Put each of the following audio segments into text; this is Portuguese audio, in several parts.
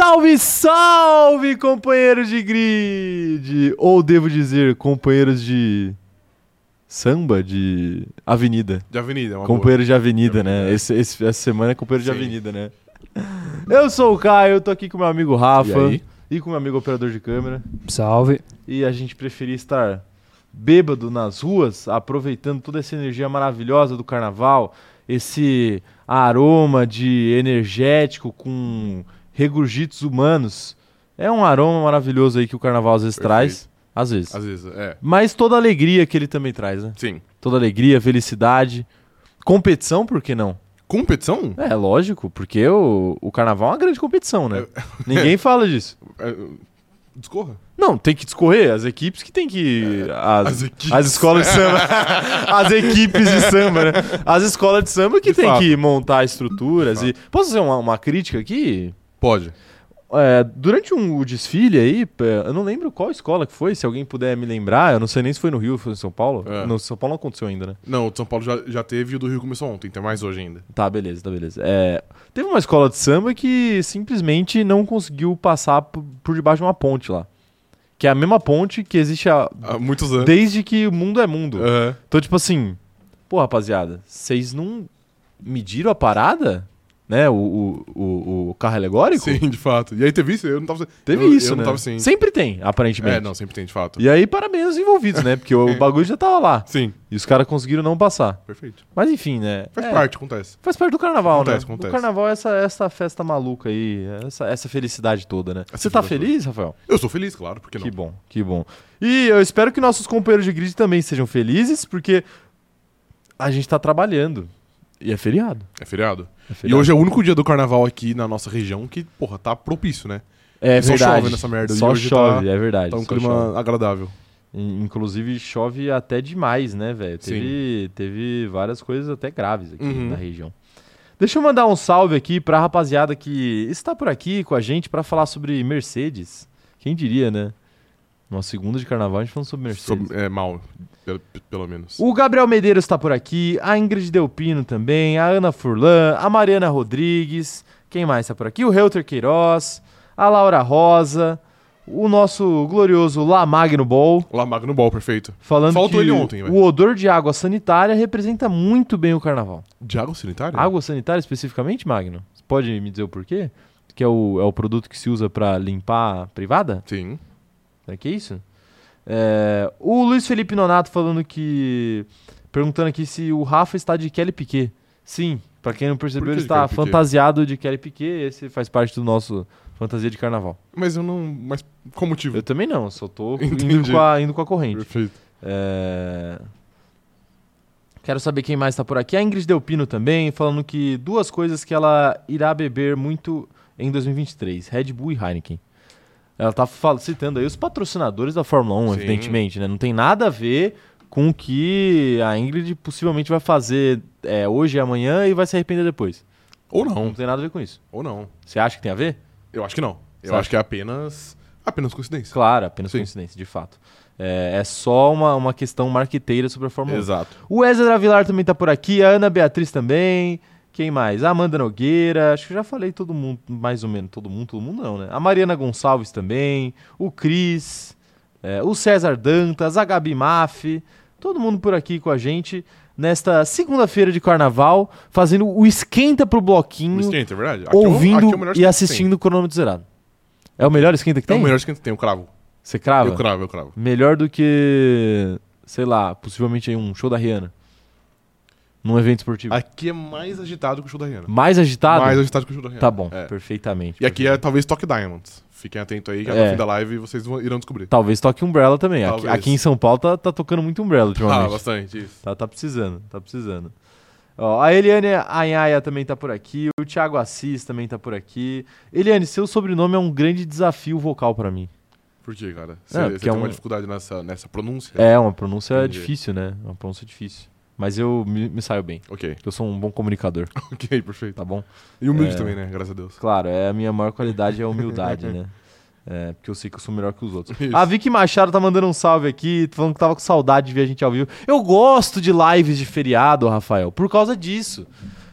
Salve, salve, companheiros de grid! Ou devo dizer, companheiros de samba, de avenida. De avenida, uma companheiros boa. de avenida, né? Essa semana é companheiro de avenida, né? Eu sou o Caio, tô aqui com meu amigo Rafa e com meu amigo operador de câmera. Salve. E a gente preferia estar bêbado nas ruas, aproveitando toda essa energia maravilhosa do carnaval, esse aroma de energético com regurgitos humanos. É um aroma maravilhoso aí que o carnaval às vezes traz. Às vezes. Às vezes, é. Mas toda a alegria que ele também traz, né? Sim. Toda alegria, felicidade. Competição, por que não? Competição? É, lógico, porque o carnaval é uma grande competição, né? Ninguém fala disso. Discorra. Não, tem que discorrer. As equipes que tem que... As escolas de samba. As equipes de samba, né? As escolas de samba que tem que montar estruturas. E posso fazer uma crítica aqui? Pode. Durante o desfile aí, eu não lembro qual escola que foi, se alguém puder me lembrar, eu não sei nem se foi no Rio ou foi em São Paulo. No São Paulo não aconteceu ainda, né? Não, o de São Paulo já teve e o do Rio começou ontem, tem mais hoje ainda. Tá, beleza. Teve uma escola de samba que simplesmente não conseguiu passar por debaixo de uma ponte lá. Que é a mesma ponte que existe há muitos anos. Desde que o mundo é mundo. Uhum. Então, tipo assim, pô, rapaziada, vocês não mediram a parada? Né? O carro alegórico? Sim, de fato. E aí teve isso? Eu não tava... Teve isso, eu né? não tava sem... Sempre tem, aparentemente. Não, sempre tem, de fato. E aí, parabéns aos envolvidos, né? Porque o bagulho já tava lá. Sim. E os caras conseguiram não passar. Perfeito. Mas enfim, né? Faz parte, acontece. Faz parte do carnaval, Acontece. O carnaval é essa festa maluca aí, essa felicidade toda, né? Você tá feliz, Rafael? Eu sou feliz, claro, porque não? Que bom, que bom. E eu espero que nossos companheiros de grid também sejam felizes, porque a gente tá trabalhando. E é feriado. É feriado. E hoje é o único dia do carnaval aqui na nossa região que, porra, tá propício, né? É verdade. Só chove nessa merda. Só hoje chove, é verdade. Tá um clima agradável. Inclusive chove até demais, né, velho? Teve várias coisas até graves aqui na região. Deixa eu mandar um salve aqui pra rapaziada que está por aqui com a gente pra falar sobre Mercedes. Quem diria, né? Uma segunda de carnaval a gente falando sobre Mercedes. Mal, pelo menos. O Gabriel Medeiros está por aqui, a Ingrid Delpino também, a Ana Furlan, a Mariana Rodrigues, quem mais está por aqui? O Helter Queiroz, a Laura Rosa, o nosso glorioso Lamagno Ball. Lamagno Ball, perfeito. Falando Faltou que ele ontem, o odor de água sanitária representa muito bem o carnaval. De água sanitária? Água sanitária especificamente, Magno? Você pode me dizer o porquê? Que é o produto que se usa para limpar a privada? Sim. É que isso? O Luiz Felipe Nonato perguntando aqui se o Rafa está de Kelly Piquet. Sim, pra quem não percebeu, ele está fantasiado de Kelly Piquet. Esse faz parte do nosso fantasia de carnaval. Mas eu não... Mas qual motivo? Eu também não, só tô indo com a corrente. Perfeito. Quero saber quem mais está por aqui. A Ingrid Delpino também, falando que duas coisas que ela irá beber muito em 2023. Red Bull e Heineken. Ela tá citando aí os patrocinadores da Fórmula 1, evidentemente, né? Não tem nada a ver com o que a Ingrid possivelmente vai fazer hoje e amanhã e vai se arrepender depois. Ou não. Não tem nada a ver com isso. Ou não. Você acha que tem a ver? Eu acho que não. Eu acho que é apenas coincidência. Claro, apenas coincidência, de fato. É só uma questão marqueteira sobre a Fórmula 1. Exato. O Ezra Avilar também tá por aqui, a Ana Beatriz também... Quem mais? A Amanda Nogueira, acho que eu já falei todo mundo, mais ou menos, todo mundo não, né? A Mariana Gonçalves também, o Cris, o César Dantas, a Gabi Maff, todo mundo por aqui com a gente nesta segunda-feira de carnaval, fazendo o esquenta pro bloquinho, esquenta, é verdade. ouvindo aqui é o melhor e assistindo o cronômetro zerado. É o melhor esquenta que tem? É o melhor esquenta que tem, eu cravo. Você crava? Eu cravo. Melhor do que, sei lá, possivelmente aí um show da Rihanna. Num evento esportivo. Aqui é mais agitado que o show da Rihanna. Mais agitado? Mais agitado que o show da Rihanna. Tá bom, perfeitamente. E aqui é talvez toque Diamonds. Fiquem atentos aí que no fim da live vocês irão descobrir. Talvez toque Umbrella também. Aqui em São Paulo tá tocando muito Umbrella ultimamente. Bastante, isso. Tá precisando. Ó, a Eliane Anhaia também tá por aqui. O Thiago Assis também tá por aqui. Eliane, seu sobrenome é um grande desafio vocal pra mim. Por quê, cara? Você tem uma dificuldade nessa pronúncia? É, uma pronúncia difícil, né? Uma pronúncia difícil. Mas eu me saio bem. Ok. Eu sou um bom comunicador. Ok, perfeito. Tá bom? E humilde também, né? Graças a Deus. Claro, a minha maior qualidade é a humildade, né? Porque eu sei que eu sou melhor que os outros. Isso. A Vicky Machado tá mandando um salve aqui, falando que tava com saudade de ver a gente ao vivo. Eu gosto de lives de feriado, Rafael, por causa disso.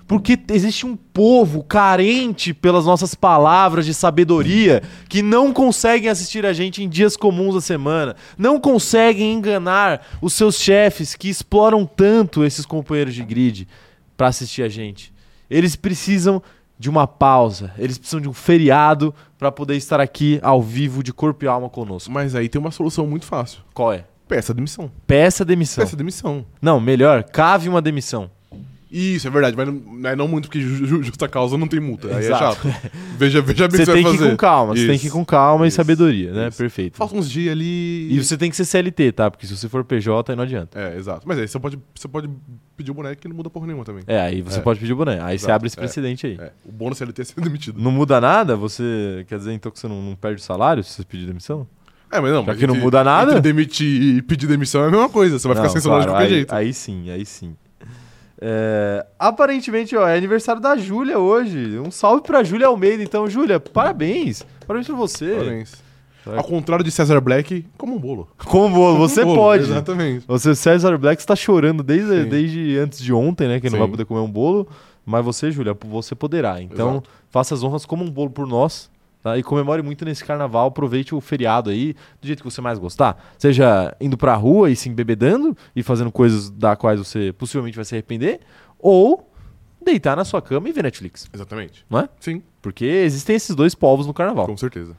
Porque existe um povo carente pelas nossas palavras de sabedoria que não conseguem assistir a gente em dias comuns da semana, não conseguem enganar os seus chefes que exploram tanto esses companheiros de grid para assistir a gente. Eles precisam de uma pausa, eles precisam de um feriado para poder estar aqui ao vivo de corpo e alma conosco. Mas aí tem uma solução muito fácil. Qual é? Peça demissão. Peça demissão. Peça demissão. Não, melhor, cave uma demissão. Isso, é verdade, mas não muito, porque justa causa não tem multa. Aí Exato. é chato. Veja bem o que Você você tem vai que ir fazer. com calma, você Isso. tem que ir com calma e Isso. sabedoria, né? Isso. Perfeito. Falta uns dias ali. E você tem que ser CLT, tá? Porque se você for PJ, aí não adianta. É, exato. Mas aí você pode pedir o boneco que não muda porra nenhuma também. É, aí você É. pode pedir o boné. Aí você Exato. abre esse precedente aí. É. O bônus CLT é ser demitido. Não muda nada? Você quer dizer então que você não perde o salário se você pedir demissão? É, mas não. Já mas que não entre- muda nada? Entre demitir e pedir demissão é a mesma coisa. Você vai ficar Não, sem salário de claro, qualquer aí, jeito. Aí sim, aí sim. Aparentemente, ó, é aniversário da Júlia hoje. Um salve pra Júlia Almeida. Então, Júlia, parabéns. Parabéns pra você. Parabéns. Vai. Ao contrário de César Black, como um bolo. Como bolo, você Um bolo, pode. Exatamente. Você, César Black, está chorando Sim. desde antes de ontem, né? Que não Sim. vai poder comer um bolo. Mas você, Júlia, você poderá. Então, Exato. faça as honras como um bolo por nós. Tá? E comemore muito nesse carnaval. Aproveite o feriado aí do jeito que você mais gostar. Seja indo pra rua e se embebedando e fazendo coisas da quais você possivelmente vai se arrepender. Ou deitar na sua cama e ver Netflix. Exatamente. Não é? Sim, Porque existem esses dois povos no carnaval. com certeza.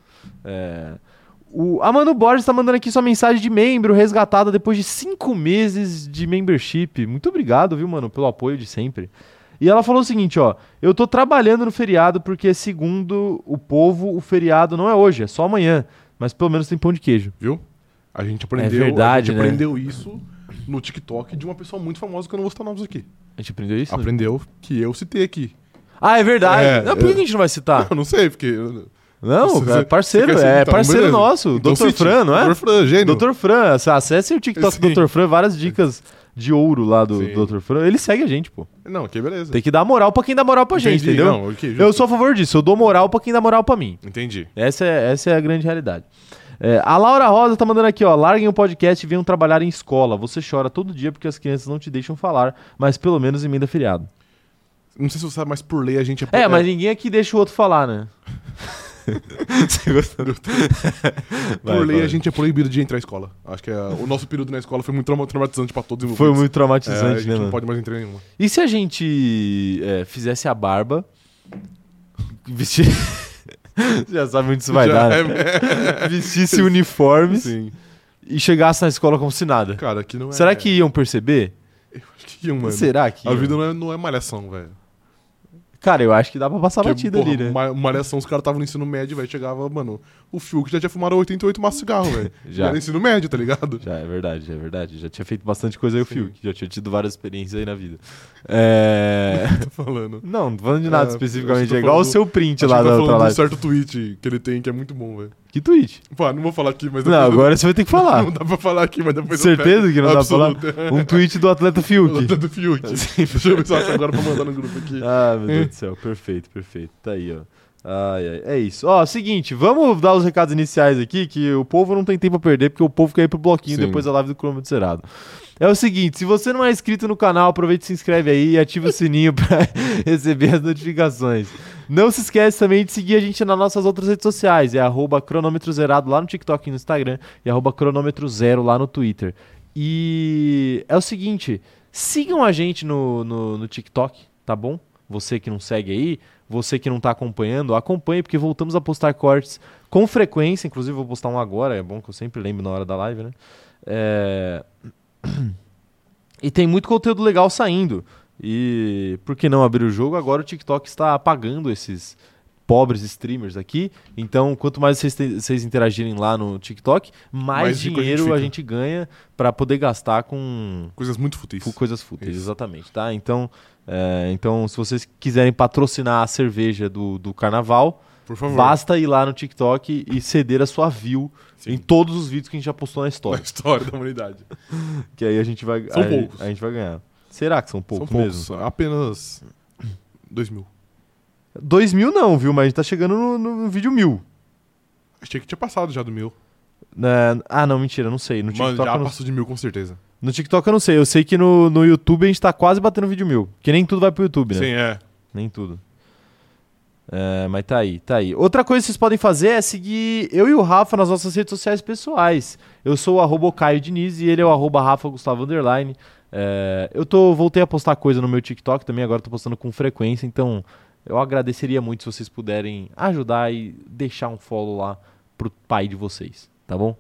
O Amando Borges tá mandando aqui sua mensagem de membro resgatada depois de 5 meses de membership. Muito obrigado, viu, mano, pelo apoio de sempre. E ela falou o seguinte, ó. Eu tô trabalhando no feriado porque, segundo o povo, o feriado não é hoje, é só amanhã. Mas pelo menos tem pão de queijo. Viu? A gente aprendeu, verdade, a gente né? aprendeu isso no TikTok de uma pessoa muito famosa que eu não vou citar nomes aqui. A gente aprendeu isso? Aprendeu que eu citei aqui. Ah, é verdade. É, Não, por que a gente não vai citar? Eu não sei, porque... Não, Você- é parceiro, você quer citar? é parceiro Beleza. nosso. Então Dr. cite. Fran, não é? Dr. Fran, gênio. Dr. Fran, acesse o TikTok Sim. do Dr. Fran, várias dicas de ouro lá do Sim. Dr. Fran. Ele segue a gente, pô. Não, que beleza. Tem que dar moral pra quem dá moral pra gente, Entendi. entendeu? Não, ok, justo. Eu sou a favor disso, eu dou moral pra quem dá moral pra mim. Entendi. Essa é a grande realidade. A Laura Rosa tá mandando aqui, ó. Larguem o podcast e venham trabalhar em escola. Você chora todo dia porque as crianças não te deixam falar, mas pelo menos emenda feriado. Não sei se você sabe, mas por lei a gente Mas ninguém aqui deixa o outro falar, né? Você gostou? Por lei a gente é proibido de entrar à escola. Acho que o nosso período na escola foi muito traumatizante pra todos os Foi envolvidos. muito A traumatizante, gente né, não mano? pode mais entrar em nenhuma. E se a gente fizesse a barba, vestir... Você já sabe onde isso vai Já dar, né? Vestisse uniformes Sim. e chegasse na escola como se nada. Cara, aqui não é... Será que iam perceber? Eu acho que iam, mano. Será que A iam? vida não é malhação, velho. Cara, eu acho que dá pra passar Porque, batida porra, ali, né? Malhação, os caras estavam no ensino médio, velho. Chegava, mano, o Fiuk já tinha fumado 88 maços de cigarro, velho. Já. Era ensino médio, tá ligado? Já é verdade, é verdade. Já tinha feito bastante coisa aí o Sim. Fiuk. Já tinha tido várias experiências aí na vida. Tô falando. Não, não tô falando de nada É, especificamente. acho que É tô igual o falando- seu print Acho lá que da tá outra falando de um live. certo tweet que ele tem que é muito bom, velho. Que tweet? Pô, não vou falar aqui, mas Não, depois agora você vai ter que falar. Não dá pra falar aqui, mas depois Certeza eu pego. que não dá pra falar? Absoluto. Um tweet do atleta Fiuk. Do Fiuk. Deixa eu ver se eu acho agora pra mandar no grupo aqui. Ah, meu Deus do céu. Perfeito, perfeito. Tá aí, ó. Ai, ai. É isso. Ó, seguinte, vamos dar os recados iniciais aqui, que o povo não tem tempo a perder, porque o povo quer ir pro bloquinho Sim. depois da live do cronômetro zerado. É o seguinte, se você não é inscrito no canal, aproveite e se inscreve aí e ativa o sininho pra receber as notificações. Não se esquece também de seguir a gente nas nossas outras redes sociais, é @cronômetro zerado lá no TikTok e no Instagram e @cronômetro zero lá no Twitter. E é o seguinte, sigam a gente no TikTok, tá bom? Você que não segue aí, você que não tá acompanhando, acompanhe, porque voltamos a postar cortes com frequência. Inclusive, vou postar um agora, é bom que eu sempre lembro na hora da live, né? E tem muito conteúdo legal saindo. E por que não abrir o jogo? Agora o TikTok está apagando esses pobres streamers aqui. Então, quanto mais vocês interagirem lá no TikTok, mais rico a gente dinheiro fica. a gente ganha para poder gastar com Coisas muito fúteis. coisas fúteis, Isso. exatamente, tá? Então, se vocês quiserem patrocinar a cerveja do carnaval, Por favor. basta ir lá no TikTok e ceder a sua view Sim. em todos os vídeos que a gente já postou na Na história. história da humanidade. Que aí a gente vai, São aí poucos. a gente vai ganhar. Será que são poucos, São poucos. mesmo? Apenas 2.000. 2.000 não, viu? Mas a gente tá chegando no vídeo 1.000. Achei que tinha passado já do 1.000. Ah, não, mentira, não sei. No Mano, TikTok já eu não... passou de 1.000 com certeza. No TikTok eu não sei. Eu sei que no YouTube a gente tá quase batendo vídeo 1000. Que nem tudo vai pro YouTube, né? Sim, é. Nem tudo. Mas tá aí, tá aí. Outra coisa que vocês podem fazer é seguir eu e o Rafa nas nossas redes sociais pessoais. Eu sou o @Caio Diniz e ele é o @RafaGustavo_. Voltei a postar coisa no meu TikTok também, agora tô postando com frequência, então eu agradeceria muito se vocês puderem ajudar e deixar um follow lá pro pai de vocês, tá bom?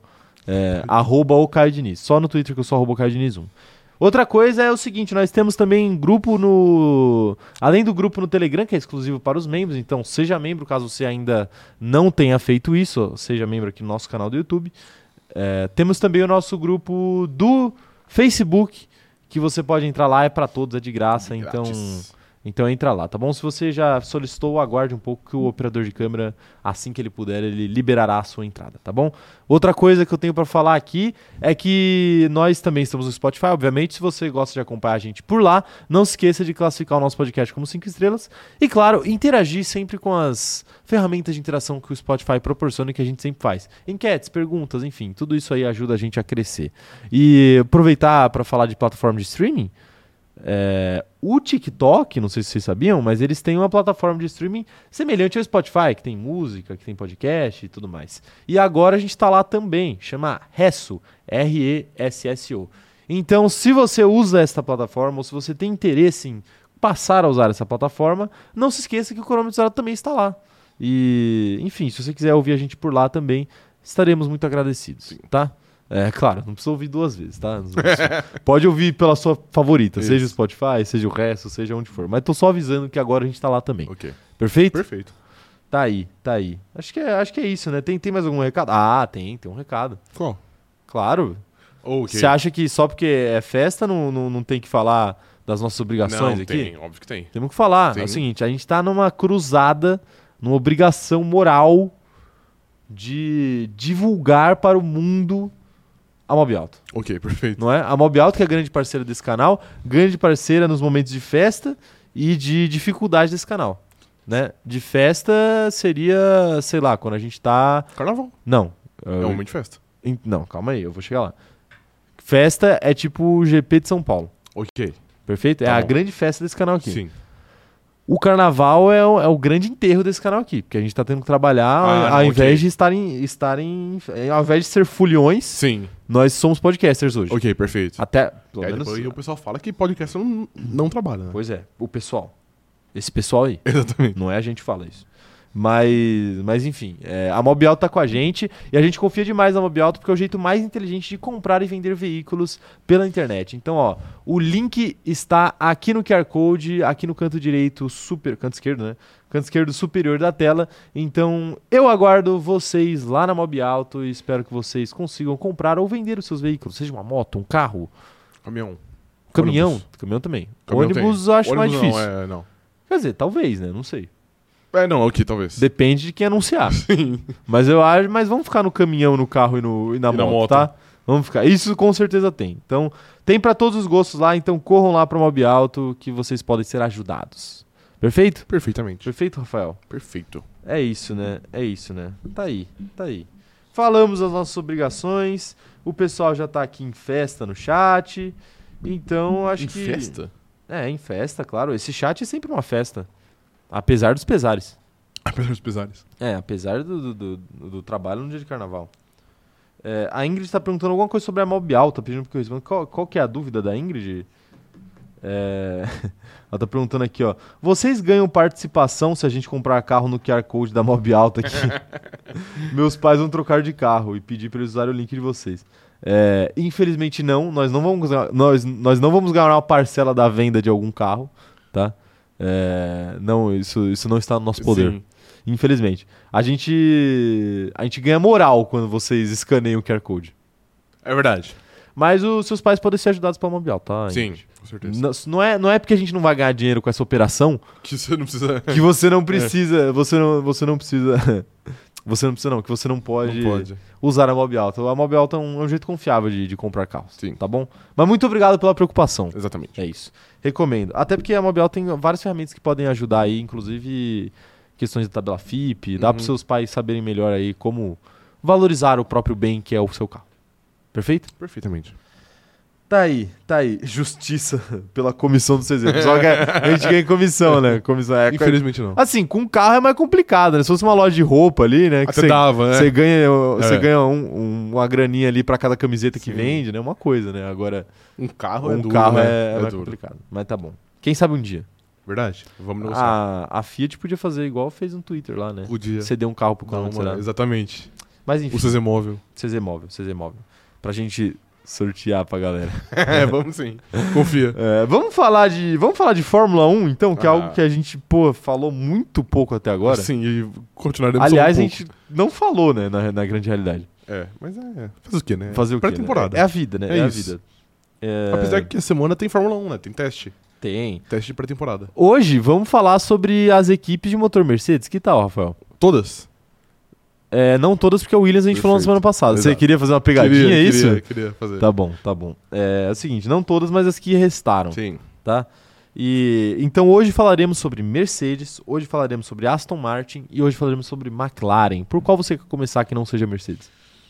@o Caio Diniz. Só no Twitter que eu sou @Caio Diniz 1. Outra coisa é o seguinte, nós temos também grupo além do grupo no Telegram, que é exclusivo para os membros, então seja membro, caso você ainda não tenha feito isso, seja membro aqui no nosso canal do YouTube. Temos também o nosso grupo do Facebook, que você pode entrar lá, é para todos, é de graça, então entra lá, tá bom? Se você já solicitou, aguarde um pouco que o operador de câmera, assim que ele puder, ele liberará a sua entrada, tá bom? Outra coisa que eu tenho para falar aqui é que nós também estamos no Spotify, obviamente. Se você gosta de acompanhar a gente por lá, não se esqueça de classificar o nosso podcast como 5 estrelas e, claro, interagir sempre com as ferramentas de interação que o Spotify proporciona e que a gente sempre faz. Enquetes, perguntas, enfim, tudo isso aí ajuda a gente a crescer. E aproveitar para falar de plataforma de streaming. O TikTok, não sei se vocês sabiam, mas eles têm uma plataforma de streaming semelhante ao Spotify, que tem música, que tem podcast e tudo mais. E agora a gente está lá também, chama Resso, Resso. Então, se você usa essa plataforma, ou se você tem interesse em passar a usar essa plataforma, não se esqueça que o Cronômetro Zero também está lá. E, enfim, se você quiser ouvir a gente por lá também, estaremos muito agradecidos, tá? Claro, não precisa ouvir 2 vezes, tá? Pode ouvir pela sua favorita, isso. Seja o Spotify, seja o Resto, seja onde for. Mas tô só avisando que agora a gente tá lá também. Ok. Perfeito? Perfeito. Tá aí. Acho que é isso, né? Tem mais algum recado? Ah, tem um recado. Qual? Claro. Você acha que só porque é festa não tem que falar das nossas obrigações aqui? Tem, óbvio que tem. Temos que falar. Tem. É o seguinte, a gente tá numa cruzada, numa obrigação moral de divulgar para o mundo a Mob Alto. Ok, perfeito. Não é? A Mob Alto, que é a grande parceira desse canal, grande parceira nos momentos de festa e de dificuldade desse canal. Né? De festa seria, sei lá, quando a gente tá... Carnaval. Não. É um momento de festa. Não, calma aí, eu vou chegar lá. Festa é tipo o GP de São Paulo. Ok. Perfeito? Tá a bom. grande festa desse canal aqui. Sim. O carnaval é o grande enterro desse canal aqui, porque a gente tá tendo que trabalhar ao invés de ao invés de ser fulhões, Sim. nós somos podcasters hoje. Ok, perfeito. Até, pelo menos... Depois o pessoal fala que podcast não trabalha, né? Pois é, o pessoal. Esse pessoal aí. Exatamente. Não é a gente que fala isso. Mas enfim, a Mob Alto tá com a gente e a gente confia demais na Mob Alto porque é o jeito mais inteligente de comprar e vender veículos pela internet. Então, ó, o link está aqui no QR Code, aqui no canto direito, canto esquerdo, né? Canto esquerdo superior da tela. Então, eu aguardo vocês lá na Mob Alto e espero que vocês consigam comprar ou vender os seus veículos, seja uma moto, um carro, Caminhão também. Caminhão Ônibus eu acho mais difícil. Não. Quer dizer, talvez, né? Não sei. Não, ok, talvez. Depende de quem anunciar. Sim. Mas vamos ficar no caminhão, no carro e na moto, tá? Vamos ficar. Isso com certeza tem. Então, tem pra todos os gostos lá, então corram lá pra Mob Alto que vocês podem ser ajudados. Perfeito? Perfeitamente. Perfeito, Rafael? Perfeito. É isso, né? Tá aí. Falamos as nossas obrigações, o pessoal já tá aqui em festa no chat, então acho que... Em festa? Em festa, claro. Esse chat é sempre uma festa. Apesar dos pesares. Apesar dos pesares. Apesar do trabalho no dia de carnaval. A Ingrid está perguntando alguma coisa sobre a Mob Alta, pedindo que eu responda. Qual que é a dúvida da Ingrid? Ela tá perguntando aqui, ó. Vocês ganham participação se a gente comprar carro no QR Code da Mob Alta aqui? Meus pais vão trocar de carro e pedir para eles usarem o link de vocês. Infelizmente não. Nós não vamos ganhar uma parcela da venda de algum carro, tá? Não, isso não está no nosso poder. Sim. Infelizmente. A gente ganha moral quando vocês escaneiam o QR Code. É verdade. Mas os seus pais podem ser ajudados pela Mob Alta, tá? Sim, com certeza. Não é porque a gente não vai ganhar dinheiro com essa operação que você não precisa... que você não precisa... Você não precisa... Você não precisa não, que você não pode usar a Mob Alta. A Mob Alta é um jeito confiável de comprar carros. Sim. Tá bom? Mas muito obrigado pela preocupação. Exatamente. É isso. Recomendo. Até porque a Mob Alta tem várias ferramentas que podem ajudar aí, inclusive questões de tabela FIP. Dá para seus pais saberem melhor aí como valorizar o próprio bem que é o seu carro. Perfeito? Perfeitamente. Tá aí. Justiça pela comissão do CZ. Só que a gente ganha comissão, né? Comissão, Infelizmente não. Assim, com carro é mais complicado, né? Se fosse uma loja de roupa ali, né? Que Até dava, né? Você ganha uma graninha ali pra cada camiseta que vende, né? Uma coisa, né? Agora, um carro é duro, carro né? é mais duro. complicado. Mas tá bom. Quem sabe um dia. Verdade. Vamos negociar. A Fiat podia fazer igual fez no Twitter lá, né? Podia. Ceder um carro pro condicionado. Exatamente. Mas enfim. O CZ Móvel. CZ Móvel. Pra gente sortear pra galera. Vamos sim. Confia. Vamos falar de Fórmula 1, então, que é algo que a gente, falou muito pouco até agora. Sim, e continuaremos Aliás, um a gente não falou, né, na grande realidade. Mas fazer o quê, né? Fazer o quê? Pré-temporada. É a vida, né? É a isso. vida. Apesar que a semana tem Fórmula 1, né? Tem teste. Tem. Teste de pré-temporada. Hoje, vamos falar sobre as equipes de motor Mercedes. Que tal, Rafael? Todas? Não todas, porque a Williams a gente falou na semana passada. Exato. Você queria fazer uma pegadinha, é isso? Queria fazer. Tá bom. É o seguinte, não todas, mas as que restaram. Sim. Tá? Então hoje falaremos sobre Mercedes, hoje falaremos sobre Aston Martin e hoje falaremos sobre McLaren. Por qual você quer começar que não seja Mercedes?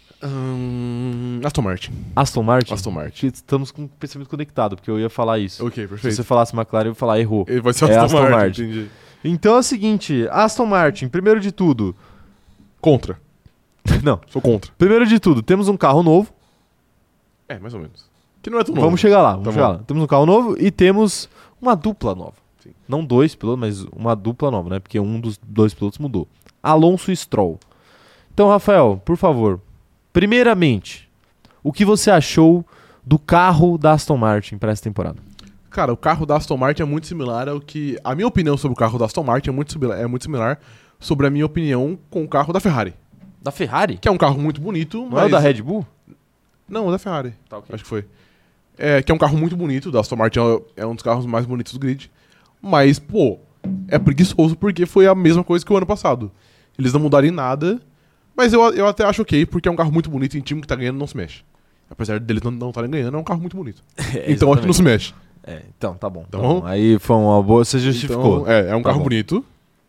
Aston Martin. Aston Martin? Aston Martin. Estamos com o pensamento conectado, porque eu ia falar isso. Ok, perfeito. Se você falasse McLaren, eu ia falar errou. Ele vai ser Aston Martin. Entendi. Então é o seguinte, Aston Martin, primeiro de tudo... Contra. Não. Sou contra. Primeiro de tudo, temos um carro novo. Mais ou menos. Que não é tão novo. Vamos chegar lá. Temos um carro novo e temos uma dupla nova. Sim. Não dois pilotos, mas uma dupla nova, né? Porque um dos dois pilotos mudou. Alonso e Stroll. Então, Rafael, por favor, primeiramente, o que você achou do carro da Aston Martin para essa temporada? Cara, o carro da Aston Martin é muito similar ao que... A minha opinião sobre o carro da Aston Martin é muito similar sobre a minha opinião com o carro da Ferrari. Da Ferrari? Que é um carro muito bonito, Não mas... é o da Red Bull? Não, o da Ferrari. Tá, ok. Acho que foi. Que é um carro muito bonito, da Aston Martin é um dos carros mais bonitos do grid. Mas, é preguiçoso porque foi a mesma coisa que o ano passado. Eles não mudaram em nada, mas eu até acho ok, porque é um carro muito bonito e em time que tá ganhando não se mexe. Apesar deles não estarem ganhando, é um carro muito bonito. Então acho que não se mexe. Então, tá bom. Tá bom? Aí foi uma boa, você justificou. Então, é um carro bonito.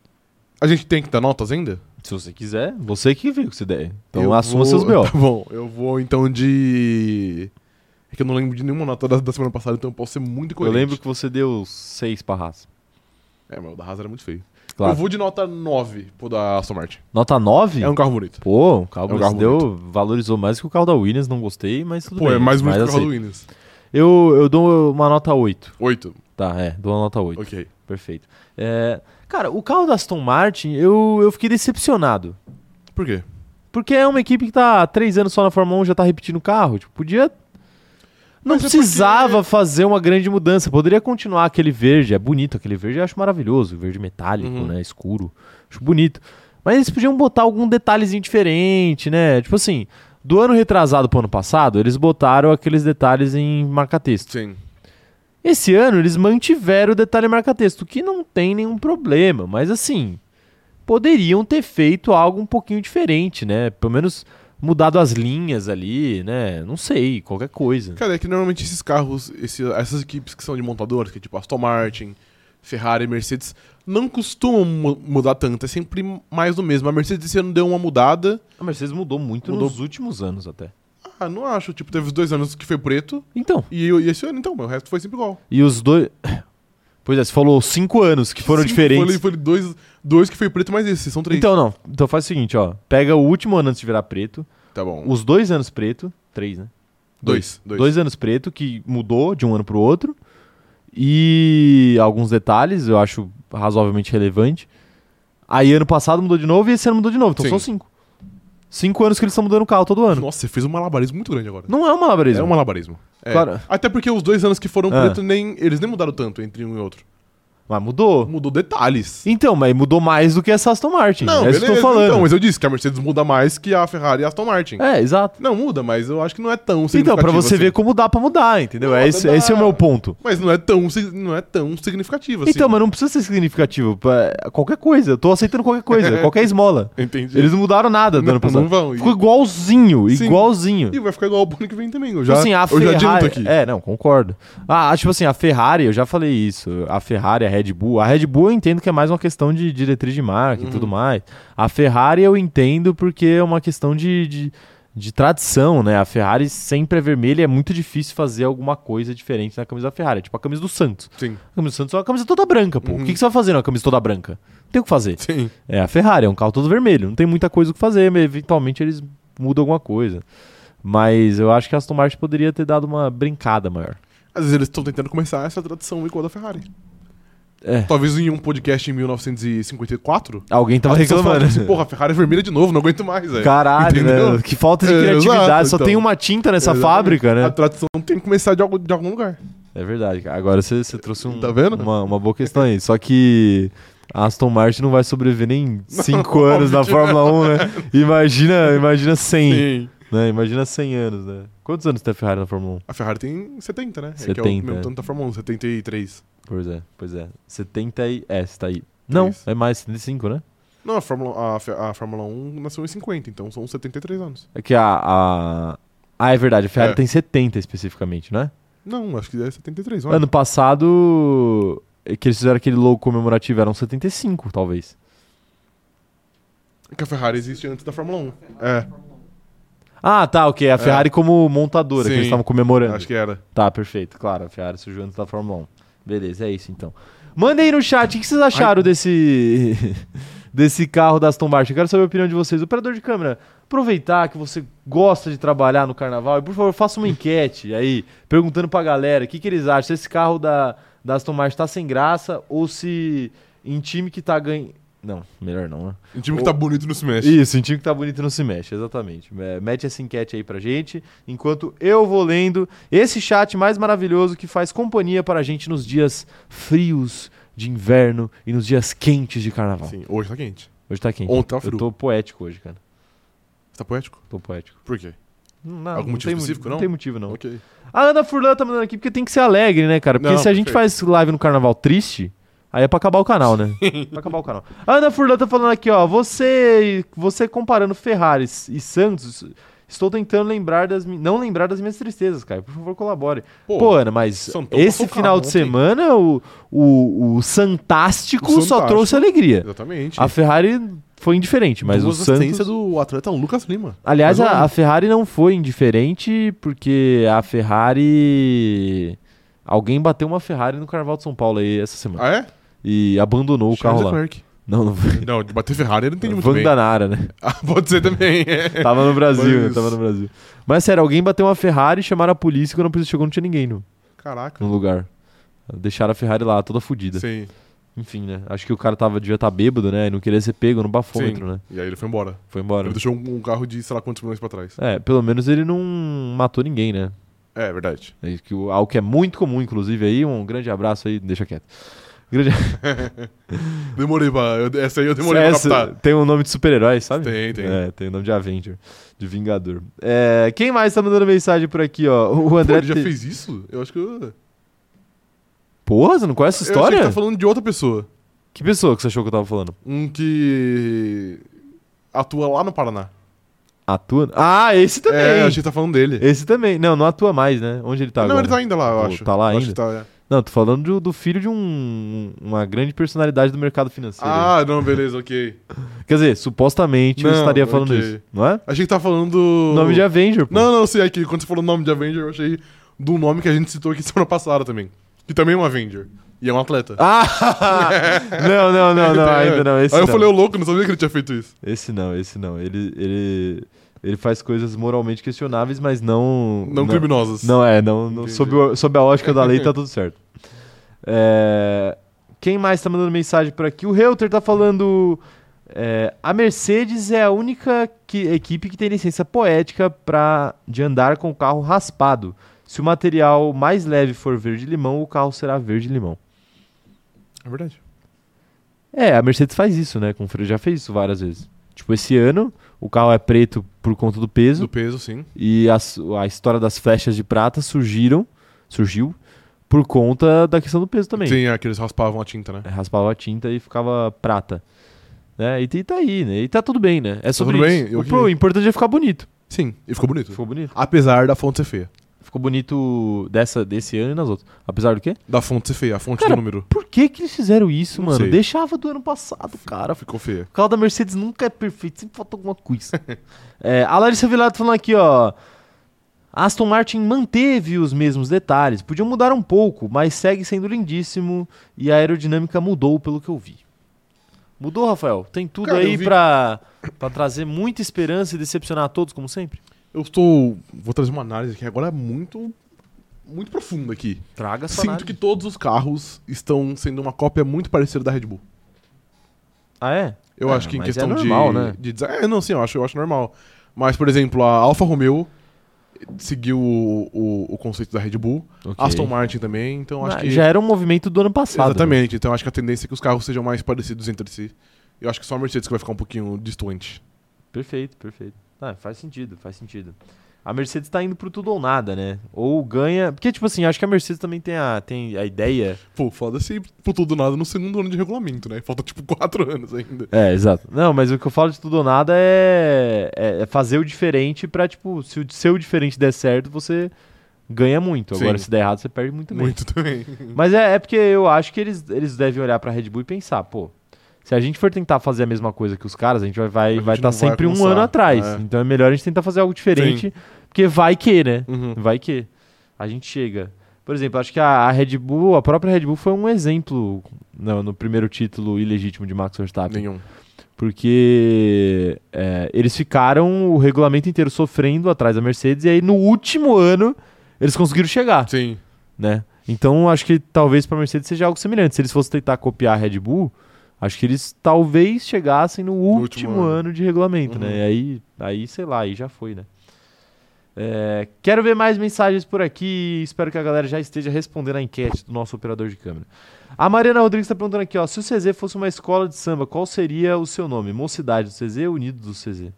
A gente tem que dar notas ainda? Se você quiser, você que viu que você der. Então assuma seus B.O. Tá bom, eu vou então de... É que eu não lembro de nenhuma nota da semana passada, então eu posso ser muito incoerente. Eu lembro que você deu 6 pra Haas. Mas o da Haas era muito feio. Claro. Eu vou de nota 9 pro da Aston Martin. Nota 9? É um carro bonito. O carro bonito. Valorizou mais que o carro da Williams, não gostei, mas tudo bem. É mais bonito que o carro aceito. do Williams. Eu dou uma nota 8. 8. Tá, dou uma nota 8. Ok. Perfeito. Cara, o carro da Aston Martin, eu fiquei decepcionado. Por quê? Porque é uma equipe que tá há 3 anos só na Fórmula 1, já tá repetindo o carro. Tipo, podia... Não precisava fazer uma grande mudança. Poderia continuar aquele verde. É bonito aquele verde, eu acho maravilhoso. Verde metálico, né? Escuro. Acho bonito. Mas eles podiam botar algum detalhezinho diferente, né? Tipo assim, do ano retrasado pro ano passado, eles botaram aqueles detalhes em marca-texto. Sim. Esse ano eles mantiveram o detalhe em marca-texto, que não tem nenhum problema. Mas assim, poderiam ter feito algo um pouquinho diferente, né? Pelo menos... mudado as linhas ali, né? Não sei, qualquer coisa. Cara, é que normalmente esses carros, essas equipes que são de montadores, que é tipo Aston Martin, Ferrari, Mercedes, não costumam mudar tanto, é sempre mais do mesmo. A Mercedes esse ano deu uma mudada. A Mercedes mudou muito nos últimos anos até. Não acho. Tipo, teve os 2 anos que foi preto. Então. E esse ano, então, o resto foi sempre igual. E os dois... Pois é, você falou 5 anos que foram diferentes. Foi dois que foi preto, mais esse, são 3. Então não, então faz o seguinte, ó. Pega o último ano antes de virar preto. Tá bom. Os 2 anos preto, 3, né? 2 anos preto, que mudou de um ano pro outro. E alguns detalhes, eu acho razoavelmente relevante. Aí ano passado mudou de novo e esse ano mudou de novo, então são 5. 5 anos que eles estão mudando o carro todo ano. Nossa, você fez um malabarismo muito grande agora. Não é um malabarismo. É um malabarismo. Claro. Até porque os 2 anos que foram preto, eles nem mudaram tanto entre um e outro. Mas mudou. Mudou detalhes. Então, mas mudou mais do que essa Aston Martin. Não, isso que eu tô falando. Então, mas eu disse que a Mercedes muda mais que a Ferrari e a Aston Martin. Exato. Não muda, mas eu acho que não é tão significativo. Então, pra você ver como dá pra mudar, entendeu? Não, Esse é o meu ponto. Mas não é tão significativo assim. Então, mas não precisa ser significativo. Qualquer coisa. Eu tô aceitando qualquer coisa. Qualquer esmola. Entendi. Eles não mudaram nada do ano passado. Não vão. Ficou igualzinho. Sim. Igualzinho. E vai ficar igual o ano que vem também. Eu já adianto aqui. Não, concordo. Tipo assim, a Ferrari, eu já falei isso. A Ferrari, a Red Bull. A Red Bull eu entendo que é mais uma questão de diretriz de marca e tudo mais. A Ferrari eu entendo porque é uma questão de de tradição, né? A Ferrari sempre é vermelha e é muito difícil fazer alguma coisa diferente na camisa da Ferrari. Tipo a camisa do Santos. Sim. A camisa do Santos é uma camisa toda branca, pô. O que você vai fazer numa camisa toda branca? Não tem o que fazer. Sim. É a Ferrari, é um carro todo vermelho. Não tem muita coisa o que fazer, mas eventualmente eles mudam alguma coisa. Mas eu acho que a Aston Martin poderia ter dado uma brincada maior. Às vezes eles estão tentando começar essa tradição igual a da Ferrari. É. Talvez em um podcast em 1954... Alguém tava as pessoas reclamando. falavam assim, porra, a Ferrari é vermelha de novo, não aguento mais, velho. Caralho, Entendeu? né? Que falta de criatividade. Exato, Só então. tem uma tinta nessa Exatamente. fábrica, né? A tradição tem que começar de algum lugar. É verdade, cara. Agora você trouxe Tá vendo? uma boa questão aí. Só que a Aston Martin não vai sobreviver nem 5 anos na óbvio que Fórmula 1, né? Imagina 100, Sim. né? Imagina 100 anos, né? Quantos anos tem a Ferrari na Fórmula 1? A Ferrari tem 70, né? É que é 70, o mesmo é. tanto da Fórmula 1, 73. Pois é. 70 e... você tá aí. Não, Isso. é mais 75, né? Não, a Fórmula 1 nasceu em 50, então são 73 anos. É que é verdade. A Ferrari É. tem 70 especificamente, não é? Não, acho que é 73, não é? Ano passado, que eles fizeram aquele logo comemorativo, eram 75, talvez. É que a Ferrari existe antes da Fórmula 1. É, Ah, tá, ok. A Ferrari como montadora, que Sim. eles estavam comemorando. acho que era. Tá, perfeito. Claro, a Ferrari surgiu antes da Fórmula 1. Beleza, é isso então. Mandem aí no chat o que vocês acharam desse carro da Aston Martin. Eu quero saber a opinião de vocês. Operador de câmera, aproveitar que você gosta de trabalhar no carnaval e, por favor, faça uma enquete aí, perguntando pra galera o que eles acham. Se esse carro da Aston Martin tá sem graça ou se em time que tá ganhando... Não, melhor não, né? Um time que tá bonito não se mexe. Isso, em time que tá bonito não se mexe, exatamente. Mete essa enquete aí pra gente, enquanto eu vou lendo esse chat mais maravilhoso que faz companhia para a gente nos dias frios de inverno e nos dias quentes de carnaval. Sim, hoje tá quente. Hoje tá quente. Ontem tá Eu frio. tô poético hoje, cara. Você tá poético? Tô poético. Por quê? Não, Algum motivo tem específico, não não? tem motivo, não. Ok. A Ana Furlan tá mandando aqui porque tem que ser alegre, né, cara? Porque Não, se a gente perfeito. faz live no carnaval triste, aí é pra acabar o canal, né? Pra acabar o canal. A Ana Furlan tá falando aqui, ó. Você comparando Ferraris e Santos, estou tentando não lembrar das minhas tristezas, cara. Por favor, colabore. Pô, Ana, mas Santão esse passou o final carro de ontem. semana, o Santástico só Santástico. trouxe alegria. Exatamente. A Ferrari foi indiferente, mas o Duas Santos... assistências do atleta Lucas Lima. Aliás, Mais um a ano. Ferrari não foi indiferente porque a Ferrari... Alguém bateu uma Ferrari no Carnaval de São Paulo aí essa semana. Ah, é? E abandonou o carro Charles lá. Leclerc. Não foi. Não, de bater Ferrari ele não entendi muito bem. Vandanara, né? Ah, pode ser também. Tava no Brasil, né? Mas- Tava no Brasil. Mas sério, alguém bateu uma Ferrari, chamaram a polícia e quando a polícia chegou não tinha ninguém Caraca. no lugar. Deixaram a Ferrari lá, toda fodida. Sim. Enfim, né? Acho que o cara devia estar bêbado, né? E não queria ser pego no bafômetro, Sim. né? E aí ele foi embora. Foi embora. Ele deixou um carro de sei lá quantos milhões pra trás. É, pelo menos ele não matou ninguém, né? É, verdade. É algo que é muito comum, inclusive, aí. Um grande abraço aí, deixa quieto. Grande... Demorei essa aí eu demorei pra captar. Tem um nome de super-herói, sabe? Tem. É, tem o nome de Avenger, de Vingador. É, quem mais tá mandando mensagem por aqui, ó? O André... Pô, ele já fez isso? Eu acho que eu... Porra, você não conhece essa Eu achei história? que tá falando de outra pessoa. Que pessoa que você achou que eu tava falando? Um que atua lá no Paraná. Atua? Ah, esse também! É, achei que tá falando dele. Esse também. Não atua mais, né? Onde ele tá Não, agora? ele tá ainda lá, eu Pô, acho. tá lá Eu acho ainda? que tá, é. Não, tô falando do filho de uma grande personalidade do mercado financeiro. Ah, não, beleza, ok. Quer dizer, supostamente eu Não, estaria falando ok. isso, não é? Achei que tá falando do... Nome de Avenger, pô. Não, sei, aqui, quando você falou o nome de Avenger, eu achei do nome que a gente citou aqui semana passada também. Que também é um Avenger. E é um atleta. Ah! não, ainda não. Esse Aí eu não. falei, ô louco, não sabia que ele tinha feito isso. Esse não. Ele faz coisas moralmente questionáveis, mas não... Não criminosas. Não, Entendi. sob a ótica da lei tá tudo certo. Quem mais tá mandando mensagem por aqui? O Reuter tá falando... a Mercedes é a única equipe que tem licença poética de andar com o carro raspado. Se o material mais leve for verde-limão, o carro será verde-limão. É verdade. A Mercedes faz isso, né? Já fez isso várias vezes. Tipo, esse ano, o carro é preto por conta do peso. Do peso, sim. E a história das flechas de prata surgiu por conta da questão do peso também. Sim, é que eles raspavam a tinta, né? Raspava a tinta e ficava prata. Né? E tá aí, né? E tá tudo bem, né? É sobre tudo isso. bem, O importante é ficar bonito. Sim, e ficou bonito. Ficou bonito? Apesar da fonte ser feia. Ficou bonito desse ano e nas outras. Apesar do quê? Da fonte ser feia, a fonte Cara, do número. Por que eles fizeram isso, Não mano? sei. Deixava do ano passado, cara. Ficou feia. O carro da Mercedes nunca é perfeito, sempre falta alguma coisa. A Larissa Vilato falando aqui, ó. Aston Martin manteve os mesmos detalhes. Podiam mudar um pouco, mas segue sendo lindíssimo e a aerodinâmica mudou pelo que eu vi. Mudou, Rafael? Tem tudo Cara, aí eu vi- pra trazer muita esperança e decepcionar a todos, como sempre? Vou trazer uma análise que agora é muito profunda aqui. Traga sua Sinto análise. que todos os carros estão sendo uma cópia muito parecida da Red Bull. Ah, é? Eu acho que em mas questão é normal, de, né? de design. Não, sim, eu acho normal. Mas, por exemplo, a Alfa Romeo seguiu o conceito da Red Bull. Ok. Aston Martin também, então acho que. Já era um movimento do ano passado. Né? Exatamente, então acho que a tendência é que os carros sejam mais parecidos entre si. Eu acho que só a Mercedes que vai ficar um pouquinho distante. Perfeito. Faz sentido. A Mercedes tá indo pro tudo ou nada, né? Ou ganha... Porque, tipo assim, acho que a Mercedes também tem a ideia... Pô, foda-se por tudo ou nada no segundo ano de regulamento, né? Falta tipo 4 anos ainda. Exato. Não, mas o que eu falo de tudo ou nada é fazer o diferente pra, tipo, se o seu diferente der certo, você ganha muito. Agora, Sim. se der errado, você perde muito bem. Muito também. Mas é porque eu acho que eles devem olhar pra Red Bull e pensar, pô, se a gente for tentar fazer a mesma coisa que os caras, a gente vai gente estar não vai sempre um alcançar. ano atrás. É. Então é melhor a gente tentar fazer algo diferente, porque vai que, né? Uhum. Vai que. A gente chega. Por exemplo, acho que a Red Bull, a própria Red Bull foi um exemplo no primeiro título ilegítimo de Max Verstappen. Nenhum. Porque eles ficaram o regulamento inteiro sofrendo atrás da Mercedes e aí no último ano eles conseguiram chegar, Sim. né? Então acho que talvez para a Mercedes seja algo semelhante. Se eles fossem tentar copiar a Red Bull, acho que eles talvez chegassem no último último ano de regulamento, Uhum. né? E aí, sei lá, aí já foi, né? Quero ver mais mensagens por aqui. Espero que a galera já esteja respondendo a enquete do nosso operador de câmera. A Mariana Rodrigues está perguntando aqui, ó. Se o CZ fosse uma escola de samba, qual seria o seu nome? Mocidade do CZ ou Unidos do CZ?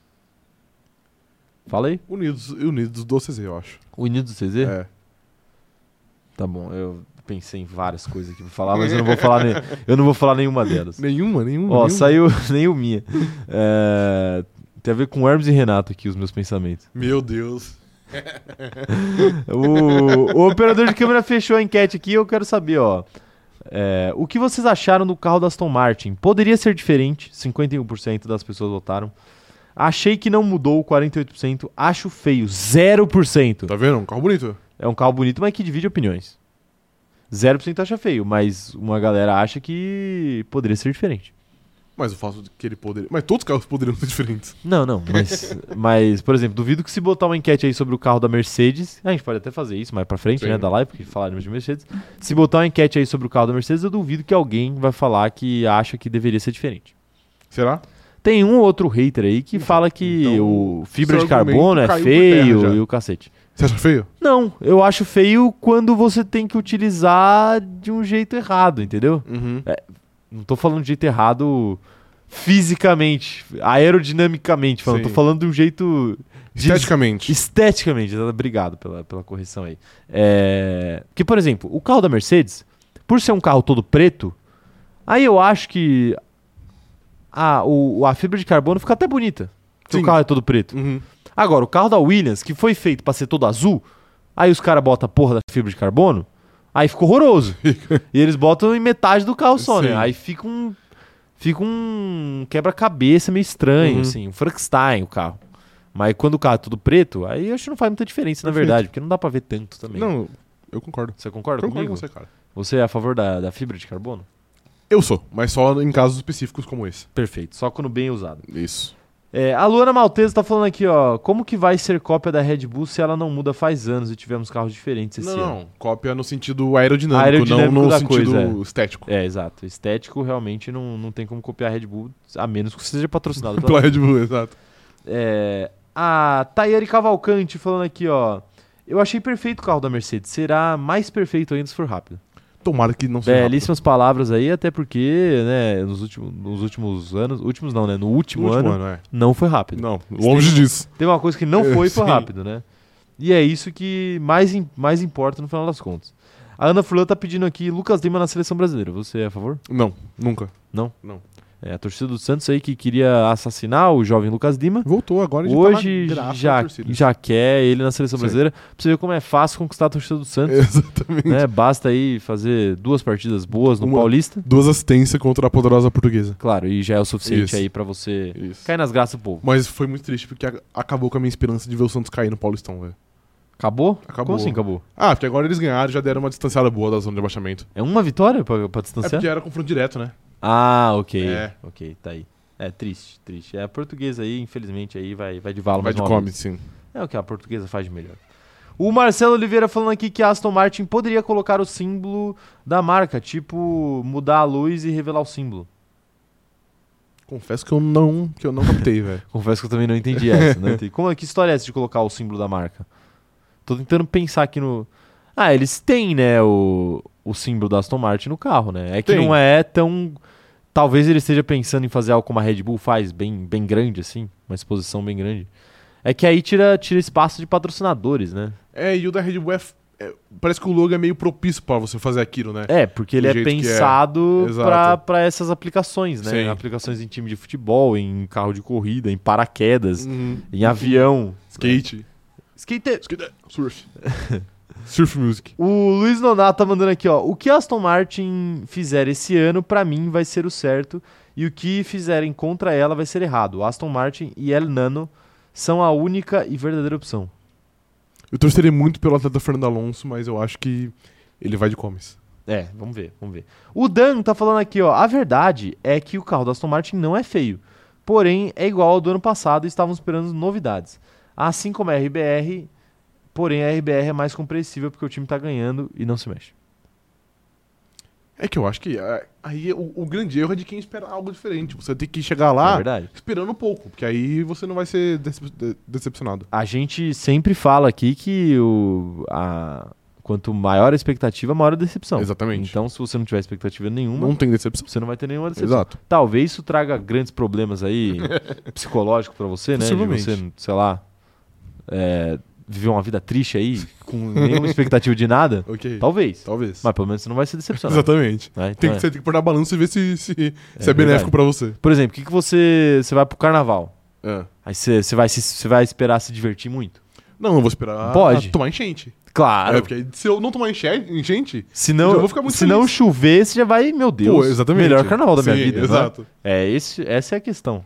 Fala aí. Unidos do CZ, eu acho. Unidos do CZ? É. Tá bom, eu pensei em várias coisas aqui pra falar, mas eu não vou falar nenhuma delas. Nenhuma. Ó, saiu nem o minha. Tem a ver com Hermes e Renato aqui, os meus pensamentos. Meu Deus. O operador de câmera fechou a enquete aqui e eu quero saber, ó. O que vocês acharam do carro da Aston Martin? Poderia ser diferente, 51% das pessoas votaram. Achei que não mudou, 48%. Acho feio, 0%. Tá vendo? Um carro bonito. É um carro bonito, mas que divide opiniões. 0% acha feio, mas uma galera acha que poderia ser diferente. Mas o fato de que ele poderia. Mas todos os carros poderiam ser diferentes. Não, mas, por exemplo, duvido que se botar uma enquete aí sobre o carro da Mercedes, a gente pode até fazer isso mais pra frente, Sim. né, da live, porque falaremos de Mercedes. Se botar uma enquete aí sobre o carro da Mercedes, eu duvido que alguém vai falar que acha que deveria ser diferente. Será? Tem um ou outro hater aí que fala que então, o fibra seu de carbono é argumento caiu por terra feio já. e o cacete. Você acha feio? Não, eu acho feio quando você tem que utilizar de um jeito errado, entendeu? Uhum. Não tô falando de jeito errado fisicamente, aerodinamicamente falando, Sim. tô falando de um jeito Esteticamente. esteticamente. Obrigado pela correção aí. Porque, por exemplo, o carro da Mercedes, por ser um carro todo preto, aí eu acho que a fibra de carbono fica até bonita. Se o Sim. carro é todo preto. Uhum. Agora, o carro da Williams, que foi feito pra ser todo azul, aí os caras botam a porra da fibra de carbono, aí fica horroroso. E eles botam em metade do carro só, né? Sim. Aí fica um quebra-cabeça meio estranho, Uhum. assim, um Frankenstein o carro. Mas quando o carro é tudo preto, aí eu acho que não faz muita diferença, na Perfeito. verdade, porque não dá pra ver tanto também. Não, eu concordo. Você concorda Concordo comigo? com você, cara. Você é a favor da fibra de carbono? Eu sou, mas só em casos específicos como esse. Perfeito, só quando bem usado. Isso. A Luana Maltese tá falando aqui, ó, como que vai ser cópia da Red Bull se ela não muda faz anos e tivemos carros diferentes esse ano? Não, cópia no sentido aerodinâmico, Aerodinâmico não no da sentido coisa, estético. Exato. Estético realmente não tem como copiar a Red Bull, a menos que seja patrocinado Pela Red Bull, exato. A Tayane Cavalcante falando aqui, ó. Eu achei perfeito o carro da Mercedes. Será mais perfeito ainda se for rápido. Tomara que não seja rápido. Belíssimas palavras aí, até porque, né, nos últimos anos. Últimos não, né? No último ano, é. não foi rápido. Não, longe disso. Teve uma coisa que não foi Sim. rápido, né? E é isso que mais importa no final das contas. A Ana Furlan tá pedindo aqui Lucas Lima na seleção brasileira. Você é a favor? Não, nunca. Não? Não. A torcida do Santos aí que queria assassinar o jovem Lucas Lima. Voltou agora. Hoje tá na graça da já, torcida. já quer ele na seleção Sim. brasileira. Pra você ver como é fácil conquistar a torcida do Santos. Exatamente. Né? Basta aí fazer 2 partidas boas no Paulista. 2 assistências contra a poderosa portuguesa. Claro, e já é o suficiente Isso. aí pra você Isso. cair nas graças do povo. Mas foi muito triste porque acabou com a minha esperança de ver o Santos cair no Paulistão, velho. Acabou? Acabou. Como assim acabou? Ah, porque agora eles ganharam e já deram uma distanciada boa da zona de abaixamento. É uma vitória pra É distanciar? porque era confronto direto, né? Ah, ok. É. Ok, tá aí. É triste, triste. A portuguesa aí, infelizmente, aí vai de vala Vai mais de uma come, vez. sim. É o que a portuguesa faz de melhor. O Marcelo Oliveira falando aqui que a Aston Martin poderia colocar o símbolo da marca, tipo, mudar a luz e revelar o símbolo. Confesso que eu não captei, velho. Confesso que eu também não entendi essa. Não entendi. Que história é essa de colocar o símbolo da marca? Tô tentando pensar aqui no... Ah, eles têm, né, o símbolo da Aston Martin no carro, né? É que Tem. não é tão... Talvez ele esteja pensando em fazer algo como a Red Bull faz, bem grande assim, uma exposição bem grande. É que aí tira espaço de patrocinadores, né? E o da Red Bull parece que o logo é meio propício pra você fazer aquilo, né? Porque ele Do é jeito que é. pensado Exato. pra essas aplicações, né? Sim. Aplicações em time de futebol, em carro de corrida, em paraquedas, Uhum. em avião. Skate. Skate. Surf. Surf music. O Luiz Nonato tá mandando aqui, ó. O que a Aston Martin fizer esse ano, pra mim, vai ser o certo. E o que fizerem contra ela vai ser errado. O Aston Martin e El Nano são a única e verdadeira opção. Eu torceria muito pelo atleta Fernando Alonso, mas eu acho que ele vai de comes. Vamos ver. O Dan tá falando aqui, ó. A verdade é que o carro da Aston Martin não é feio. Porém, é igual ao do ano passado e estavam esperando novidades. Assim como a RBR, porém a RBR é mais compreensível porque o time tá ganhando e não se mexe. É que eu acho que aí o grande erro é de quem espera algo diferente. Você tem que chegar lá É verdade. esperando um pouco, porque aí você não vai ser decepcionado. A gente sempre fala aqui que quanto maior a expectativa, maior a decepção. Exatamente. Então, se você não tiver expectativa nenhuma, Não tem decepção. você não vai ter nenhuma decepção. Exato. Talvez isso traga grandes problemas aí psicológicos pra você, né? De Possivelmente. você, sei lá, viver uma vida triste aí, com nenhuma expectativa de nada. Ok. Talvez. Talvez. Mas pelo menos você não vai ser decepcionado. Exatamente. Né? Então, Você tem que pôr na balança e ver se é verdade. benéfico pra você. Por exemplo, o que você vai pro carnaval? É. Aí você vai esperar se divertir muito? Não, eu vou esperar Pode. tomar enchente. Claro. Porque aí, se eu não tomar enchente, Se eu não, já vou ficar muito se não feliz. chover, você já vai, meu Deus, Pô, exatamente. melhor carnaval da minha Sim, vida. né? Exato. Essa é a questão.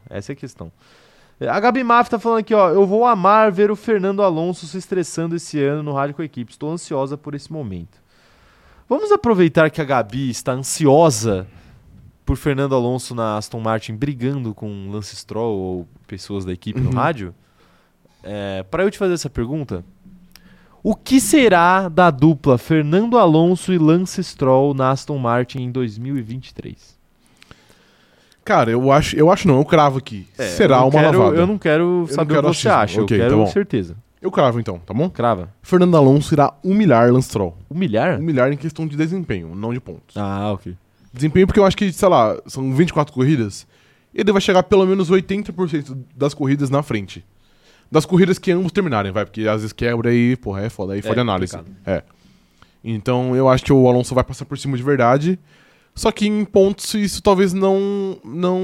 A Gabi Maf tá falando aqui, ó. Eu vou amar ver o Fernando Alonso se estressando esse ano no rádio com a equipe. Estou ansiosa por esse momento. Vamos aproveitar que a Gabi está ansiosa por Fernando Alonso na Aston Martin brigando com Lance Stroll ou pessoas da equipe no rádio. Para eu te fazer essa pergunta, o que será da dupla Fernando Alonso e Lance Stroll na Aston Martin em 2023? Cara, eu cravo aqui. Será eu não uma quero- lavada. Eu não quero não saber quero o que você achismo. acha, Ok, eu quero tá bom. certeza. Eu cravo então, tá bom? Crava. Fernando Alonso irá humilhar Lance Stroll. Humilhar? Humilhar em questão de desempenho, não de pontos. Ah, ok. Desempenho porque eu acho que, sei lá, são 24 corridas. Ele vai chegar pelo menos 80% das corridas na frente. Das corridas que ambos terminarem, vai. Porque às vezes quebra e, porra, é foda. Aí fode a análise. complicado. Então eu acho que o Alonso vai passar por cima de verdade. Só que em pontos isso talvez não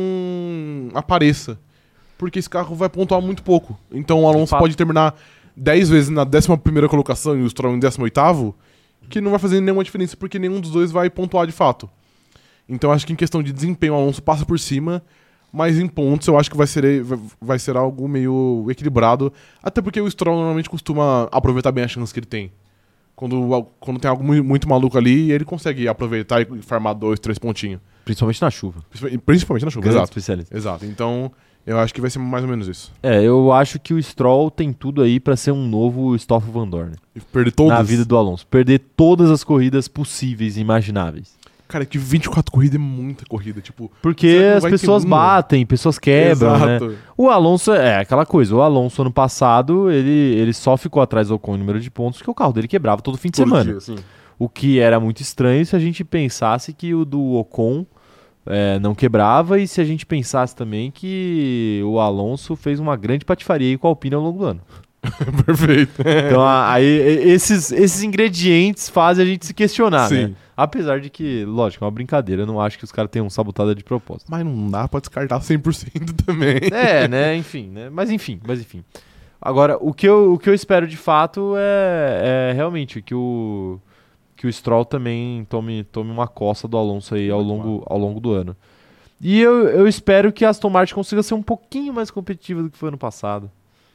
apareça. Porque esse carro vai pontuar muito pouco. Então o Alonso fato. pode terminar 10 vezes na 11ª colocação e o Stroll em 18º, que não vai fazer nenhuma diferença porque nenhum dos dois vai pontuar de fato. Então acho que em questão de desempenho o Alonso passa por cima, mas em pontos eu acho que vai ser algo meio equilibrado, até porque o Stroll normalmente costuma aproveitar bem a chance que ele tem. Quando tem algo muito maluco ali, ele consegue aproveitar e farmar 2, 3 pontinhos. Principalmente na chuva. Principalmente na chuva, Grande exato. especialista. Exato. Então, eu acho que vai ser mais ou menos isso. Eu acho que o Stroll tem tudo aí pra ser um novo Stoffel Van Dorn E perder todas. na vida do Alonso. Perder todas as corridas possíveis e imagináveis. Cara, é que 24 corridas é muita corrida, tipo... Porque será que não as vai pessoas ter uma? batem, pessoas quebram, né? Exato. O Alonso é aquela coisa. O Alonso, ano passado, ele só ficou atrás do Ocon em número de pontos porque o carro dele quebrava todo fim de Todo semana. dia, sim. O que era muito estranho se a gente pensasse que o do Ocon não quebrava e se a gente pensasse também que o Alonso fez uma grande patifaria aí com a Alpine ao longo do ano. Perfeito. Então, aí, esses ingredientes fazem a gente se questionar, Sim. né? Apesar de que, lógico, é uma brincadeira. Eu não acho que os caras tenham sabotada de propósito. Mas não dá pra descartar 100% também. É, né? Enfim, né? Mas enfim. Agora, o que eu espero de fato é realmente que o Stroll também tome uma coça do Alonso aí ao longo do ano. E eu espero que a Aston Martin consiga ser um pouquinho mais competitiva do que foi ano passado.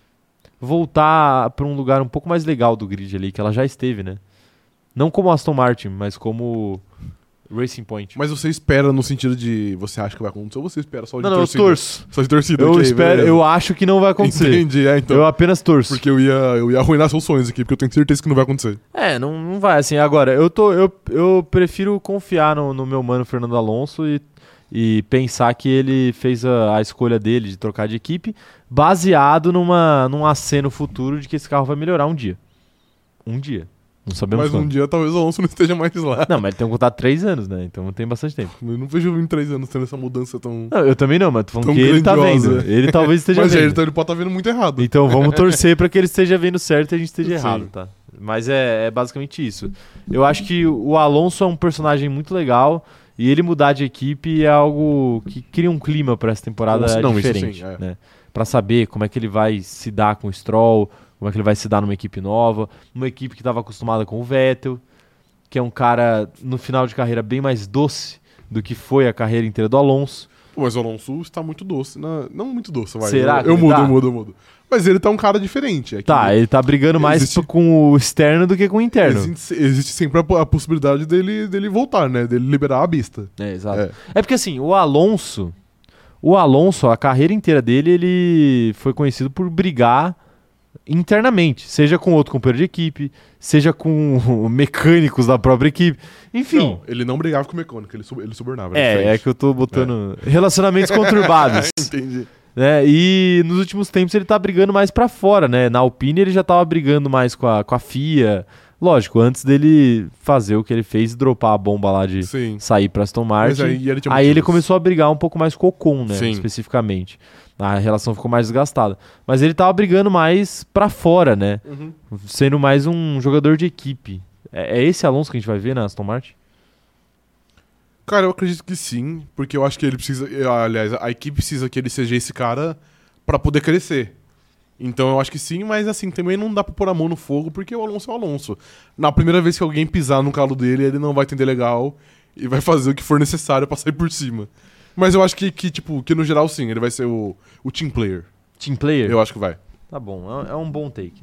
Voltar para um lugar um pouco mais legal do grid ali, que ela já esteve, né? Não como Aston Martin, mas como Racing Point. Mas você espera no sentido de você acha que vai acontecer ou você espera só de Não, torcida? eu torço. Só de torcida, Eu ok, espero, beleza. eu acho que não vai acontecer. Entendi, então. Eu apenas torço. Porque eu ia arruinar seus sonhos aqui, porque eu tenho certeza que não vai acontecer. Não vai, assim, agora, eu prefiro confiar no meu mano Fernando Alonso e pensar que ele fez a escolha dele de trocar de equipe baseado num aceno futuro de que esse carro vai melhorar um dia. Um dia. Não sabemos Mas quando. um dia talvez o Alonso não esteja mais lá. Não, mas ele tem um contrato 3 anos, né? Então tem bastante tempo. Eu não vejo em 3 anos tendo essa mudança tão... Não, eu também não, mas tô falando Tão que ele tá grandiosa. vendo. Ele talvez esteja Mas vendo. ele pode estar vendo muito errado. Então vamos torcer pra que ele esteja vendo certo e a gente esteja Sim. errado, tá? Mas é basicamente isso. Eu acho que o Alonso é um personagem muito legal e ele mudar de equipe é algo que cria um clima pra essa temporada Não, isso diferente, sim, é. né? Pra saber como é que ele vai se dar com o Stroll, como é que ele vai se dar numa equipe nova, uma equipe que estava acostumada com o Vettel, que é um cara no final de carreira bem mais doce do que foi a carreira inteira do Alonso. Pô, mas o Alonso está muito doce. Não muito doce, vai. Será que eu ele mudo, tá? eu mudo. Mas ele tá um cara diferente. É que Tá, ele tá brigando mais existe- com o externo do que com o interno. existe sempre a possibilidade dele voltar, né? Dele liberar a bista. É, exato. É. É porque assim, o Alonso, a carreira inteira dele, ele foi conhecido por brigar internamente, seja com outro companheiro de equipe, seja com mecânicos da própria equipe, enfim. Não, ele não brigava com o mecânico, ele subornava. era É diferente. que eu tô botando relacionamentos conturbados, Entendi. né? E nos últimos tempos ele tá brigando mais pra fora, né? Na Alpine ele já tava brigando mais com a FIA. Lógico, antes dele fazer o que ele fez, dropar a bomba lá de Sim. sair pra Aston Mas Martin. aí ele tinha Aí ele motivos. começou a brigar um pouco mais com o Ocon, né? Sim. Especificamente. A relação ficou mais desgastada. Mas ele tava brigando mais pra fora, né? Uhum. Sendo mais um jogador de equipe. É esse Alonso que a gente vai ver na Aston Martin? Cara, eu acredito que sim, porque eu acho que ele precisa... Aliás, a equipe precisa que ele seja esse cara pra poder crescer. Então eu acho que sim, mas assim, também não dá pra pôr a mão no fogo, porque o Alonso é o Alonso. Na primeira vez que alguém pisar no calo dele, ele não vai entender legal e vai fazer o que for necessário pra sair por cima. Mas eu acho que no geral sim, ele vai ser o team player. Team player? Eu acho que vai. Tá bom, é um bom take,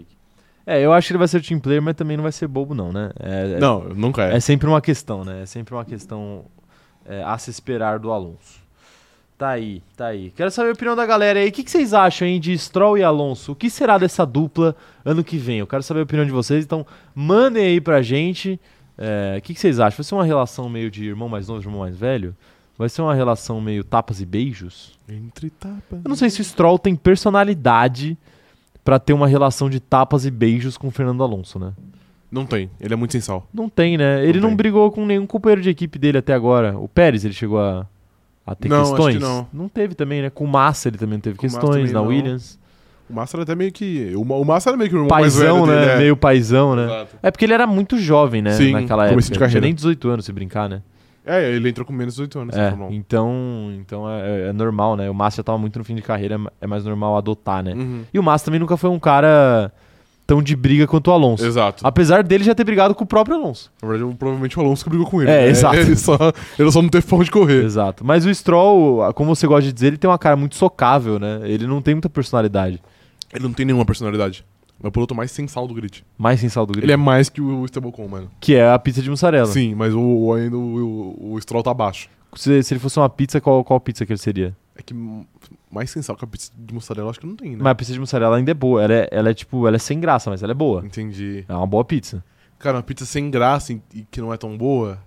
eu acho que ele vai ser o team player, mas também não vai ser bobo não, né? Não, nunca é. É sempre uma questão, né? É sempre uma questão a se esperar do Alonso. Tá aí. Quero saber a opinião da galera aí. O que vocês acham, hein, de Stroll e Alonso? O que será dessa dupla ano que vem? Eu quero saber a opinião de vocês, então mandem aí pra gente. O que vocês acham? Vai ser uma relação meio de irmão mais novo e irmão mais velho? Vai ser uma relação meio tapas e beijos? Entre tapas. Eu não sei se o Stroll tem personalidade pra ter uma relação de tapas e beijos com o Fernando Alonso, né? Não tem, ele é muito sensal. Não tem, né? Ele não tem. brigou com nenhum companheiro de equipe dele até agora. O Pérez, ele chegou a ter Não, acho questões? que não. Teve também, né? Com o Massa ele também não teve Com o Massa questões, também na não. Williams. O Massa era até meio que... O Massa era meio que o irmão mais Paizão, velho né? dele. Meio paizão, né? Exato. É porque ele era muito jovem, né? Sim, Naquela começo época. de Não tinha carreira. nem 18 anos se brincar, né? Ele entrou com menos de 18 anos. Então é normal, né? O Massa já tava muito no fim de carreira, é mais normal adotar, né? Uhum. E o Massa também nunca foi um cara tão de briga quanto o Alonso. Exato. Apesar dele já ter brigado com o próprio Alonso. Na verdade, provavelmente o Alonso que brigou com ele. É, exato. Ele só não teve pra onde correr. Exato. Mas o Stroll, como você gosta de dizer, ele tem uma cara muito socável, né? Ele não tem muita personalidade. Ele não tem nenhuma personalidade. É o piloto mais sensal do grid. Mais sensal do grid. Ele é mais que o Esteban Ocon, mano. Que é a pizza de mussarela. Sim, mas ainda o Stroll tá abaixo. Se ele fosse uma pizza, qual pizza que ele seria? É que mais sensal que a pizza de mussarela acho que não tem, né? Mas a pizza de mussarela ainda é boa. Ela é sem graça, mas ela é boa. Entendi. É uma boa pizza. Cara, uma pizza sem graça e que não é tão boa...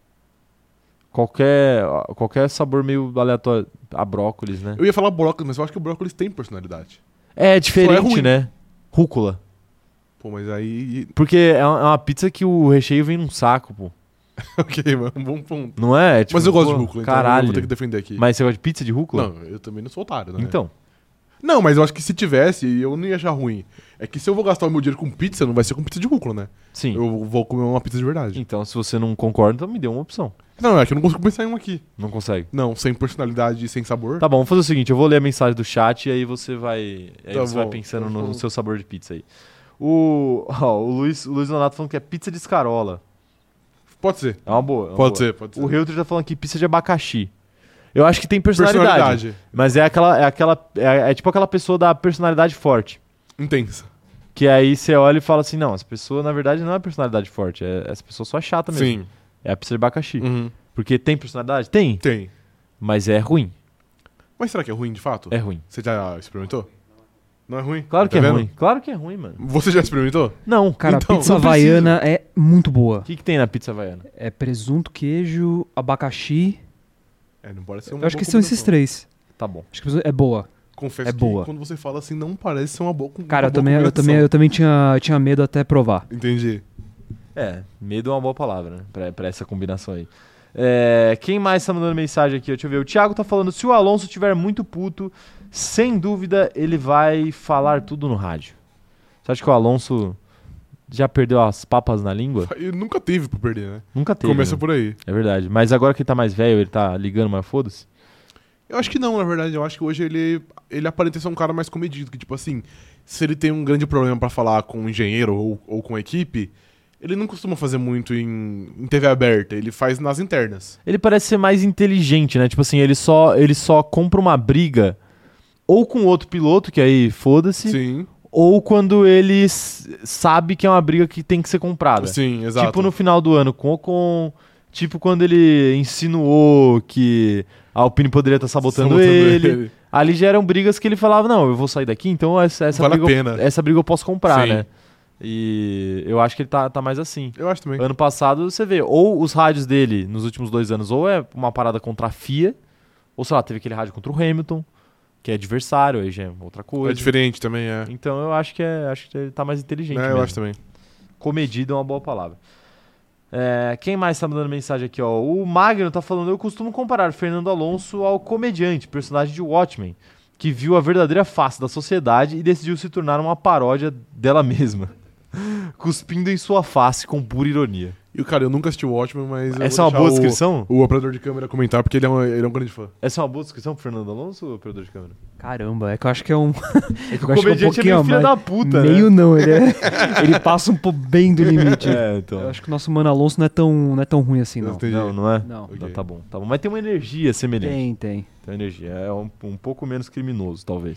Qualquer sabor meio aleatório. A brócolis, né? Eu ia falar brócolis, mas eu acho que o brócolis tem personalidade. É diferente, ruim. né? Rúcula. Pô, mas aí... Porque é uma pizza que o recheio vem num saco, pô. Ok, mano, um bom ponto. Não é? Tipo, Mas eu gosto pô, de rúcula, então eu caralho. vou ter que defender aqui. Mas você gosta de pizza de rúcula? Não, eu também não sou otário, né? Então. Não, mas eu acho que se tivesse, eu não ia achar ruim. É que se eu vou gastar o meu dinheiro com pizza, não vai ser com pizza de rúcula, né? Sim. Eu vou comer uma pizza de verdade. Então, se você não concorda, então me dê uma opção. Não, é que eu não consigo pensar em um aqui. Não consegue. Não, sem personalidade e sem sabor. Tá bom, vamos fazer o seguinte, eu vou ler a mensagem do chat e aí você vai, Tá vai bom, pensando tá no bom. seu sabor de pizza aí. O Luiz Donato falando que é pizza de escarola. Pode ser. É uma boa. Pode ser. O Reuter tá falando aqui pizza de abacaxi. Eu acho que tem personalidade. Mas é tipo aquela pessoa da personalidade forte. Intensa. Que aí você olha e fala assim, não, essa pessoa na verdade não é personalidade forte, essa pessoa só é chata mesmo. Sim. É a pizza de abacaxi. Uhum. Porque tem personalidade? Tem. Tem. Mas é ruim. Mas será que é ruim de fato? É ruim. Você já experimentou? Não é ruim? Claro Tá que é vendo? ruim. Claro que é ruim, mano. Você já experimentou? Não. Cara, Então, a pizza não precisa. havaiana é muito boa. O que tem na pizza havaiana? É presunto, queijo, abacaxi. Não parece ser uma Eu acho boa que são esses combinação. 3. Tá bom. Acho que é boa. Confesso É que boa. quando você fala assim, não parece ser uma boa Cara, uma boa eu também tinha medo até provar. Entendi. Medo é uma boa palavra, né? Pra essa combinação aí. Quem mais tá mandando mensagem aqui? Deixa eu ver. O Thiago tá falando, se o Alonso estiver muito puto, sem dúvida ele vai falar tudo no rádio. Você acha que o Alonso já perdeu as papas na língua? E nunca teve pra perder, né? Nunca teve. Começa né? por aí. É verdade. Mas agora que ele tá mais velho, ele tá ligando, mas foda-se. Eu acho que não, na verdade. Eu acho que hoje ele aparenta ser um cara mais comedido. Que, tipo assim, se ele tem um grande problema pra falar com um engenheiro ou com a equipe, ele não costuma fazer muito em TV aberta. Ele faz nas internas. Ele parece ser mais inteligente, né? Tipo assim, ele só compra uma briga ou com outro piloto, que aí foda-se, Sim. ou quando ele sabe que é uma briga que tem que ser comprada. Sim, exato. Tipo no final do ano com o Ocon, tipo quando ele insinuou que a Alpine poderia estar sabotando ele. Ali já eram brigas que ele falava, não, eu vou sair daqui, então essa Vale a briga, pena. essa briga eu posso comprar, Sim. né? E eu acho que ele tá mais assim. Eu acho também. Ano passado, você vê, ou os rádios dele, nos últimos 2 anos, ou é uma parada contra a FIA, ou sei lá, teve aquele rádio contra o Hamilton, que é adversário, aí já é outra coisa. É diferente também, é. Então eu acho que ele tá mais inteligente É, mesmo. eu acho também. Comedido é uma boa palavra. Quem mais tá mandando mensagem aqui, ó? O Magno tá falando, eu costumo comparar Fernando Alonso ao comediante, personagem de Watchmen, que viu a verdadeira face da sociedade e decidiu se tornar uma paródia dela mesma. Cuspindo em sua face com pura ironia. E o cara, eu nunca assisti o Watchmen, mas. eu Essa é vou uma boa deixar descrição? O operador de câmera comentar, porque ele é um grande fã. Essa é uma boa descrição pro Fernando Alonso, operador de câmera? Caramba, é que eu acho que é um. É que o Eu acho que é um comediante é pouquinho meio filho a da mais. puta, Meio né? não, ele passa um pouco bem do limite. Então. Eu acho que o nosso Mano Alonso não é tão ruim assim, não. Entendi. Não é? Não. Ok. Não, tá bom. Mas tem uma energia semelhante. Tem. Tem energia. É um pouco menos criminoso, talvez.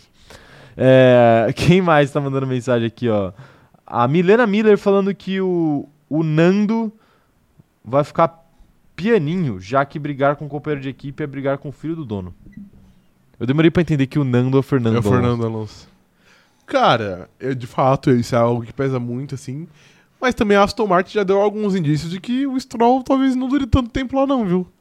Quem mais tá mandando mensagem aqui, ó? A Milena Miller falando que o Nando vai ficar pianinho, já que brigar com o companheiro de equipe é brigar com o filho do dono. Eu demorei pra entender que o Nando é o Fernando É o Alonso. Fernando Alonso. Cara, de fato, isso é algo que pesa muito, assim. Mas também a Aston Martin já deu alguns indícios de que o Stroll talvez não dure tanto tempo lá, não, viu?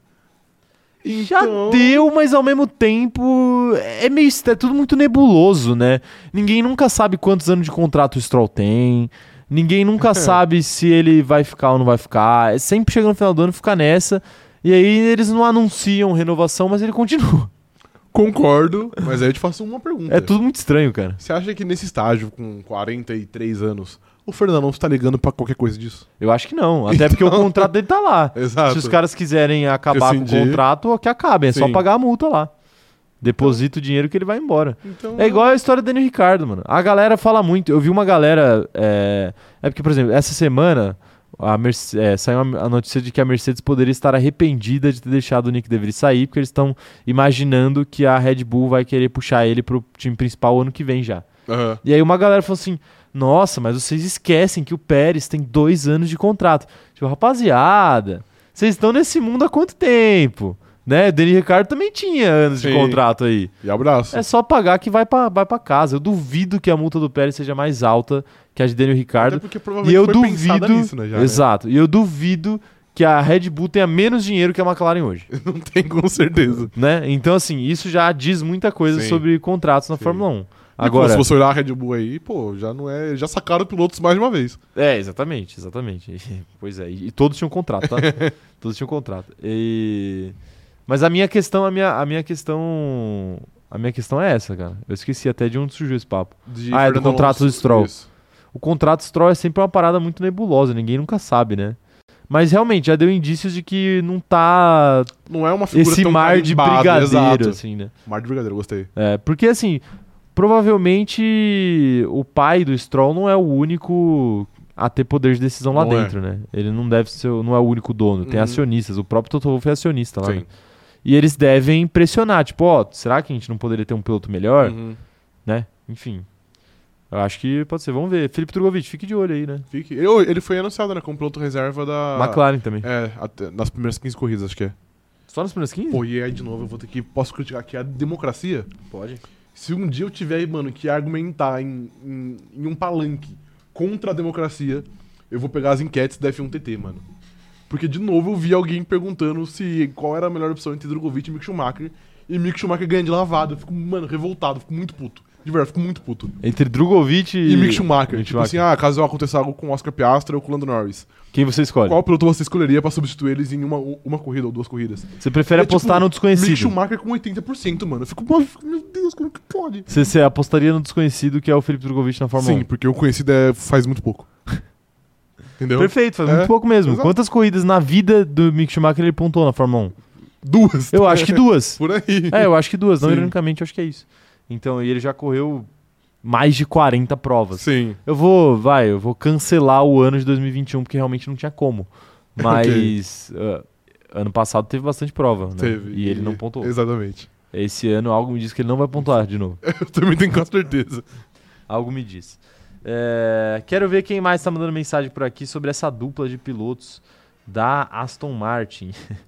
Já deu, mas ao mesmo tempo é tudo muito nebuloso, né? Ninguém nunca sabe quantos anos de contrato o Stroll tem. Ninguém nunca sabe se ele vai ficar ou não vai ficar. Sempre chega no final do ano e fica nessa. E aí eles não anunciam renovação, mas ele continua. Concordo, mas aí eu te faço uma pergunta. É tudo muito estranho, cara. Você acha que nesse estágio, com 43 anos, o Fernando Alonso tá ligando pra qualquer coisa disso? Eu acho que não. Até porque o contrato dele tá lá. Exato. Se os caras quiserem acabar com o Rescindir. contrato, que acabem. É só Sim. pagar a multa lá. Deposita o dinheiro que ele vai embora. Então, É igual a história do Daniel Ricciardo, mano. A galera fala muito. Eu vi uma galera. Porque, por exemplo, essa semana saiu a notícia de que a Mercedes poderia estar arrependida de ter deixado o Nick De Vries sair, porque eles estão imaginando que a Red Bull vai querer puxar ele pro time principal ano que vem já. aham. E aí uma galera falou assim: nossa, mas vocês esquecem que o Pérez tem 2 anos de contrato. Tipo, rapaziada, vocês estão nesse mundo há quanto tempo? Né? O Daniel Ricciardo também tinha anos de Sim. contrato aí. E abraço. É só pagar que vai pra casa. Eu duvido que a multa do Pérez seja mais alta que a de Daniel Ricciardo. Até porque provavelmente E eu foi pensada duvido. nisso, né, já, né? Exato. E eu duvido que a Red Bull tenha menos dinheiro que a McLaren hoje. Não tem com certeza. Né? Então, assim, isso já diz muita coisa Sim. sobre contratos na Sim. Fórmula 1. E, Agora, pô, se você olhar a Red Bull aí, pô, já não é. Já sacaram pilotos mais de uma vez. exatamente. Pois é. E todos tinham contrato, tá? Todos tinham contrato. Mas a minha questão A minha questão é essa, cara. Eu esqueci até de onde surgiu esse papo. De É do Fernando contrato do Alonso. Stroll. Isso. O contrato Stroll é sempre uma parada muito nebulosa, ninguém nunca sabe, né? Mas realmente já deu indícios de que não tá Não é uma figura esse tão mar de carimbada, brigadeiro, exato. assim, né? Mar de brigadeiro, gostei. É, porque assim, provavelmente o pai do Stroll não é o único a ter poder de decisão lá Não é. dentro, né? Ele não deve ser, não é o único dono, tem Uhum. acionistas, o próprio Toto Wolff é acionista lá, Sim. né? E eles devem pressionar, tipo, ó, será que a gente não poderia ter um piloto melhor, Uhum. né? Enfim. Eu acho que pode ser, vamos ver. Felipe Drogovic, fique de olho aí, né? Ele foi anunciado, né, como piloto reserva da... McLaren também. nas primeiras 15 corridas, acho que é. Só nas primeiras 15? Pô, e aí de novo eu vou ter que... Posso criticar aqui a democracia? Pode. Se um dia eu tiver, mano, que argumentar em um palanque contra a democracia, eu vou pegar as enquetes da F1 TT, mano. Porque, de novo, eu vi alguém perguntando qual era a melhor opção entre Drogovic e Mick Schumacher. E Mick Schumacher ganha de lavada. Eu fico, mano, revoltado, fico muito puto. De verdade, fico muito puto. Entre Drogovic E Mick Schumacher. Mick Tipo assim, caso aconteça algo com o Oscar Piastri ou com o Lando Norris. Quem você escolhe? Qual piloto você escolheria pra substituir eles em uma corrida ou 2 corridas? Você prefere apostar no Mick desconhecido? Schumacher com 80%, mano. Eu fico, meu Deus, como que pode? Você apostaria no desconhecido, que é o Felipe Drogovic na Fórmula 1? Sim, porque o conhecido faz muito pouco. Entendeu? Perfeito, faz muito pouco mesmo. exato. Quantas corridas na vida do Mick Schumacher ele pontuou na Fórmula 1? 2. Eu acho que 2. Por aí. Eu acho que 2. Não, Sim. ironicamente, eu acho que é isso. Então, e ele já correu mais de 40 provas. Sim. Eu vou cancelar o ano de 2021, porque realmente não tinha como. Mas ano passado teve bastante prova, né? Teve. E ele não pontuou. Exatamente. Esse ano algo me diz que ele não vai pontuar de novo. Eu também tenho quase certeza. Algo me diz. Quero ver quem mais tá mandando mensagem por aqui sobre essa dupla de pilotos da Aston Martin.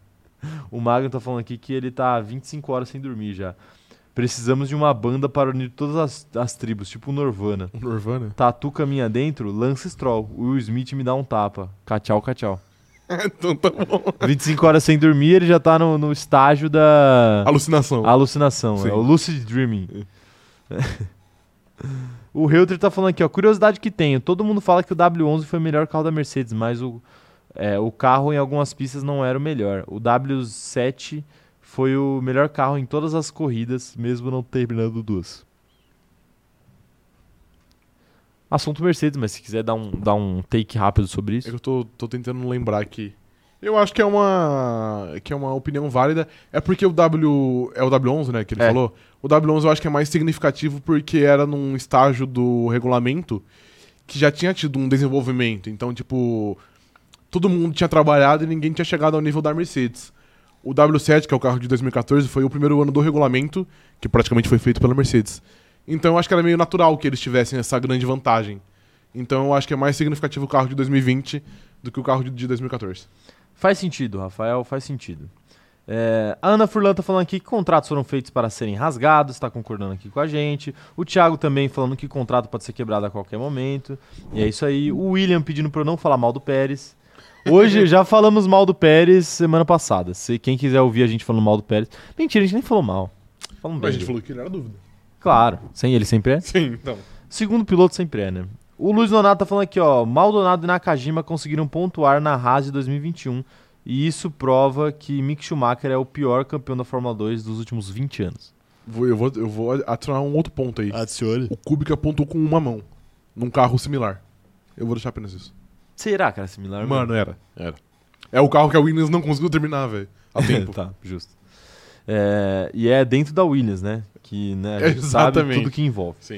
O Magno tá falando aqui que ele tá 25 horas sem dormir já. Precisamos de uma banda para unir todas as tribos, tipo o Nirvana. O Nirvana? Tatu caminha dentro, Lance Stroll. Will Smith me dá um tapa. Cachau, cachau. Então tá bom. 25 horas sem dormir, ele já tá no estágio da Alucinação. alucinação. Sim. É o Lucid Dreaming. O Reuter tá falando aqui, ó. Curiosidade que tenho. Todo mundo fala que o W11 foi o melhor carro da Mercedes, mas o carro em algumas pistas não era o melhor. O W7 foi o melhor carro em todas as corridas, mesmo não terminando 2. Assunto Mercedes, mas se quiser dar um take rápido sobre É isso. que eu tô tentando lembrar aqui. Eu acho que é uma opinião válida. É porque o W11, né, que ele falou. O W11 eu acho que é mais significativo porque era num estágio do regulamento que já tinha tido um desenvolvimento. Então, tipo, todo mundo tinha trabalhado e ninguém tinha chegado ao nível da Mercedes. O W7, que é o carro de 2014, foi o primeiro ano do regulamento, que praticamente foi feito pela Mercedes. Então eu acho que era meio natural que eles tivessem essa grande vantagem. Então eu acho que é mais significativo o carro de 2020 do que o carro de 2014. Faz sentido, Rafael, faz sentido. A Ana Furlan tá falando aqui que contratos foram feitos para serem rasgados, tá concordando aqui com a gente. O Thiago também falando que contrato pode ser quebrado a qualquer momento. E é isso aí. O William pedindo pra eu não falar mal do Pérez. Hoje já falamos mal do Pérez semana passada. Se quem quiser ouvir a gente falando mal do Pérez. Mentira, a gente nem falou mal. Falamos Mas a bem. gente falou que ele era dúvida. Claro, sem ele sempre é. Sim, então. Segundo piloto sempre é, né? O Luiz Donato tá falando aqui, ó. Maldonado e Nakajima conseguiram pontuar na Haas de 2021. E isso prova que Mick Schumacher é o pior campeão da Fórmula 2 dos últimos 20 anos. Eu vou adicionar um outro ponto aí. Adicione. O Kubica apontou com uma mão, num carro similar. Eu vou deixar apenas isso. Será que era similar? Mano, era. É o carro que a Williams não conseguiu terminar, velho. A tempo. Tá, justo. E é dentro da Williams, né? Que né, a gente sabe Exatamente. tudo que envolve. Sim.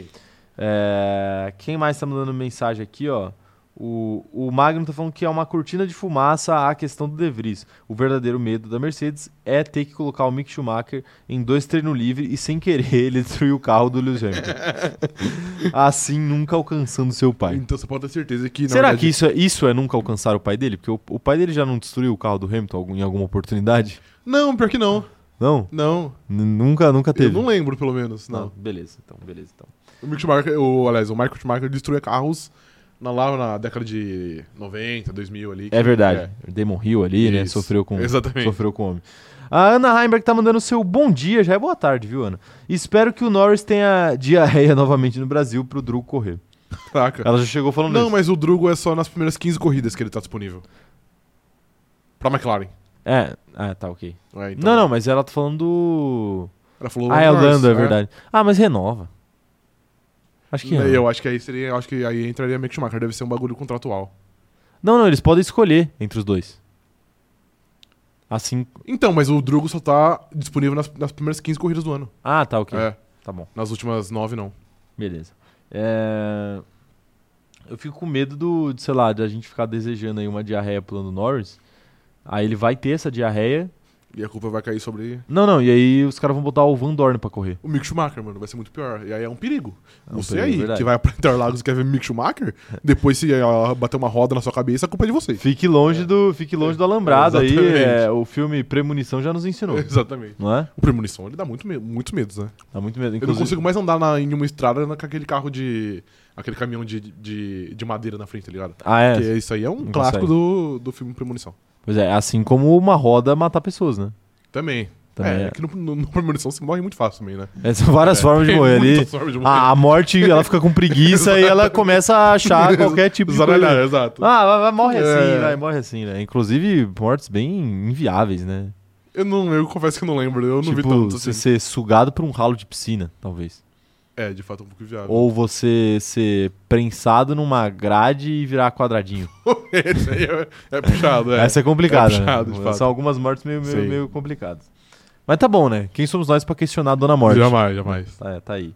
Quem mais tá mandando mensagem aqui, ó? O Magno tá falando que é uma cortina de fumaça a questão do De Vries. O verdadeiro medo da Mercedes é ter que colocar o Mick Schumacher em 2 treinos livres e sem querer ele destruir o carro do Lewis Hamilton. Assim, nunca alcançando seu pai. Então você pode ter certeza que... na Será verdade, que isso é nunca alcançar o pai dele? Porque o pai dele já não destruiu o carro do Hamilton em alguma oportunidade? Não, pior que não. Não? Não. Nunca teve. Eu não lembro, pelo menos. Não. Beleza, então. O Mick Schumacher, o Michael Schumacher destruía carros lá na década de 90, 2000 ali. É verdade. Damon Hill ali, né? Isso. Sofreu com Exatamente. o homem. A Ana Heimberg tá mandando o seu bom dia, já é boa tarde, viu, Ana? Espero que o Norris tenha diarreia novamente no Brasil pro Drugo correr. Caraca. Ela já chegou falando Não, isso. mas o Drugo é só nas primeiras 15 corridas que ele tá disponível. Pra McLaren. Tá, ok. É, então. Não, mas ela tá falando Ela falou Ah, é o Lando Lando, é Norris, verdade. Ah, mas renova. Acho que Daí não. eu acho que aí seria. Acho que aí entraria Mick Schumacher, deve ser um bagulho contratual. Não, eles podem escolher entre os dois. Assim. Então, mas o Drugo só tá disponível nas primeiras 15 corridas do ano. Ah, tá, ok. É, Tá bom. nas últimas 9 não. Beleza. Eu fico com medo de, sei lá, de a gente ficar desejando aí uma diarreia pro Lando Norris. Aí ele vai ter essa diarreia. E a culpa vai cair sobre Não, e aí os caras vão botar o Van Dorn pra correr. o Mick Schumacher, mano. Vai ser muito pior. E aí é um perigo. É um Você perigo, aí, verdade. que vai pra Interlagos e quer ver Mick Schumacher, depois se bater uma roda na sua cabeça, a culpa é de você. Fique longe do alambrado aí. Exatamente. O filme Premonição já nos ensinou. Exatamente. Não é? O Premonição, ele dá muitos medos, né? Dá muito medo. Eu não Inclusive, consigo mais andar em uma estrada com aquele carro de... Aquele caminhão de madeira na frente, tá ligado? Ah, é. Porque isso aí é um Não clássico consegue. do filme Premonição. Pois é, assim como uma roda matar pessoas, né? Também. Também é. Que no Premonição você morre muito fácil também, né? São várias formas de Tem morrer ali. muitas formas de morrer. A morte, ela fica com preguiça e ela começa a achar qualquer tipo de Zaralhar, coisa. exato. Morre assim, É. morre assim, né? Inclusive, mortes bem inviáveis, né? Eu confesso que eu não lembro, eu não vi Tipo, tanto você assim. ser sugado por um ralo de piscina, talvez. É, de fato é um pouco viável. Ou você ser prensado numa grade e virar quadradinho. Esse aí é puxado, é. Essa é complicada, É puxado, né? de fato. São algumas mortes Sim. meio complicadas. Mas tá bom, né? Quem somos nós pra questionar a Dona Morte? Jamais. Tá aí.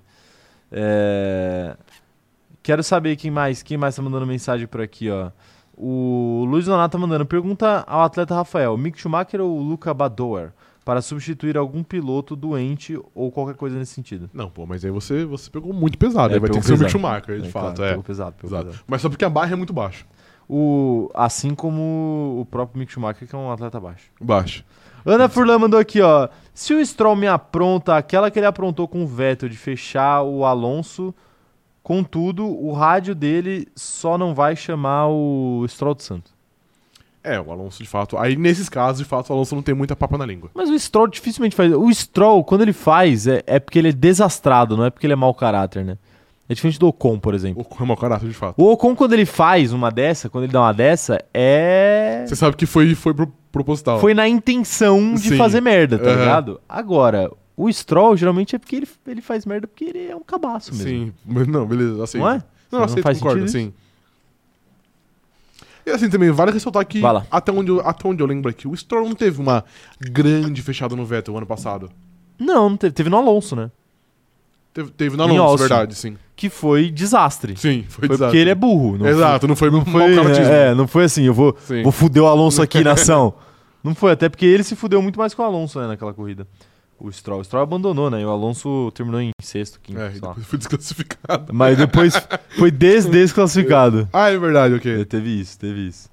Quero saber quem mais tá mandando mensagem por aqui, ó. O Luiz Donato tá mandando. Pergunta ao atleta Rafael: Mick Schumacher ou Luca Badoer para substituir algum piloto doente ou qualquer coisa nesse sentido? Não, pô, mas aí você pegou muito pesado. É, aí vai ter pegou que ser o Mick pesado. Schumacher, de fato, Claro, é. pegou pesado. Exato. Mas só porque a barra é muito baixa. Assim como o próprio Mick Schumacher, que é um atleta baixo. Baixo. Ana Furlan mandou aqui, ó. Se o Stroll me apronta aquela que ele aprontou com o Vettel de fechar o Alonso, contudo, o rádio dele só não vai chamar o Stroll de santo. É, o Alonso, de fato. Aí, nesses casos, de fato, o Alonso não tem muita papa na língua. Mas o Stroll dificilmente faz. O Stroll, quando ele faz, é porque ele é desastrado, não é porque ele é mau caráter, né? É diferente do Ocon, por exemplo. O mau caráter, de fato. O Ocon, quando ele faz uma dessa, quando ele dá uma dessa, Você sabe que foi proposital. foi na intenção de Sim. fazer merda, tá Aham. ligado? Agora, o Stroll, geralmente, é porque ele faz merda porque ele é um cabaço mesmo. Sim. Mas não, beleza, aceito. Não é? Não, Não aceito, faz concordo, sentido sim. E assim, também, vale ressaltar que, Vai lá. até onde eu lembro aqui, o Stroll não teve uma grande fechada no Vettel ano passado. Não teve. Teve no Alonso, né? Teve na Em Alonso, Austin. verdade, sim. Que foi desastre. Sim, foi Foi desastre. porque ele é burro. Não Exato, não foi mau caratismo. não foi assim, eu Sim. vou fuder o Alonso aqui na ação. Não foi, até porque ele se fudeu muito mais que o Alonso, né, naquela corrida. O Stroll abandonou, né? E o Alonso terminou em sexto, quinto, É, e sei lá. depois foi desclassificado. Mas depois foi desclassificado. Ah, é verdade, ok. Teve isso.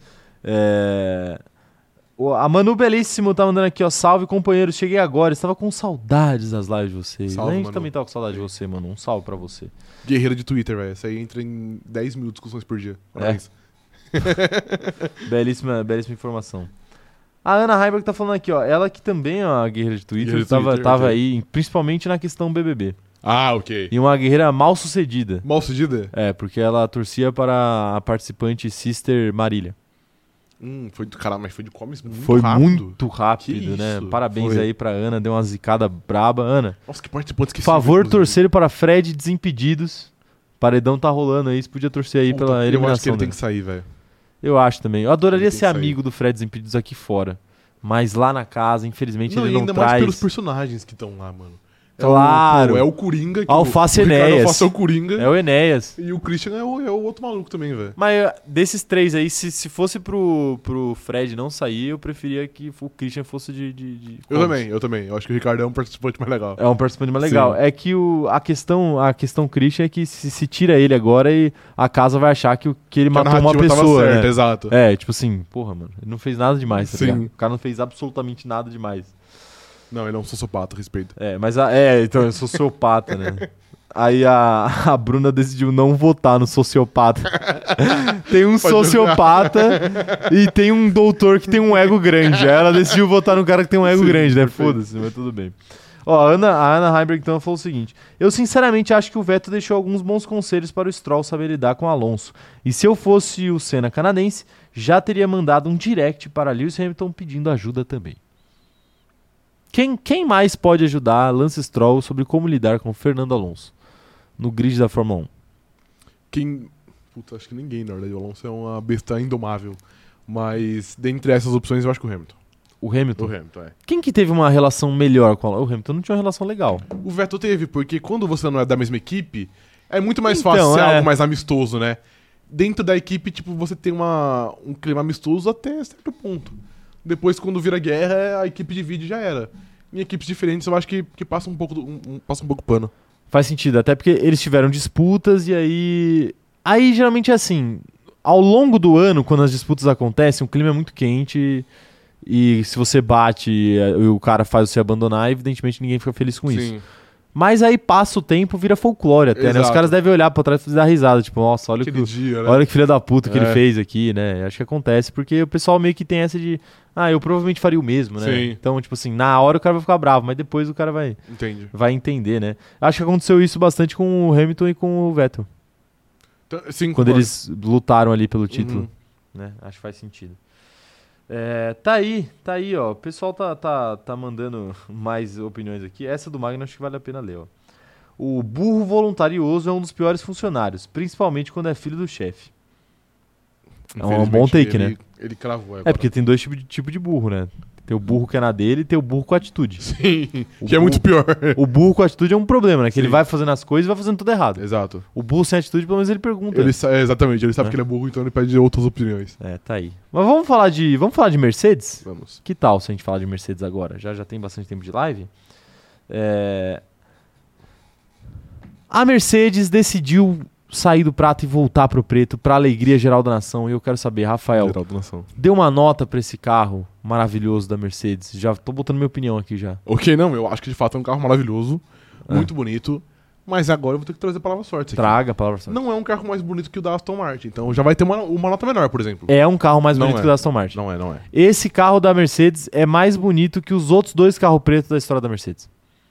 A Manu Belíssimo tá mandando aqui, ó. Salve, companheiros. Cheguei agora. Estava com saudades das lives de vocês. Salve, A gente Manu. também tava com saudade de você, mano. Um salve pra você. Guerreira de Twitter, velho. Essa aí entra em 10 mil discussões por dia. Parabéns. Belíssima informação. A Ana Heimberg tá falando aqui, ó. Ela que também é uma guerreira de Twitter, Guerreira de Twitter, tava ok. aí, principalmente na questão BBB. Ah, ok. E uma guerreira mal sucedida. Mal sucedida? Porque ela torcia para a participante Sister Marília. Mas foi de comes muito Foi rápido. muito rápido, Que né? isso? Parabéns Foi. aí pra Ana, deu uma zicada braba. Ana, Nossa, que participantes que por favor, torcer para Fred Desimpedidos. Paredão tá rolando aí, você podia torcer aí pela Eu acho que eliminação ele tem dele. que sair, velho. Eu acho também. Eu adoraria Ele tem ser que sair. amigo do Fred Desimpedidos aqui fora. Mas lá na casa, infelizmente, Não, ele e não ainda mais traz. pelos personagens que estão lá, mano. Claro. É o Coringa. Que Alface o Ricardo Enéas. Alface é o Coringa. É o Enéas. E o Christian é o outro maluco também, velho. Mas desses três aí, se fosse pro Fred não sair, eu preferia que o Christian fosse de Eu também. Eu acho que o Ricardo é um participante mais legal. É um participante mais legal. Sim. É que a questão Christian é que se tira ele agora e a casa vai achar que ele Que a matou uma narrativa tava pessoa, certa, né? exato. Tipo assim, porra, mano, ele não fez nada demais, tá Sim. ligado? O cara não fez absolutamente nada demais. Não, ele é um sociopata, respeito. Então, é sociopata, né? Aí a Bruna decidiu não votar no sociopata. Tem um Pode sociopata e tem um doutor que tem um ego grande. Aí ela decidiu votar no cara que tem um ego Sim, grande, né? perfeito. Foda-se, mas tudo bem. Ó, a Ana Heimberg então falou o seguinte: eu sinceramente acho que o Vettel deixou alguns bons conselhos para o Stroll saber lidar com o Alonso. E se eu fosse o Senna canadense, já teria mandado um direct para Lewis Hamilton pedindo ajuda também. Quem mais pode ajudar Lance Stroll sobre como lidar com Fernando Alonso no grid da Fórmula 1? Puta, acho que ninguém, na verdade. O Alonso é uma besta indomável. Mas, dentre essas opções, eu acho que o Hamilton. O Hamilton? O Hamilton, é. Quem que teve uma relação melhor com o Hamilton? Não tinha uma relação legal. O Vettel teve, porque quando você não é da mesma equipe, é muito mais Então, fácil ser é. algo mais amistoso, né? Dentro da equipe, tipo, você tem um clima amistoso até certo ponto. Depois, quando vira guerra, a equipe divide e já era. Em equipes diferentes, eu acho que passa um pouco pano. Faz sentido, até porque eles tiveram disputas e aí... Aí, geralmente é assim, ao longo do ano, quando as disputas acontecem, o clima é muito quente e se você bate e o cara faz você abandonar, evidentemente ninguém fica feliz com isso. Mas aí passa o tempo, vira folclore até, né? Os Exato. caras devem olhar pra trás e dar risada, tipo, nossa, olha Aquele dia, né? olha que filha da puta que ele É. fez aqui, né? Acho que acontece, porque o pessoal meio que tem essa de, eu provavelmente faria o mesmo, né? Sim. Então, tipo assim, na hora o cara vai ficar bravo, mas depois o cara Entende. vai entender, né? Acho que aconteceu isso bastante com o Hamilton e com o Vettel, Então, sim, quando concordo. eles lutaram ali pelo título, Uhum. né? Acho que faz sentido. Tá aí, ó. O pessoal tá mandando mais opiniões aqui. Essa do Magno acho que vale a pena ler, ó. O burro voluntarioso é um dos piores funcionários, principalmente quando é filho do chefe. É um bom Infelizmente, take, né? Ele cravou agora. É porque tem dois tipos de burro, né? Tem o burro que é na dele e tem o burro com atitude. Sim, O que é muito pior. O burro com atitude é um problema, né? Que ele Sim. vai fazendo as coisas e vai fazendo tudo errado. Exato. O burro sem atitude, pelo menos ele pergunta. Exatamente, ele sabe É. que ele é burro, então ele pede outras opiniões. Tá aí. Mas vamos falar de Mercedes? Vamos. Que tal se a gente falar de Mercedes agora? Já tem bastante tempo de live. A Mercedes decidiu sair do prato e voltar pro preto, pra alegria geral da nação. E eu quero saber, Rafael, Geraldo Nação. dê uma nota pra esse carro maravilhoso da Mercedes. Já tô botando minha opinião aqui já. Ok, não, eu acho que de fato é um carro maravilhoso, É. muito bonito, mas agora eu vou ter que trazer a palavra sorte aqui. Traga a palavra sorte. Não é um carro mais bonito que o da Aston Martin, então já vai ter uma nota menor, por exemplo. É um carro mais Não bonito é. que o da Aston Martin. Não é. Esse carro da Mercedes é mais bonito que os outros dois carros pretos da história da Mercedes.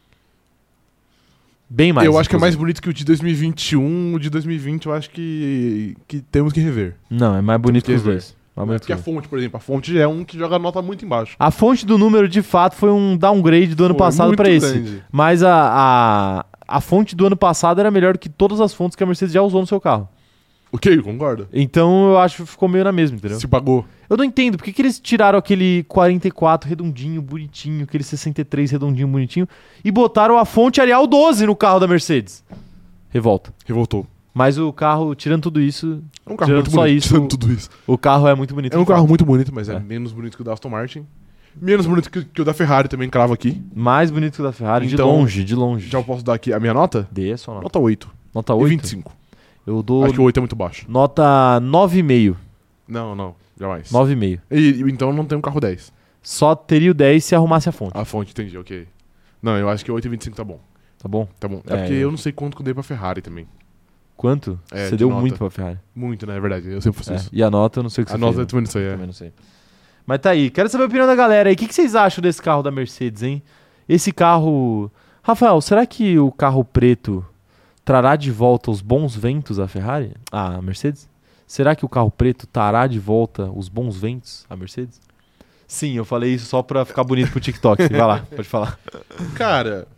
Bem mais. Eu acho que é mais inclusive. bonito que o de 2021, o de 2020 eu acho que temos que rever. Não, é mais bonito que os que ver. dois. Mais bonito Porque que a os dois. fonte, por exemplo, a fonte é um que joga a nota muito embaixo. A fonte do número, de fato, foi um downgrade do ano Foi passado muito pra esse. grande. Mas a fonte do ano passado era melhor do que todas as fontes que a Mercedes já usou no seu carro. Ok, concordo. Então eu acho que ficou meio na mesma, entendeu? Se pagou. Eu não entendo por que eles tiraram aquele 44 redondinho, bonitinho, aquele 63 redondinho, bonitinho, e botaram a fonte Arial 12 no carro da Mercedes. Revolta. Revoltou. Mas o carro, tirando tudo isso, É um carro Tirando muito só bonito. isso, tirando tudo isso. o carro é muito bonito. É um de carro fato. muito bonito, mas é É. menos bonito que o da Aston Martin. Menos bonito que o da Ferrari também, cravo aqui. Mais bonito que o da Ferrari, Então, de longe. Já posso dar aqui a minha nota? Dê a sua nota. Nota 8. Nota E 8? 25. Eu dou Acho que o 8 é muito baixo. nota 9,5. Não, jamais. 9,5. Então não tem um carro 10. Só teria o 10 se arrumasse a fonte, A fonte, entendi, ok. Não, eu acho que 8 e 25 tá bom. tá bom? Tá bom. É, É porque eu não sei quanto que eu dei pra Ferrari também. Quanto? É, Você de deu nota. muito pra Ferrari. Muito, né? É verdade. Eu sempre faço isso. E a nota eu não sei o que A você nota fez. eu também não sei, Eu é. também não sei. Mas tá aí. Quero saber a opinião da galera aí. O que vocês acham desse carro da Mercedes, hein? Esse carro... Rafael, será que o carro preto trará de volta os bons ventos à Ferrari? À Mercedes? Será que o carro preto trará de volta os bons ventos à Mercedes? Sim, eu falei isso só pra ficar bonito pro TikTok. Vai lá, pode falar. Cara,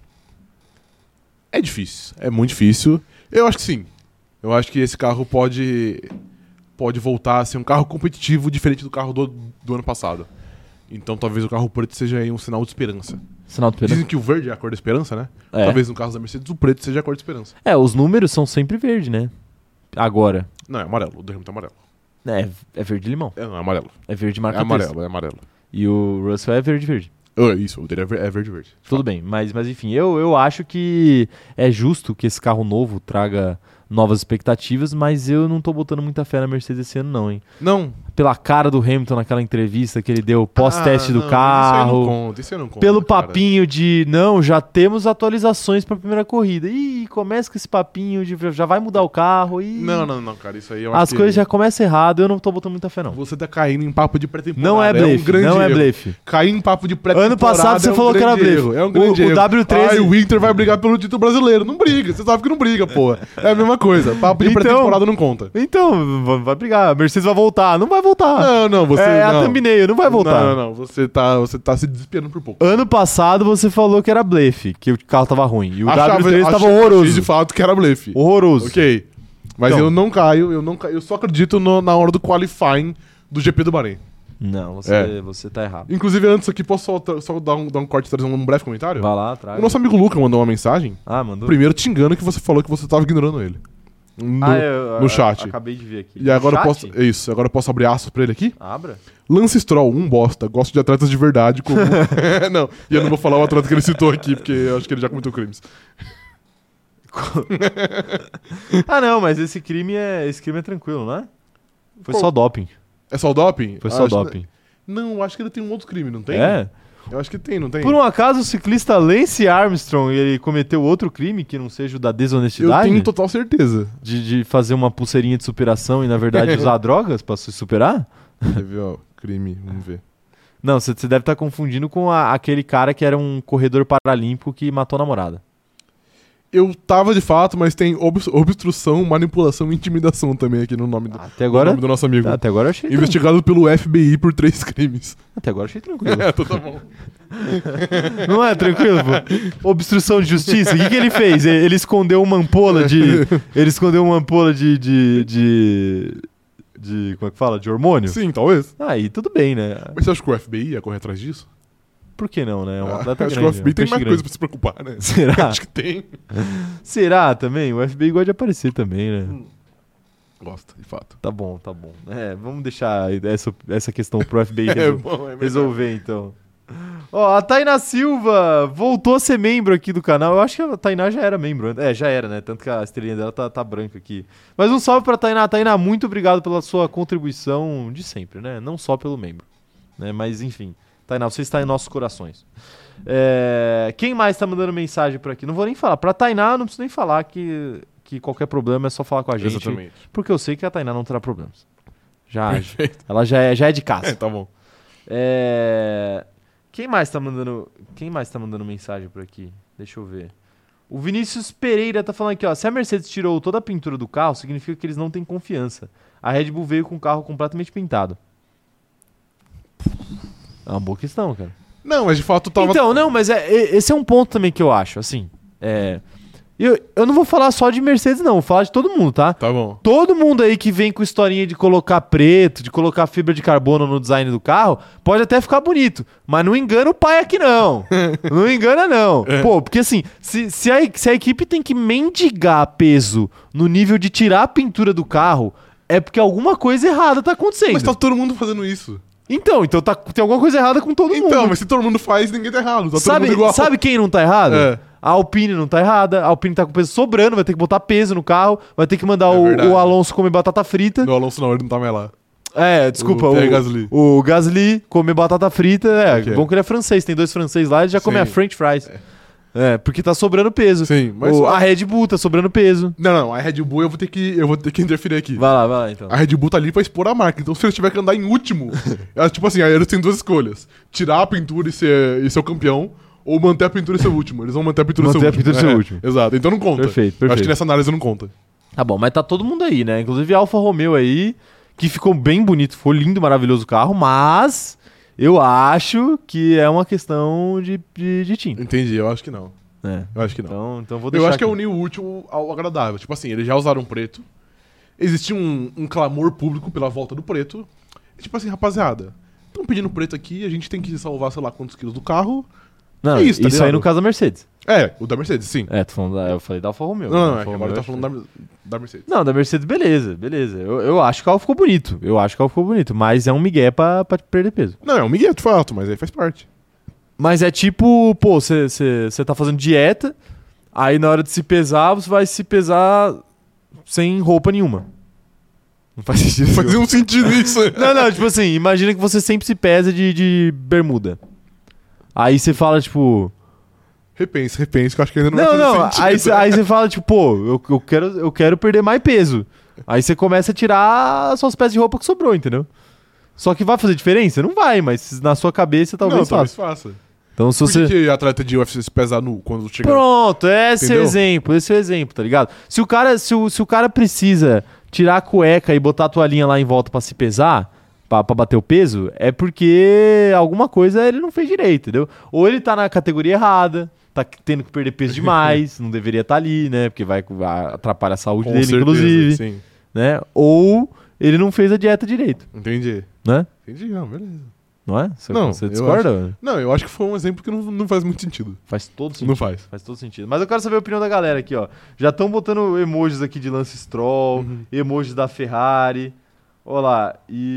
é difícil. É muito difícil. Eu acho que sim. Eu acho que esse carro pode voltar a ser um carro competitivo diferente do carro do ano passado. Então talvez o carro preto seja aí um sinal de esperança. Sinal do Pedro. Dizem que o verde é a cor da esperança, né? É. Talvez no caso da Mercedes o preto seja a cor da esperança. Os números são sempre verde, né? Agora. Não, é amarelo. O do Hamilton é amarelo. É verde-limão. É, não, é amarelo. É verde É marca amarelo, é amarelo. E o Russell é verde-verde. Isso, o dele é verde. Tudo bem, mas enfim, eu acho que é justo que esse carro novo traga novas expectativas, mas eu não tô botando muita fé na Mercedes esse ano não, hein? Não. Pela cara do Hamilton naquela entrevista que ele deu pós-teste do não, carro, Isso eu não conto, pelo cara. papinho de, não, já temos atualizações pra primeira corrida. Ih, começa com esse papinho de já vai mudar o carro e Não, cara, isso aí eu as acho coisas que já começam errado, eu não tô botando muita fé não. você tá caindo em papo de pré-temporada. Não é blefe, um grande não é erro. blefe. Cair em papo de pré-temporada. Ano passado você é um falou que era grande blefe. erro, É um grande O erro. W13 Ai, o Inter vai brigar pelo título brasileiro. Não briga, você sabe que não briga, porra. É a mesma coisa. Papo de Então- pré-temporada não conta. Então, vai brigar. A Mercedes vai voltar. Não vai voltar. Não, você... É a não. thumbnail, não vai voltar. Não. Você tá se desesperando por pouco. Ano passado você falou que era blefe, que o carro tava ruim. E o W3 tava achei horroroso. de fato que era blefe. Horroroso. Ok. Mas Então. eu não caio, eu só acredito na hora do qualifying do GP do Bahrein. Não, você tá errado. Inclusive, antes aqui, posso só dar um corte e trazer um breve comentário? Vai lá, atrás. O nosso amigo Luca mandou uma mensagem, Ah, mandou. primeiro te engano que você falou que você tava ignorando ele. No chat. Acabei de ver aqui. E agora eu No posso. chat? Isso, agora eu posso abrir aspas pra ele aqui? Abra. Lance Stroll, um bosta. Gosto de atletas de verdade, como. Não, e eu não vou falar o atleta que ele citou aqui, porque eu acho que ele já cometeu crimes. Ah, não, mas esse crime é tranquilo, não é? Foi Qual? só doping. É só o doping? Foi só Acho- doping. Não, acho que ele tem um outro crime, não tem? É? Eu acho que tem, não tem? Por um acaso o ciclista Lance Armstrong ele cometeu outro crime que não seja o da Eu desonestidade? tenho total certeza. De fazer uma pulseirinha de superação e na verdade usar drogas pra se superar? Quer ver, ó, crime, vamos ver. Não, você deve estar confundindo com aquele cara que era um corredor paralímpico que matou a namorada. Eu tava de fato, mas tem obstrução, manipulação e intimidação também aqui no nome do, Até no agora, nome do nosso amigo. até agora eu achei Investigado pelo FBI por 3 crimes. Até agora eu achei tranquilo. É, então tá bom. Não é tranquilo, pô? Obstrução de justiça. O que ele fez? Ele escondeu uma ampola de. Ele escondeu uma ampola de como é que fala? De hormônio? Sim, talvez. Aí tudo bem, né? Mas você acha que o FBI ia correr atrás disso? Por que não, né? É um atleta acho grande. que o FBI é um tem peixe mais grande. coisa pra se preocupar, né? Será? Acho que tem. Será também? O FBI gosta de aparecer também, né? Gosta, de fato. Tá bom, tá bom. É, vamos deixar essa questão pro FBI Bom, resolver, então. Ó, a Tainá Silva voltou a ser membro aqui do canal. Eu acho que a Tainá já era membro. É, já era, né? Tanto que a estrelinha dela tá branca aqui. Mas um salve pra Tainá. Tainá, muito obrigado pela sua contribuição de sempre, né? Não só pelo membro, né? Mas enfim. Tainá, você está em nossos corações. Quem mais tá mandando mensagem por aqui? Não vou nem falar. Pra Tainá, eu não preciso nem falar que qualquer problema é só falar com a gente. Exatamente. Porque eu sei que a Tainá não terá problemas. Perfeito. Ela já é de casa. Tá bom. Quem mais tá mandando mensagem por aqui? Deixa eu ver. O Vinícius Pereira tá falando aqui, ó. Se a Mercedes tirou toda a pintura do carro, significa que eles não têm confiança. A Red Bull veio com o carro completamente pintado. É uma boa questão, cara. Não, mas de fato tava. Então, não, mas esse é um ponto também que eu acho, assim. Eu não vou falar só de Mercedes, não. Vou falar de todo mundo, tá? Tá bom. Todo mundo aí que vem com historinha de colocar preto, de colocar fibra de carbono no design do carro, pode até ficar bonito, mas não engana o pai aqui não. Não engana não. Pô, porque assim, se a equipe tem que mendigar peso no nível de tirar a pintura do carro, é porque alguma coisa errada tá acontecendo. Mas tá todo mundo fazendo isso. Então tem alguma coisa errada com todo mundo. Então, mas se todo mundo faz, ninguém tá errado. Tá todo mundo igual. Sabe quem não tá errado? É. A Alpine não tá errada, a Alpine tá com peso sobrando, vai ter que botar peso no carro, vai ter que mandar verdade. o Alonso comer batata frita. No Alonso não, ele não tá mais lá. Desculpa, O Pierre Gasly. o Gasly comer batata frita, Ok. bom que ele é francês, tem 2 franceses lá, ele já come Sim. a French fries. Porque tá sobrando peso. Sim, mas A Red Bull tá sobrando peso. Não, a Red Bull eu vou ter que interferir aqui. Vai lá então. A Red Bull tá ali pra expor a marca. Então, se eles tiver que andar em último, tipo assim, aí eles têm 2 escolhas: tirar a pintura e ser o campeão, ou manter a pintura e ser o último. Eles vão manter a pintura e ser o Manter a último. pintura e ser o último. Exato, então não conta. Perfeito. Eu acho que nessa análise não conta. Tá bom, mas tá todo mundo aí, né? Inclusive a Alfa Romeo aí, que ficou bem bonito, ficou lindo, maravilhoso o carro, mas eu acho que é uma questão de tinta. Entendi, eu acho que não. Eu acho que não. Então vou deixar. Eu acho que é aqui. unir o útil ao agradável. Tipo assim, eles já usaram preto. Existia um clamor público pela volta do preto. E, tipo assim, rapaziada, estão pedindo preto aqui, a gente tem que salvar, sei lá, quantos quilos do carro. Não, É isso, tá aí ligado? no caso da Mercedes. O da Mercedes, sim. Tô falando eu falei da Alfa Romeo. Não, Da é que Alfa agora Romeo, tá acho falando da Mercedes. Não, da Mercedes, beleza. Eu acho que o carro ficou bonito. Mas é um migué pra perder peso. Não, é um migué, de fato, mas aí faz parte. Mas é tipo, pô, você tá fazendo dieta, aí na hora de se pesar, você vai se pesar sem roupa nenhuma. Não faz sentido. Faz um sentido isso. Não, tipo assim, imagina que você sempre se pesa de bermuda. Aí você fala, tipo... Repense, que eu acho que ainda não vai Não, fazer sentido. aí você fala, tipo, pô, eu quero perder mais peso. Aí você começa a tirar as suas peças de roupa que sobrou, entendeu? Só que vai fazer diferença? Não vai, mas na sua cabeça talvez Não, talvez faça. faça. Então, se Por você... que atleta de UFC se pesa nu quando chega... Pronto, esse é o Entendeu? exemplo, tá ligado? Se o cara precisa tirar a cueca e botar a toalhinha lá em volta pra se pesar, pra bater o peso, é porque alguma coisa ele não fez direito, entendeu? Ou ele tá na categoria errada, tá tendo que perder peso demais, não deveria estar ali, né? Porque vai atrapalhar a saúde Com dele, certeza, inclusive, sim. né? Ou ele não fez a dieta direito, Entendi. né? Entendi, não, beleza. Não é? Não, Você eu discorda? Não, eu acho que foi um exemplo que não faz muito sentido. Faz todo sentido. Não faz. Faz todo sentido. Mas eu quero saber a opinião da galera aqui, ó. Já estão botando emojis aqui de Lance Stroll, emojis da Ferrari. Olha lá,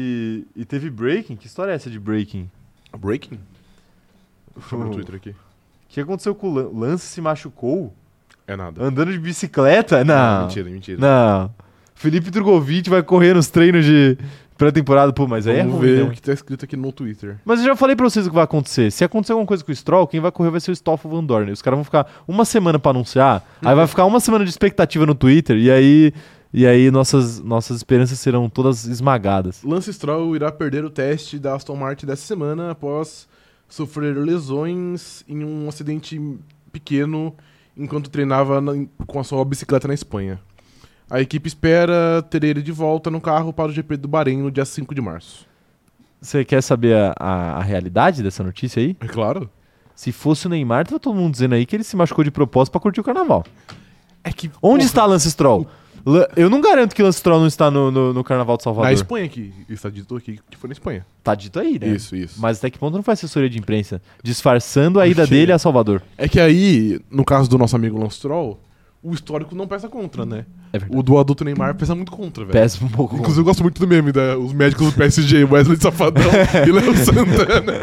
e teve breaking? Que história é essa de breaking? Breaking? Deixa eu ver no Twitter aqui. O que aconteceu com o Lance? Se machucou? É nada. Andando de bicicleta? Não. Mentira. Não. Felipe Drogovic vai correr nos treinos de pré-temporada. Pô, mas aí é Vamos ruim, ver né? o que tá escrito aqui no Twitter. Mas eu já falei pra vocês o que vai acontecer. Se acontecer alguma coisa com o Stroll, quem vai correr vai ser o Stoffel Van Dorn. Os caras vão ficar uma semana pra anunciar, aí vai ficar uma semana de expectativa no Twitter, e aí nossas esperanças serão todas esmagadas. Lance Stroll irá perder o teste da Aston Martin dessa semana após sofrer lesões em um acidente pequeno enquanto treinava com a sua bicicleta na Espanha. A equipe espera ter ele de volta no carro para o GP do Bahrein no dia 5 de março. Você quer saber a realidade dessa notícia aí? É claro. Se fosse o Neymar, tava todo mundo dizendo aí que ele se machucou de propósito pra curtir o carnaval. É que, Onde está Lance Stroll? Eu não garanto que Lance Stroll não está no Carnaval de Salvador. Na Espanha aqui. Está dito aqui que foi na Espanha. Tá dito aí, né? Isso. Mas até que ponto não foi assessoria de imprensa disfarçando a ida dele a Salvador? É que aí, no caso do nosso amigo Lance Stroll, o histórico não pesa contra, né? É verdade. O do adulto Neymar pesa muito contra, velho. Pesa um pouco. Inclusive, eu gosto muito do meme, os médicos do PSG, Wesley Safadão e Léo Santana.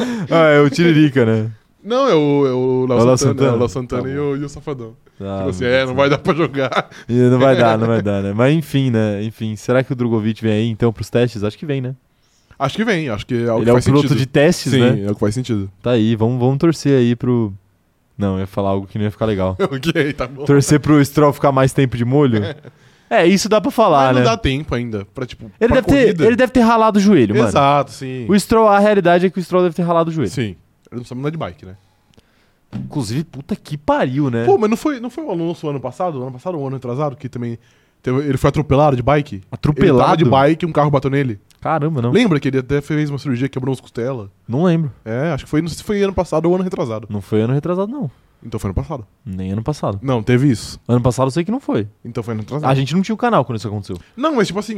É o Tiririca, né? Não, é o É o Léo Léo Santana. Santana. É o Léo Santana Tá e o Safadão. Ah, Tipo assim, não vai dar pra jogar. Não vai dar, né? Mas enfim, né? Enfim, será que o Drogovic vem aí então pros testes? Acho que vem, né? Acho que vem, acho que é o Ele que é o faz piloto sentido. de testes, Sim, né? é o que faz sentido. Tá aí, vamos torcer aí pro... Não, eu ia falar algo que não ia ficar legal. Ok, tá bom. Torcer pro Stroll ficar mais tempo de molho? É, isso dá pra falar, Mas não né? dá tempo ainda pra, tipo, Ele pra corrida. deve ter ralado o joelho, mano. Exato, sim. O Stroll, a realidade é que o Stroll deve ter ralado o joelho. Sim. Ele não sabe andar de bike, né? Inclusive, puta que pariu, né? Pô, mas não foi o Alonso ano passado? Ano passado ou ano retrasado? Que também... ele foi atropelado de bike? Ele tava Atropelado? de bike e um carro bateu nele. Caramba, não. Lembra que ele até fez uma cirurgia, quebrou umas costelas? Não lembro. É, acho que foi, não sei se foi ano passado ou ano retrasado. Não foi ano retrasado, não. Então foi ano passado. Nem ano passado. Não, teve isso. Ano passado eu sei que não foi. Então foi ano retrasado. A gente não tinha o canal quando isso aconteceu. Não, mas tipo assim,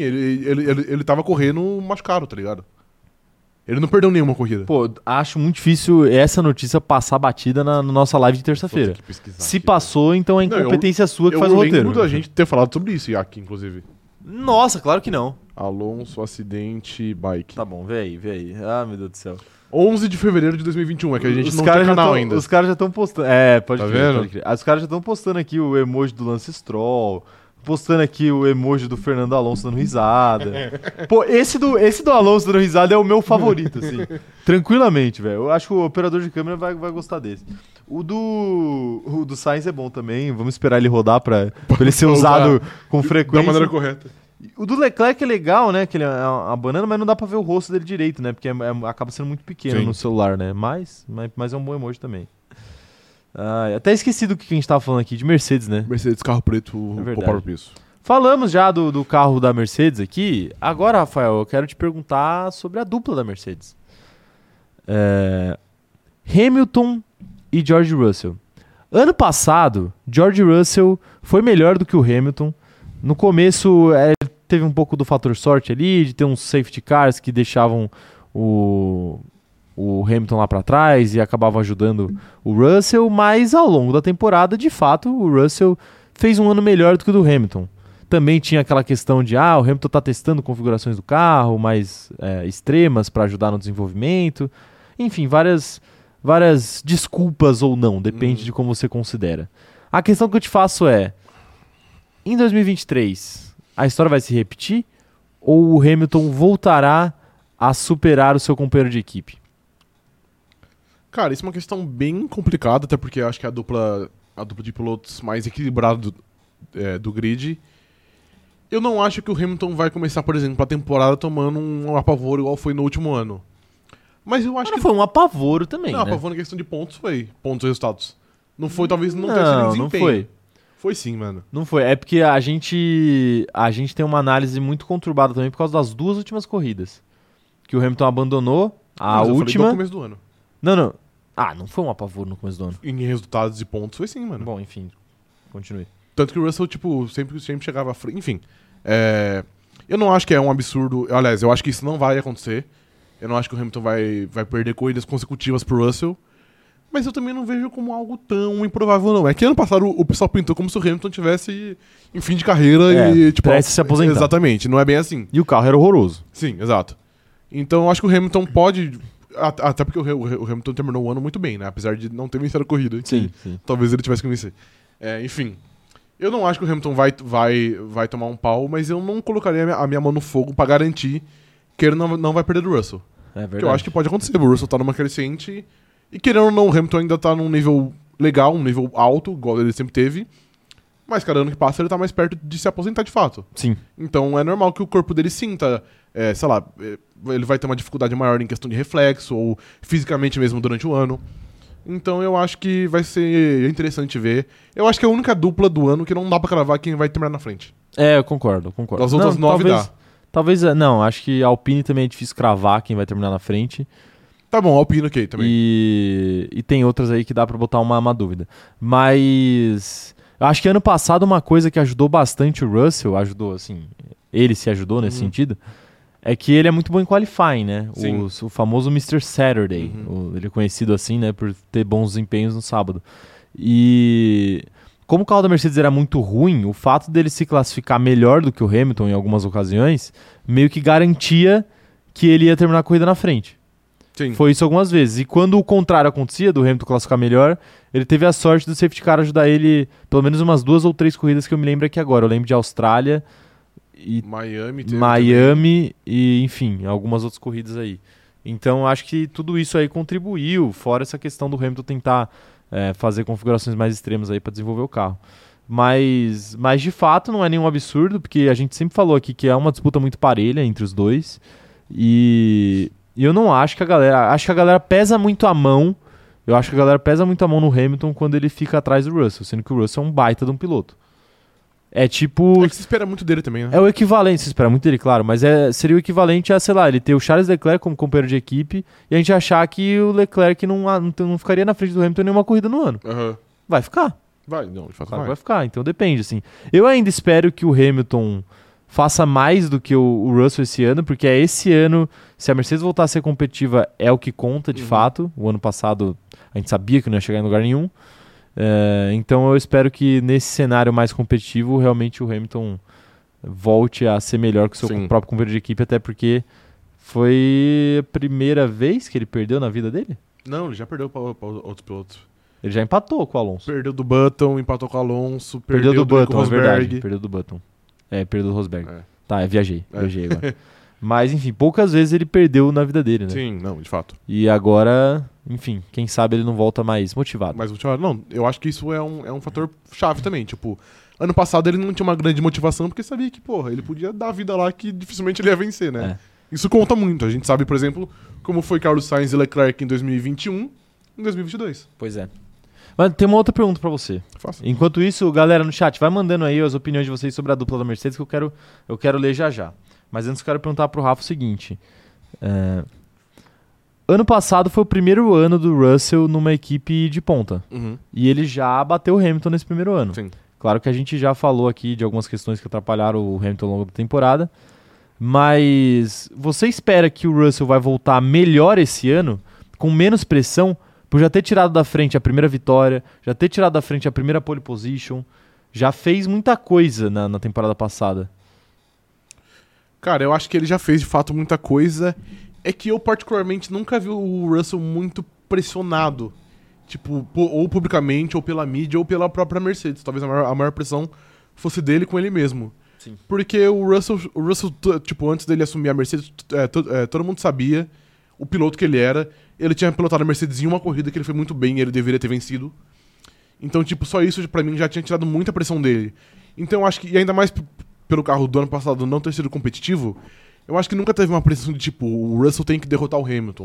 ele tava correndo machucado, tá ligado? Ele não perdeu nenhuma corrida. Pô, acho muito difícil essa notícia passar batida na nossa live de Vou terça-feira. ter que pesquisar Se aqui, passou, então é Não, incompetência sua que eu faz o roteiro. lembro da gente ter falado sobre isso aqui, inclusive. Nossa, claro que não. Alonso, acidente, bike. Tá bom, vê aí. Ah, meu Deus do céu. 11 de fevereiro de 2021, é que a gente não caras tem já canal tão- ainda. Os caras já estão postando. É, pode Tá crer, vendo? pode crer. Os caras já estão postando aqui o emoji do Lance Stroll, postando aqui o emoji do Fernando Alonso dando risada. Pô, esse do Alonso dando risada é o meu favorito, assim. Tranquilamente, velho. Eu acho que o operador de câmera vai gostar desse. O do Sainz é bom também. Vamos esperar ele rodar pra ele ser usado com Da frequência. maneira correta. O do Leclerc é legal, né? Que ele é uma banana, mas não dá pra ver o rosto dele direito, né? Porque acaba sendo muito pequeno Sim. no celular, né? Mas é um bom emoji também. Até esqueci do que a gente tava falando aqui, de Mercedes, né? Mercedes, carro preto, verdade. poupar o preço. Falamos já do carro da Mercedes aqui. Agora, Rafael, eu quero te perguntar sobre a dupla da Mercedes. Hamilton e George Russell. Ano passado, George Russell foi melhor do que o Hamilton. No começo, teve um pouco do fator sorte ali, de ter uns safety cars que deixavam o Hamilton lá para trás e acabavam ajudando o Russell, mas ao longo da temporada, de fato, o Russell fez um ano melhor do que o do Hamilton. Também tinha aquela questão de, o Hamilton está testando configurações do carro mais extremas para ajudar no desenvolvimento. Enfim, várias desculpas ou não, depende de como você considera. A questão que eu te faço é, em 2023, a história vai se repetir ou o Hamilton voltará a superar o seu companheiro de equipe? Cara, isso é uma questão bem complicada, até porque eu acho que é a dupla de pilotos mais equilibrada do grid. Eu não acho que o Hamilton vai começar, por exemplo, a temporada tomando um apavoro igual foi no último ano. Mas eu acho Mas que... não foi um apavoro também, Não, né? apavoro na questão de pontos foi. Pontos e resultados. Não foi, talvez não tenha sido em Não desempenho. foi. Foi sim, mano. Não foi. É porque a gente tem uma análise muito conturbada também por causa das 2 últimas corridas. Que o Hamilton abandonou a Mas eu falei última. do começo do ano. Não. Ah, não foi um apavoro no começo do ano. Em resultados e pontos foi sim, mano. Bom, enfim. Continue. Tanto que o Russell, tipo, sempre chegava à frente. Enfim. Eu não acho que é um absurdo. Aliás, eu acho que isso não vai acontecer. Eu não acho que o Hamilton vai perder corridas consecutivas pro Russell. Mas eu também não vejo como algo tão improvável, não. É que ano passado o pessoal pintou como se o Hamilton tivesse em fim de carreira e, tipo... prestes a se aposentar. Exatamente, não é bem assim. E o carro era horroroso. Sim, exato. Então eu acho que o Hamilton pode... Até porque o Hamilton terminou o ano muito bem, né? Apesar de não ter vencido a corrida. Sim. Talvez ele tivesse que vencer. Enfim, eu não acho que o Hamilton vai tomar um pau, mas eu não colocaria a minha mão no fogo pra garantir que ele não vai perder do Russell. É verdade. Porque eu acho que pode acontecer. O Russell tá numa crescente e, querendo ou não, o Hamilton ainda tá num nível legal, um nível alto, igual ele sempre teve. Mas cada ano que passa ele tá mais perto de se aposentar de fato. Sim. Então é normal que o corpo dele sinta, sei lá, ele vai ter uma dificuldade maior em questão de reflexo ou fisicamente mesmo durante o ano. Então eu acho que vai ser interessante ver. Eu acho que é a única dupla do ano que não dá pra cravar quem vai terminar na frente. Eu concordo. Das outras 9 dá. Talvez, não, acho que a Alpine também é difícil cravar quem vai terminar na frente. Tá bom, Alpine ok também. E tem outras aí que dá pra botar uma dúvida. Mas eu acho que ano passado uma coisa que ajudou bastante o Russell, ele se ajudou nesse sentido, é que ele é muito bom em qualifying, né? O famoso Mr. Saturday. Ele é conhecido assim, né, por ter bons desempenhos no sábado. E como o carro da Mercedes era muito ruim, o fato dele se classificar melhor do que o Hamilton em algumas ocasiões, meio que garantia que ele ia terminar a corrida na frente. Sim. Foi isso algumas vezes. E quando o contrário acontecia, do Hamilton classificar melhor, ele teve a sorte do safety car ajudar ele pelo menos umas 2 ou 3 corridas que eu me lembro aqui agora. Eu lembro de Austrália e Miami e, enfim, algumas outras corridas aí. Então, acho que tudo isso aí contribuiu, fora essa questão do Hamilton tentar fazer configurações mais extremas aí para desenvolver o carro. Mas, de fato, não é nenhum absurdo, porque a gente sempre falou aqui que é uma disputa muito parelha entre os dois. E eu não acho que a galera... Acho que a galera pesa muito a mão. Eu acho que a galera pesa muito a mão no Hamilton quando ele fica atrás do Russell, sendo que o Russell é um baita de um piloto. É tipo... É que se espera muito dele também, né? É o equivalente, se espera muito dele, claro, mas seria o equivalente a, sei lá, ele ter o Charles Leclerc como companheiro de equipe e a gente achar que o Leclerc não ficaria na frente do Hamilton em nenhuma corrida no ano. Vai ficar. Vai, não, de fato Claro que vai ficar, então depende, assim. Eu ainda espero que o Hamilton faça mais do que o Russell esse ano, porque é esse ano, se a Mercedes voltar a ser competitiva, é o que conta de fato. O ano passado a gente sabia que não ia chegar em lugar nenhum. Então eu espero que nesse cenário mais competitivo, realmente o Hamilton volte a ser melhor que o seu próprio companheiro de equipe, até porque foi a primeira vez que ele perdeu na vida dele? Não, ele já perdeu para outros pilotos. Ele já empatou com o Alonso. Perdeu do Button, empatou com o Alonso, perdeu do Button, Rosberg. É verdade, perdeu do Button. Perdeu do Rosberg. Tá, viajei agora. Mas, enfim, poucas vezes ele perdeu na vida dele, né? Sim, não, de fato. E agora, enfim, quem sabe ele não volta mais motivado. Mais motivado? Não, eu acho que isso é um fator chave também. Tipo, ano passado ele não tinha uma grande motivação porque sabia que, porra, ele podia dar a vida lá que dificilmente ele ia vencer, né? Isso conta muito. A gente sabe, por exemplo, como foi Carlos Sainz e Leclerc em 2021 e em 2022. Pois é. Mas tem uma outra pergunta pra você. Faça. Enquanto isso, galera no chat, vai mandando aí as opiniões de vocês sobre a dupla da Mercedes que eu quero ler já. Mas antes eu quero perguntar pro Rafa o seguinte. Ano passado foi o primeiro ano do Russell numa equipe de ponta. E ele já bateu o Hamilton nesse primeiro ano. Sim. Claro que a gente já falou aqui de algumas questões que atrapalharam o Hamilton ao longo da temporada. Mas você espera que o Russell vai voltar melhor esse ano, com menos pressão, por já ter tirado da frente a primeira vitória, já ter tirado da frente a primeira pole position, já fez muita coisa na temporada passada? Cara, eu acho que ele já fez de fato muita coisa. É que eu particularmente nunca vi o Russell muito pressionado. Tipo, ou publicamente, ou pela mídia, ou pela própria Mercedes. Talvez a maior pressão fosse dele com ele mesmo. Sim. Porque o Russell, tipo, antes dele assumir a Mercedes, todo mundo sabia o piloto que ele era. Ele tinha pilotado a Mercedes em uma corrida que ele foi muito bem e ele deveria ter vencido. Então, tipo, só isso pra mim já tinha tirado muita pressão dele. Então eu acho que, e ainda mais pelo carro do ano passado não ter sido competitivo, eu acho que nunca teve uma pressão de tipo, o Russell tem que derrotar o Hamilton.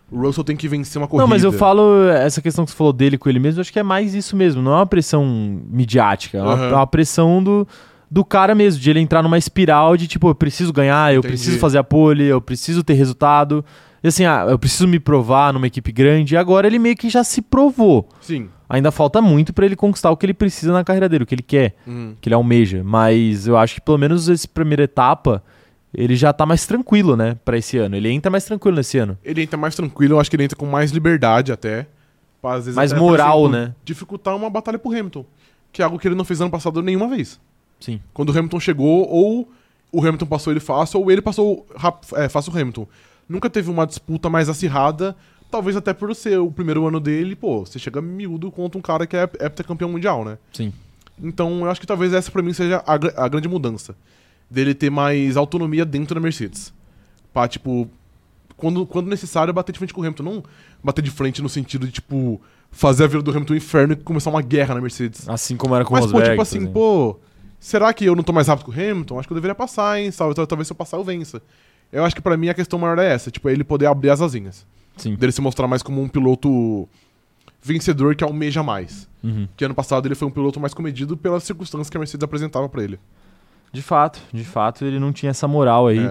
O Russell tem que vencer uma corrida. Não, mas eu falo, essa questão que você falou dele com ele mesmo, eu acho que é mais isso mesmo, não é uma pressão midiática, é uma pressão do cara mesmo, de ele entrar numa espiral de tipo, eu preciso ganhar, eu preciso fazer a pole, eu preciso ter resultado, e assim, eu preciso me provar numa equipe grande, e agora ele meio que já se provou. Sim. Ainda falta muito pra ele conquistar o que ele precisa na carreira dele, o que ele quer, que ele almeja, mas eu acho que pelo menos essa primeira etapa, ele já tá mais tranquilo, né, pra esse ano. Ele entra mais tranquilo nesse ano. Ele entra mais tranquilo, eu acho que ele entra com mais liberdade até. Pra, às vezes, mais até, moral, por exemplo, né? dificultar uma batalha pro Hamilton. Que é algo que ele não fez ano passado nenhuma vez. Sim. Quando o Hamilton chegou, ou o Hamilton passou ele fácil, ou ele passou fácil o Hamilton. Nunca teve uma disputa mais acirrada, talvez até por ser o primeiro ano dele, pô, você chega miúdo contra um cara que é heptacampeão mundial, né? Sim. Então eu acho que talvez essa pra mim seja a grande mudança. Dele ter mais autonomia dentro da Mercedes. Pra, tipo, quando necessário, bater de frente com o Hamilton. Não bater de frente no sentido de, tipo, fazer a vida do Hamilton um inferno e começar uma guerra na Mercedes. Assim como era com o Mas, Rosberg. pô, tipo assim, pô, será que eu não tô mais rápido que o Hamilton? Acho que eu deveria passar, hein? Talvez se eu passar eu vença. Eu acho que pra mim a questão maior é essa. Tipo, é ele poder abrir as asinhas. Sim. Dele se mostrar mais como um piloto vencedor que almeja mais. Que ano passado ele foi um piloto mais comedido pelas circunstâncias que a Mercedes apresentava pra ele. De fato, ele não tinha essa moral aí. É.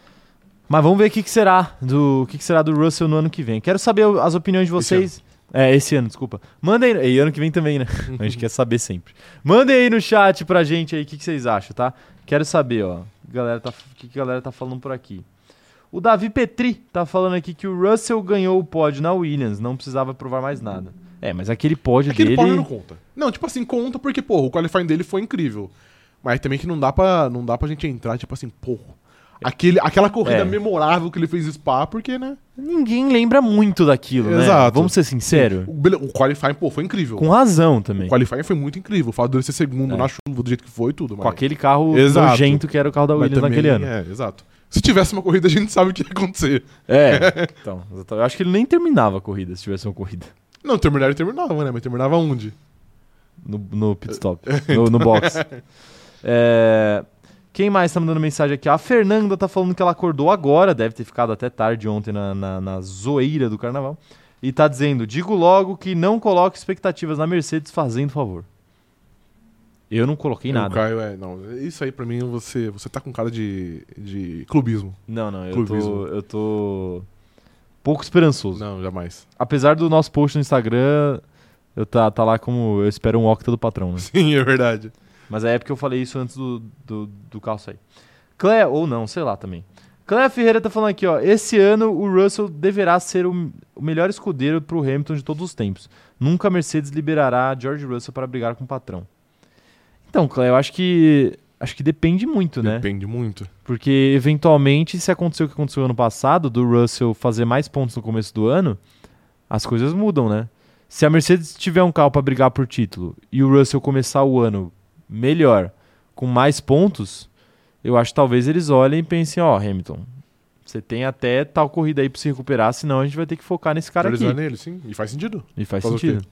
Mas vamos ver o que será do Russell no ano que vem. Quero saber as opiniões de vocês. Esse ano, desculpa. Mandem aí. E ano que vem também, né? A gente quer saber sempre. Mandem aí no chat pra gente aí o que vocês acham, tá? Quero saber, ó. O que a galera tá falando por aqui. O Davi Petri tá falando aqui que o Russell ganhou o pódio na Williams, não precisava provar mais nada. Mas aquele pódio dele... Aquele pódio não conta. Não, tipo assim, conta porque, pô, o qualifying dele foi incrível. Mas também que não dá pra gente entrar, tipo assim, pô... Aquela corrida memorável que ele fez em Spa, porque, né? Ninguém lembra muito daquilo, né? Exato. Vamos ser sinceros. O qualifying, pô, foi incrível. Com razão também. O qualifying foi muito incrível. O fato dele ser segundo na chuva, do jeito que foi e tudo. Com aquele carro exato. nojento que era o carro da Williams naquele ano. Exato. Se tivesse uma corrida, a gente sabe o que ia acontecer. Então, eu acho que ele nem terminava a corrida, se tivesse uma corrida. Não, ele terminava, né? Mas terminava onde? No pit stop, no box. Quem mais tá mandando mensagem aqui? A Fernanda tá falando que ela acordou agora, deve ter ficado até tarde ontem na zoeira do carnaval. E tá dizendo, digo logo que não coloque expectativas na Mercedes fazendo favor. Eu não coloquei nada. Caio, não, isso aí pra mim você tá com cara de clubismo. Não, eu tô pouco esperançoso. Não, jamais. Apesar do nosso post no Instagram, tá lá como eu espero um octa do patrão, né? Sim, é verdade. Mas é porque eu falei isso antes do carro sair. Clé, ou não, sei lá também. Cléa Ferreira tá falando aqui, ó. Esse ano o Russell deverá ser o melhor escudeiro pro Hamilton de todos os tempos. Nunca a Mercedes liberará George Russell para brigar com o patrão. Então, Cléa, eu acho que depende muito, né? Depende muito. Porque, eventualmente, se acontecer o que aconteceu ano passado, do Russell fazer mais pontos no começo do ano, as coisas mudam, né? Se a Mercedes tiver um carro para brigar por título e o Russell começar o ano melhor, com mais pontos, eu acho que talvez eles olhem e pensem, Hamilton, você tem até tal corrida aí pra se recuperar, senão a gente vai ter que focar nesse cara aqui. Nele, sim. E faz sentido. E faz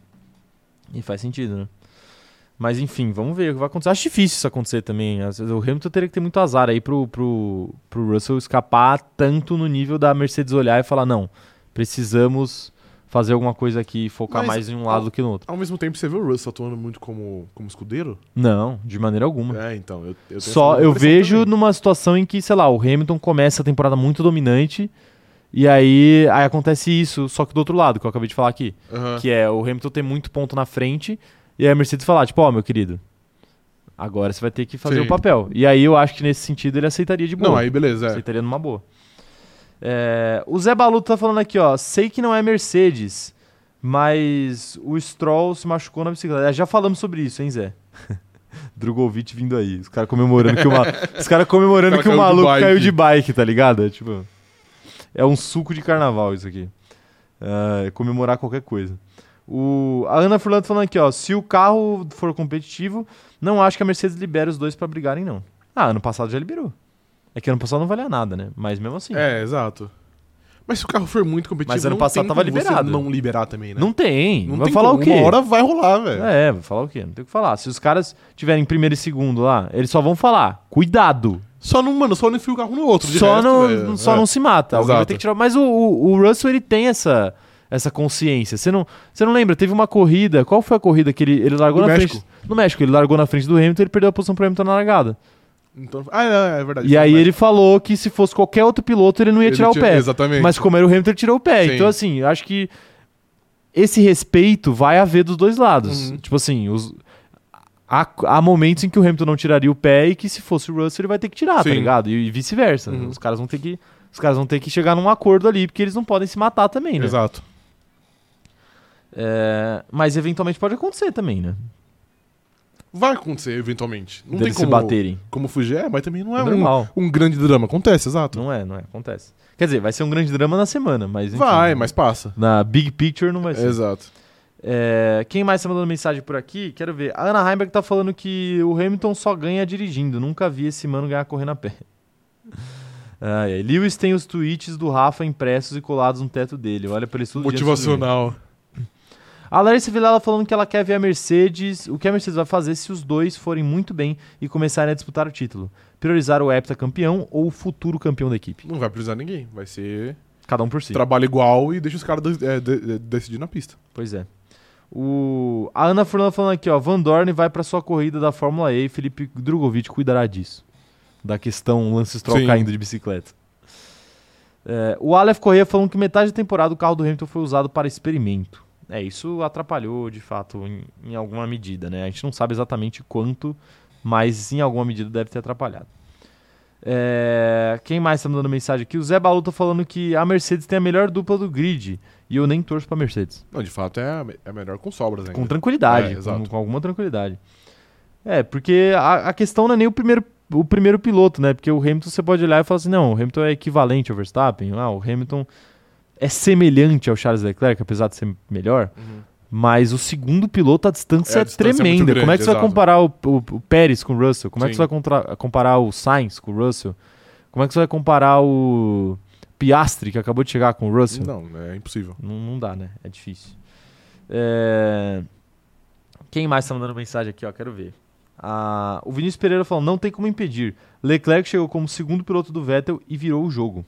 sentido, né? Mas enfim, vamos ver o que vai acontecer. Acho difícil isso acontecer também. O Hamilton teria que ter muito azar aí pro Russell escapar tanto no nível da Mercedes olhar e falar, não, precisamos fazer alguma coisa aqui e focar mais em um lado do que no outro. Ao mesmo tempo, você vê o Russell atuando muito como escudeiro? Não, de maneira alguma. Então. Eu vejo também numa situação em que, sei lá, o Hamilton começa a temporada muito dominante e aí acontece isso, só que do outro lado, que eu acabei de falar aqui. Que é o Hamilton ter muito ponto na frente e aí a Mercedes falar, tipo, meu querido, agora você vai ter que fazer o papel. E aí eu acho que nesse sentido ele aceitaria de boa. Não, aí beleza. Aceitaria numa boa. O Zé Baluto tá falando aqui, ó. Sei que não é Mercedes, mas o Stroll se machucou na bicicleta. Já falamos sobre isso, hein, Zé? Drogovic vindo aí. Os caras comemorando que o maluco caiu de bike, tá ligado? Tipo, é um suco de carnaval isso aqui. Comemorar qualquer coisa. A Ana Furlan tá falando aqui, ó. Se o carro for competitivo, não acho que a Mercedes libera os dois pra brigarem, não. Ano passado já liberou. É que ano passado não valia nada, né? Mas mesmo assim. Exato. Mas se o carro for muito competitivo, mas ano passado tava liberado. Você não liberar também, né? Não tem. Não vai tem falar como. o quê? Uma hora vai rolar, velho. Vai falar o quê? Não tem o que falar. Se os caras tiverem primeiro e segundo lá, eles só vão falar, cuidado. Só não enfia o carro no outro. Só não se mata. Alguém vai Exato. ter que tirar. Mas o Russell, ele tem essa consciência. Você não lembra? Teve uma corrida. Qual foi a corrida que ele largou No na México. frente? No México. Ele largou na frente do Hamilton e ele perdeu a posição pro Hamilton na largada. Então, é verdade. E aí ele falou que se fosse qualquer outro piloto, ele não ia tirar o pé. Exatamente. Mas como era o Hamilton, ele tirou o pé. Sim. Então, assim, eu acho que esse respeito vai haver dos dois lados. Uhum. Tipo assim, há momentos em que o Hamilton não tiraria o pé e que se fosse o Russell, ele vai ter que tirar, tá Sim. ligado? E vice-versa. Uhum. Os caras vão ter que chegar num acordo ali, porque eles não podem se matar também, né? Exato. Mas eventualmente pode acontecer também, né? Vai acontecer, eventualmente. Não Deles tem se baterem. como fugir, mas também não é normal. um grande drama. Acontece, exato. Não é, acontece. Quer dizer, vai ser um grande drama na semana, mas enfim, Vai, mas passa. na big picture não vai ser. Exato. Quem mais tá mandando mensagem por aqui? Quero ver. A Ana Heimberg tá falando que o Hamilton só ganha dirigindo. Nunca vi esse mano ganhar correndo a pé. Lewis tem os tweets do Rafa impressos e colados no teto dele. Olha pra ele tudo. Motivacional. A Larissa Vilela falando que ela quer ver a Mercedes. O que a Mercedes vai fazer se os dois forem muito bem e começarem a disputar o título? Priorizar o heptacampeão ou o futuro campeão da equipe? Não vai precisar ninguém. Vai ser Cada um por si. trabalho igual e deixa os caras decidir na pista. Pois é. A Ana Furlan falando aqui, ó. Van Dorn vai pra sua corrida da Fórmula E e Felipe Drogovic cuidará disso. Da questão Lance Stroll Sim. caindo de bicicleta. O Aleph Corrêa falando que metade da temporada o carro do Hamilton foi usado para experimento. Isso atrapalhou, de fato, em alguma medida, né? A gente não sabe exatamente quanto, mas em alguma medida deve ter atrapalhado. Quem mais tá mandando mensagem aqui? O Zé Balu tá falando que a Mercedes tem a melhor dupla do grid e eu nem torço pra Mercedes. Não, de fato é melhor com sobras ainda. Com tranquilidade, exato. com alguma tranquilidade. Porque a questão não é nem o primeiro piloto, né? Porque o Hamilton você pode olhar e falar assim, não, o Hamilton é equivalente ao Verstappen, o Hamilton é semelhante ao Charles Leclerc, apesar de ser melhor, mas o segundo piloto, a distância é distância é muito tremenda. grande, Como é que você vai exato. comparar o Pérez com o Russell? Como é que Sim. você vai comparar o Sainz com o Russell? Como é que você vai comparar o Piastri, que acabou de chegar, com o Russell? Não, é impossível. Não dá, né? É difícil. Quem mais tá mandando mensagem aqui, ó? Quero ver. O Vinícius Pereira falou, não tem como impedir. Leclerc chegou como segundo piloto do Vettel e virou o jogo.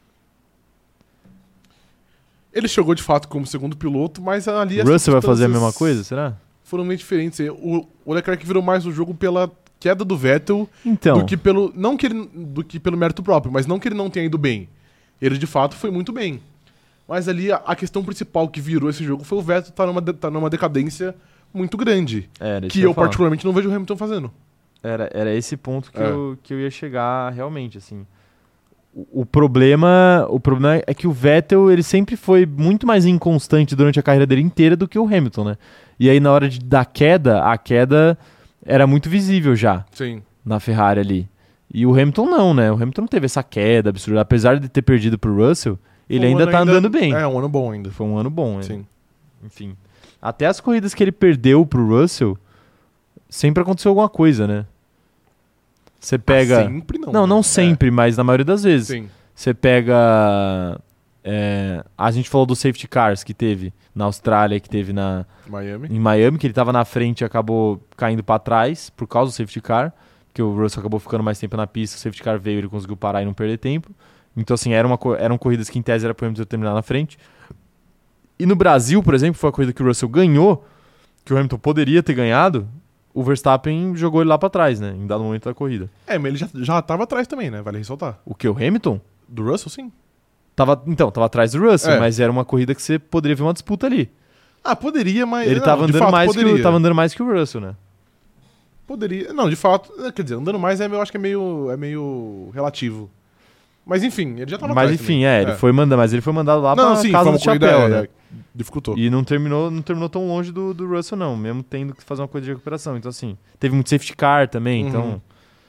Ele chegou de fato como segundo piloto, mas ali O as Russell vai fazer a circunstâncias mesma coisa, será? Foram meio diferentes. O Leclerc virou mais o jogo pela queda do Vettel Então, do que pelo mérito próprio, mas não que ele não tenha ido bem. Ele de fato foi muito bem. Mas ali a questão principal que virou esse jogo foi o Vettel tá numa decadência muito grande. era isso Que que eu falar. particularmente não vejo o Hamilton fazendo. Era esse ponto que eu ia chegar realmente, assim. O problema é que o Vettel, ele sempre foi muito mais inconstante durante a carreira dele inteira do que o Hamilton, né? E aí na hora da queda, a queda era muito visível já Sim. na Ferrari ali. E o Hamilton não, né? O Hamilton não teve essa queda absurda. Apesar de ter perdido pro Russell, ele ainda tá andando bem. É um ano bom ainda. Foi um ano bom, né? Sim. Enfim. Até as corridas que ele perdeu pro Russell, sempre aconteceu alguma coisa, né? Você pega... Sempre não. Não, né? não sempre, mas na maioria das vezes. Sim. Você pega... a gente falou dos safety cars que teve na Austrália, que teve Miami. em Miami, que ele tava na frente e acabou caindo pra trás por causa do safety car, que o Russell acabou ficando mais tempo na pista, o safety car veio, ele conseguiu parar e não perder tempo. Então, assim, eram corridas que em tese era pro Hamilton terminar na frente. E no Brasil, por exemplo, foi a corrida que o Russell ganhou, que o Hamilton poderia ter ganhado, o Verstappen jogou ele lá pra trás, né? Em dado momento da corrida. Mas ele já tava atrás também, né? Vale ressaltar. O que? O Hamilton? Do Russell, sim. Tava atrás do Russell, É. mas era uma corrida que você poderia ver uma disputa ali. Ah, poderia, mas... Ele não, tava, de andando fato, poderia. tava andando mais que o Russell, né? Poderia. Não, de fato... Quer dizer, andando mais eu acho que é meio relativo. Mas enfim, ele já tava Mas atrás enfim, também. ele foi mandado, mas ele foi mandado lá Não, pra sim, casa foi do uma corrida, chapéu, né? dificultou. E não terminou tão longe do Russell, não, mesmo tendo que fazer uma coisa de recuperação. Então, assim, teve muito safety car também, Uhum. então...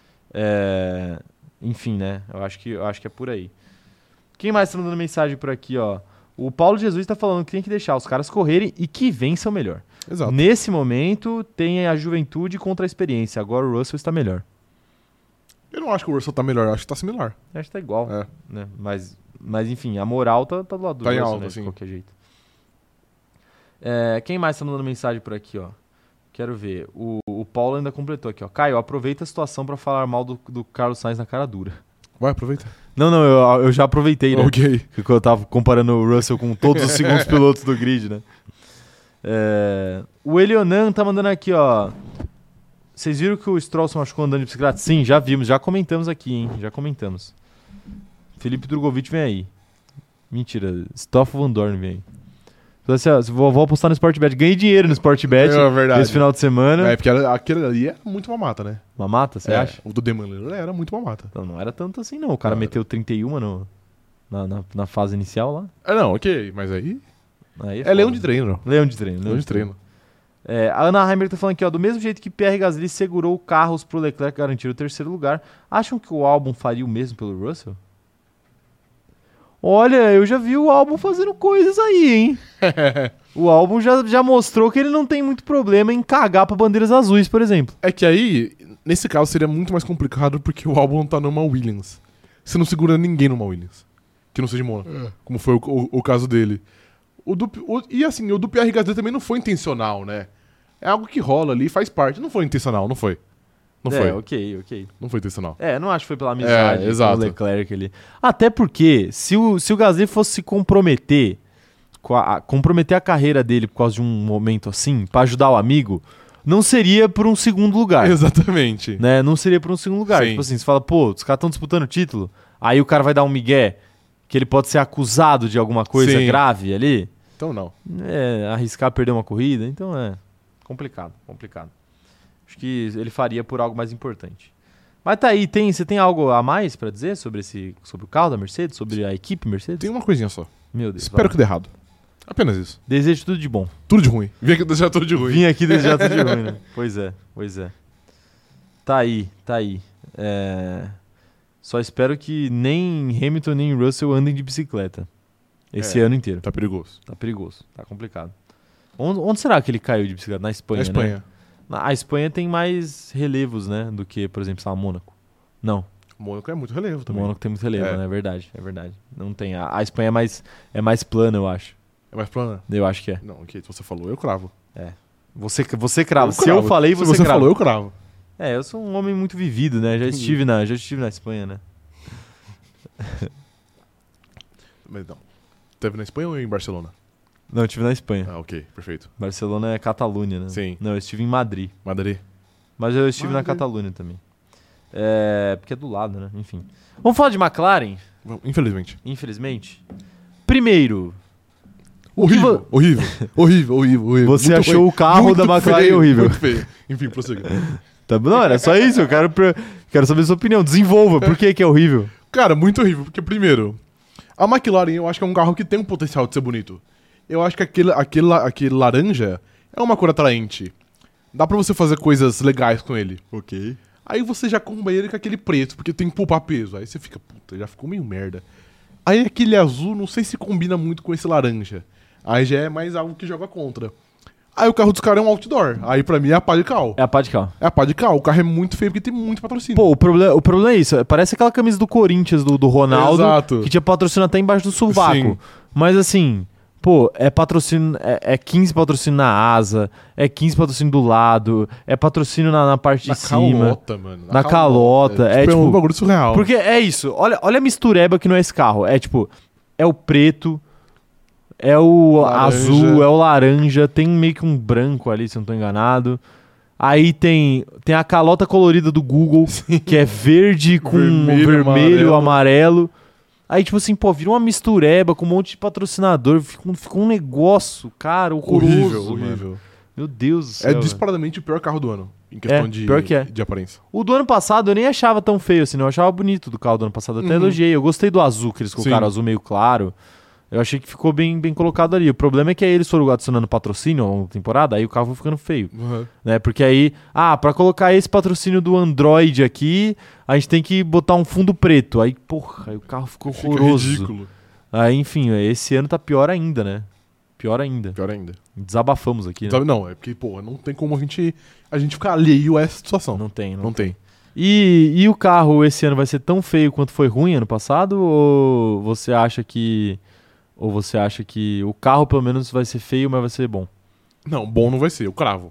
enfim, né? Eu acho que é por aí. Quem mais tá mandando mensagem por aqui, ó? O Paulo Jesus tá falando que tem que deixar os caras correrem e que vençam melhor. Exato. Nesse momento, tem a juventude contra a experiência. Agora o Russell está melhor. Eu não acho que o Russell tá melhor, eu acho que tá similar. Acho que tá igual, É. né? Mas enfim, a moral tá do lado do Tá em Russell, alta, né? De sim. qualquer jeito. Quem mais tá mandando mensagem por aqui, ó? Quero ver. O Paulo ainda completou aqui, ó. Caio, aproveita a situação pra falar mal do Carlos Sainz na cara dura. Vai, aproveita. Não, eu já aproveitei, né? Ok. Porque eu tava comparando o Russell com todos os segundos pilotos do grid, né? O Elionan tá mandando aqui, ó. Vocês viram que o Stroll se machucou andando de bicicleta? Sim, já vimos, já comentamos aqui, hein? Já comentamos. Felipe Drogovic vem aí. Mentira, Stoffel Van Dorn vem aí. Então, assim, ó, vou apostar no Sportbet. Ganhei dinheiro no Sportbet esse final de semana. É, porque aquele ali é muito mamata, né? Mamata, você acha? O do Demon era muito mamata. Não era tanto assim, não. O cara meteu 31 na fase inicial lá. Não, ok, mas aí Aí é leão de treino. Leão de treino. Leão de treino. A Ana Heimer tá falando aqui, ó, do mesmo jeito que Pierre Gasly segurou carros pro Leclerc garantir o terceiro lugar, acham que o Albon faria o mesmo pelo Russell? Olha, eu já vi o Albon fazendo coisas aí, hein? O Albon já mostrou que ele não tem muito problema em cagar pra bandeiras azuis, por exemplo. É que aí, nesse caso, seria muito mais complicado porque o Albon tá numa Williams. Você não segura ninguém numa Williams. Que não seja Mônaco. Como foi o caso dele. E assim, o do Pierre Gasly também não foi intencional, né? É algo que rola ali, faz parte. Não foi intencional, não foi. Não foi. Ok. Não foi intencional. Não acho que foi pela amizade exato. com o Leclerc ali. Até porque, se o Gasly fosse se comprometer, comprometer a carreira dele por causa de um momento assim, pra ajudar o amigo, não seria por um segundo lugar. Exatamente. Né? Não seria por um segundo lugar. Sim. Tipo assim, você fala, pô, os caras estão disputando o título, aí o cara vai dar um migué, que ele pode ser acusado de alguma coisa grave ali. Então não. Arriscar perder uma corrida, então é complicado. Acho que ele faria por algo mais importante. Mas tá aí, você tem algo a mais pra dizer sobre o carro da Mercedes, sobre a equipe Mercedes? Tem uma coisinha só. Meu Deus. Espero que dê errado. Apenas isso. Desejo tudo de bom. Tudo de ruim. Vim aqui desejar tudo de ruim. Vim aqui desejar tudo de ruim, né? Pois é. Tá aí. Só espero que nem Hamilton nem Russell andem de bicicleta esse ano inteiro. Tá perigoso. Tá perigoso, tá complicado. Onde será que ele caiu de bicicleta? Na Espanha, Na Espanha. né? A Espanha tem mais relevos, né? Do que, por exemplo, Mônaco. Não. Mônaco é muito relevo também. Mônaco tem muito relevo, né? É verdade. Não tem. A Espanha é mais plana, eu acho. É mais plana? Eu acho que é. Não, ok. Se você falou, eu cravo. Você crava. Se eu falei, você crava. Se você falou, eu cravo. Eu sou um homem muito vivido, né? Já estive na Espanha, né? Mas não. Teve na Espanha ou em Barcelona? Não, eu estive na Espanha. Ok, perfeito. Barcelona é Catalunha, né? Sim. Não, eu estive em Madrid. Madrid. Mas eu estive na Catalunha também. Porque é do lado, né? Enfim. Vamos falar de McLaren? Infelizmente. Infelizmente. Primeiro. Horrível. Você muito achou ruim. o carro Muito da McLaren feio, horrível. Muito feio. Enfim, prossiga. Não, era só isso. Eu quero saber a sua opinião. Desenvolva. Por que é horrível? Cara, muito horrível. Porque, primeiro, a McLaren eu acho que é um carro que tem um potencial de ser bonito. Eu acho que aquele laranja é uma cor atraente. Dá pra você fazer coisas legais com ele. Ok. Aí você já comba ele com aquele preto, porque tem que poupar peso. Aí você fica, puta, já ficou meio merda. Aí aquele azul, não sei se combina muito com esse laranja. Aí já é mais algo que joga contra. Aí o carro dos caras é um outdoor. Aí pra mim é a pá de cal. É a pá de cal. É a pá de cal. O carro é muito feio porque tem muito patrocínio. Pô, o problema é isso. Parece aquela camisa do Corinthians, do Ronaldo. Exato. Que tinha patrocínio até embaixo do sovaco. Sim. Mas assim, pô, é patrocínio. É 15 patrocínio na asa, é 15 patrocínio do lado, é patrocínio na parte de cima. Calota, mano. Na calota. É tipo um bagulho surreal. Porque é isso. Olha a mistureba que não é esse carro. É tipo, é o preto. É o laranja. Azul, é o laranja, tem meio que um branco ali, se eu não tô enganado. Aí tem a calota colorida do Google, sim, que é verde com vermelho, amarelo. Aí, tipo assim, pô, vira uma mistureba com um monte de patrocinador. Ficou um negócio, cara, horroroso. Horrível. Meu Deus do céu. É disparadamente o pior carro do ano, em questão de aparência. O do ano passado eu nem achava tão feio assim, não. Eu achava bonito do carro do ano passado, até elogiei. Eu gostei do azul que eles colocaram, azul meio claro. Eu achei que ficou bem colocado ali. O problema é que aí eles foram adicionando patrocínio ao longo da temporada, aí o carro foi ficando feio. Né? Porque aí, pra colocar esse patrocínio do Android aqui, a gente tem que botar um fundo preto. Aí, porra, aí o carro ficou horroroso. Ridículo. Aí, enfim, esse ano tá pior ainda, né? Pior ainda. Desabafamos aqui, né? Não, é porque, pô, não tem como a gente ficar alheio a essa situação. Não tem. E o carro esse ano vai ser tão feio quanto foi ruim ano passado? Ou você acha que o carro pelo menos vai ser feio, mas vai ser bom? Não, bom não vai ser, eu cravo.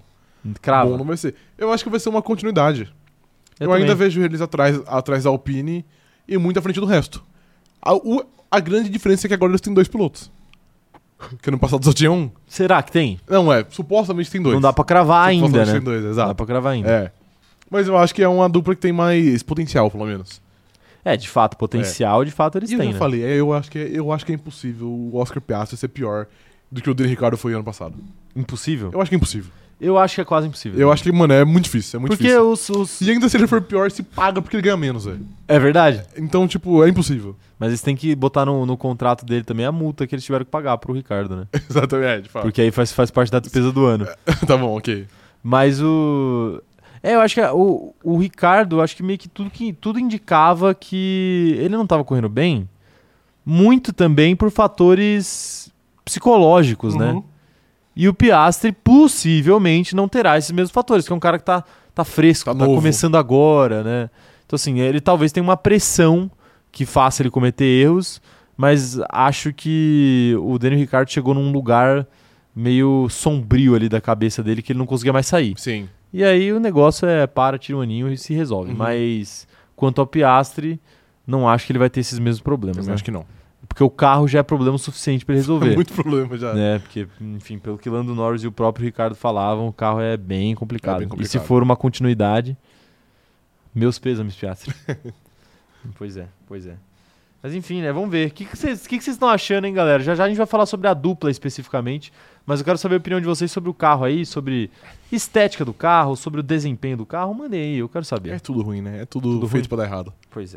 Crava. Bom não vai ser. Eu acho que vai ser uma continuidade. Eu também. ainda vejo eles atrás da Alpine e muito à frente do resto. A grande diferença é que agora eles têm 2 pilotos. Que no passado só tinha um. Será que tem? Não, supostamente tem 2. Não dá pra cravar ainda, Supostamente né? tem 2, Não exato. dá pra cravar ainda. É. Mas eu acho que é uma dupla que tem mais potencial, pelo menos. De fato, potencial, de fato, eles E eu têm, já né? falei, eu acho que é impossível o Oscar Piastri ser pior do que o Daniel Ricciardo foi ano passado. Impossível? Eu acho que é impossível. Eu acho que é quase impossível. Eu acho que, mano, é muito difícil. É muito Porque difícil. E ainda se ele for pior, se paga porque ele ganha menos, velho. É verdade. Então, tipo, é impossível. Mas eles têm que botar no contrato dele também a multa que eles tiveram que pagar pro Ricardo, né? Exatamente, fala. Porque aí faz parte da despesa do ano. Tá bom, ok. Mas eu acho que o Ricardo, acho que meio que tudo indicava que ele não tava correndo bem, muito também por fatores psicológicos, né? E o Piastri possivelmente não terá esses mesmos fatores, que é um cara que tá fresco, Tá tá novo. começando agora, né? Então, assim, ele talvez tenha uma pressão que faça ele cometer erros, mas acho que o Daniel Ricciardo chegou num lugar meio sombrio ali da cabeça dele, que ele não conseguia mais sair. Sim. E aí o negócio tira um aninho e se resolve. Uhum. Mas quanto ao Piastri, não acho que ele vai ter esses mesmos problemas, Também né? acho que não. Porque o carro já é problema suficiente para ele resolver. Muito problema já. Né? Porque, enfim, pelo que Lando Norris e o próprio Ricardo falavam, o carro é bem complicado. É bem complicado. E se for uma continuidade, meus pêsames, Piastri. Pois é. Mas enfim, né? Vamos ver. O que vocês estão achando, hein, galera? Já a gente vai falar sobre a dupla especificamente, mas eu quero saber a opinião de vocês sobre o carro aí, sobre estética do carro, sobre o desempenho do carro. Mandem aí, eu quero saber. É tudo ruim, né? É tudo feito pra dar errado. Pois é.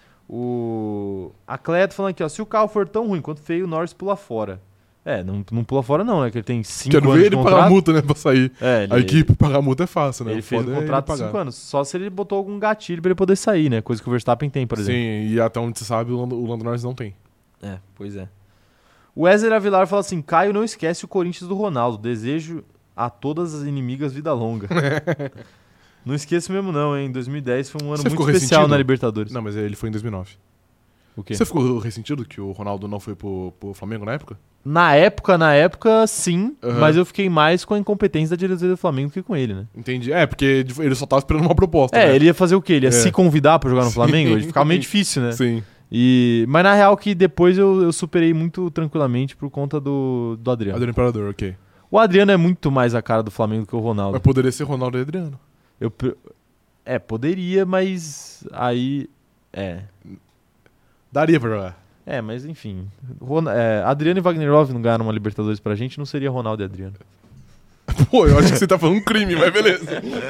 A Cleia tá falando aqui, ó. Se o carro for tão ruim quanto feio, o Norris pula fora. Não pula fora não, né? Que ele tem 5 Quero anos ver de ele contrato. pagar multa, né? Pra sair. Ele, A equipe pagar multa é fácil, né? ele O fez um foda é ele contrato de pagar. 5 anos. Só se ele botou algum gatilho pra ele poder sair, né? Coisa que o Verstappen tem, por exemplo. Sim, e até onde você sabe, o Lando Norris não tem. Pois é. O Wesley Avilar fala assim, Caio, não esquece o Corinthians do Ronaldo. Desejo a todas as inimigas vida longa. Não esqueço mesmo não, hein? 2010 foi um ano Você muito ficou especial ressentido? na Libertadores. Não, mas ele foi em 2009. O quê? Você ficou ressentido que o Ronaldo não foi pro Flamengo na época? Na época, sim. Uhum. Mas eu fiquei mais com a incompetência da diretoria do Flamengo do que com ele, né? Entendi. Porque ele só tava esperando uma proposta, né? Ele ia fazer o quê? Ele ia É. se convidar pra jogar no Sim. Flamengo? Ele ficava meio difícil, né? Sim. Mas na real que depois eu superei muito tranquilamente por conta do Adriano. Adriano Imperador, ok. O Adriano é muito mais a cara do Flamengo do que o Ronaldo. Mas poderia ser Ronaldo e Adriano. Poderia, mas aí... Daria pra jogar. Mas enfim. Adriano e Wagner Love não ganharam uma Libertadores pra gente, não seria Ronaldo e Adriano. Pô, eu acho que você tá falando um crime, mas beleza.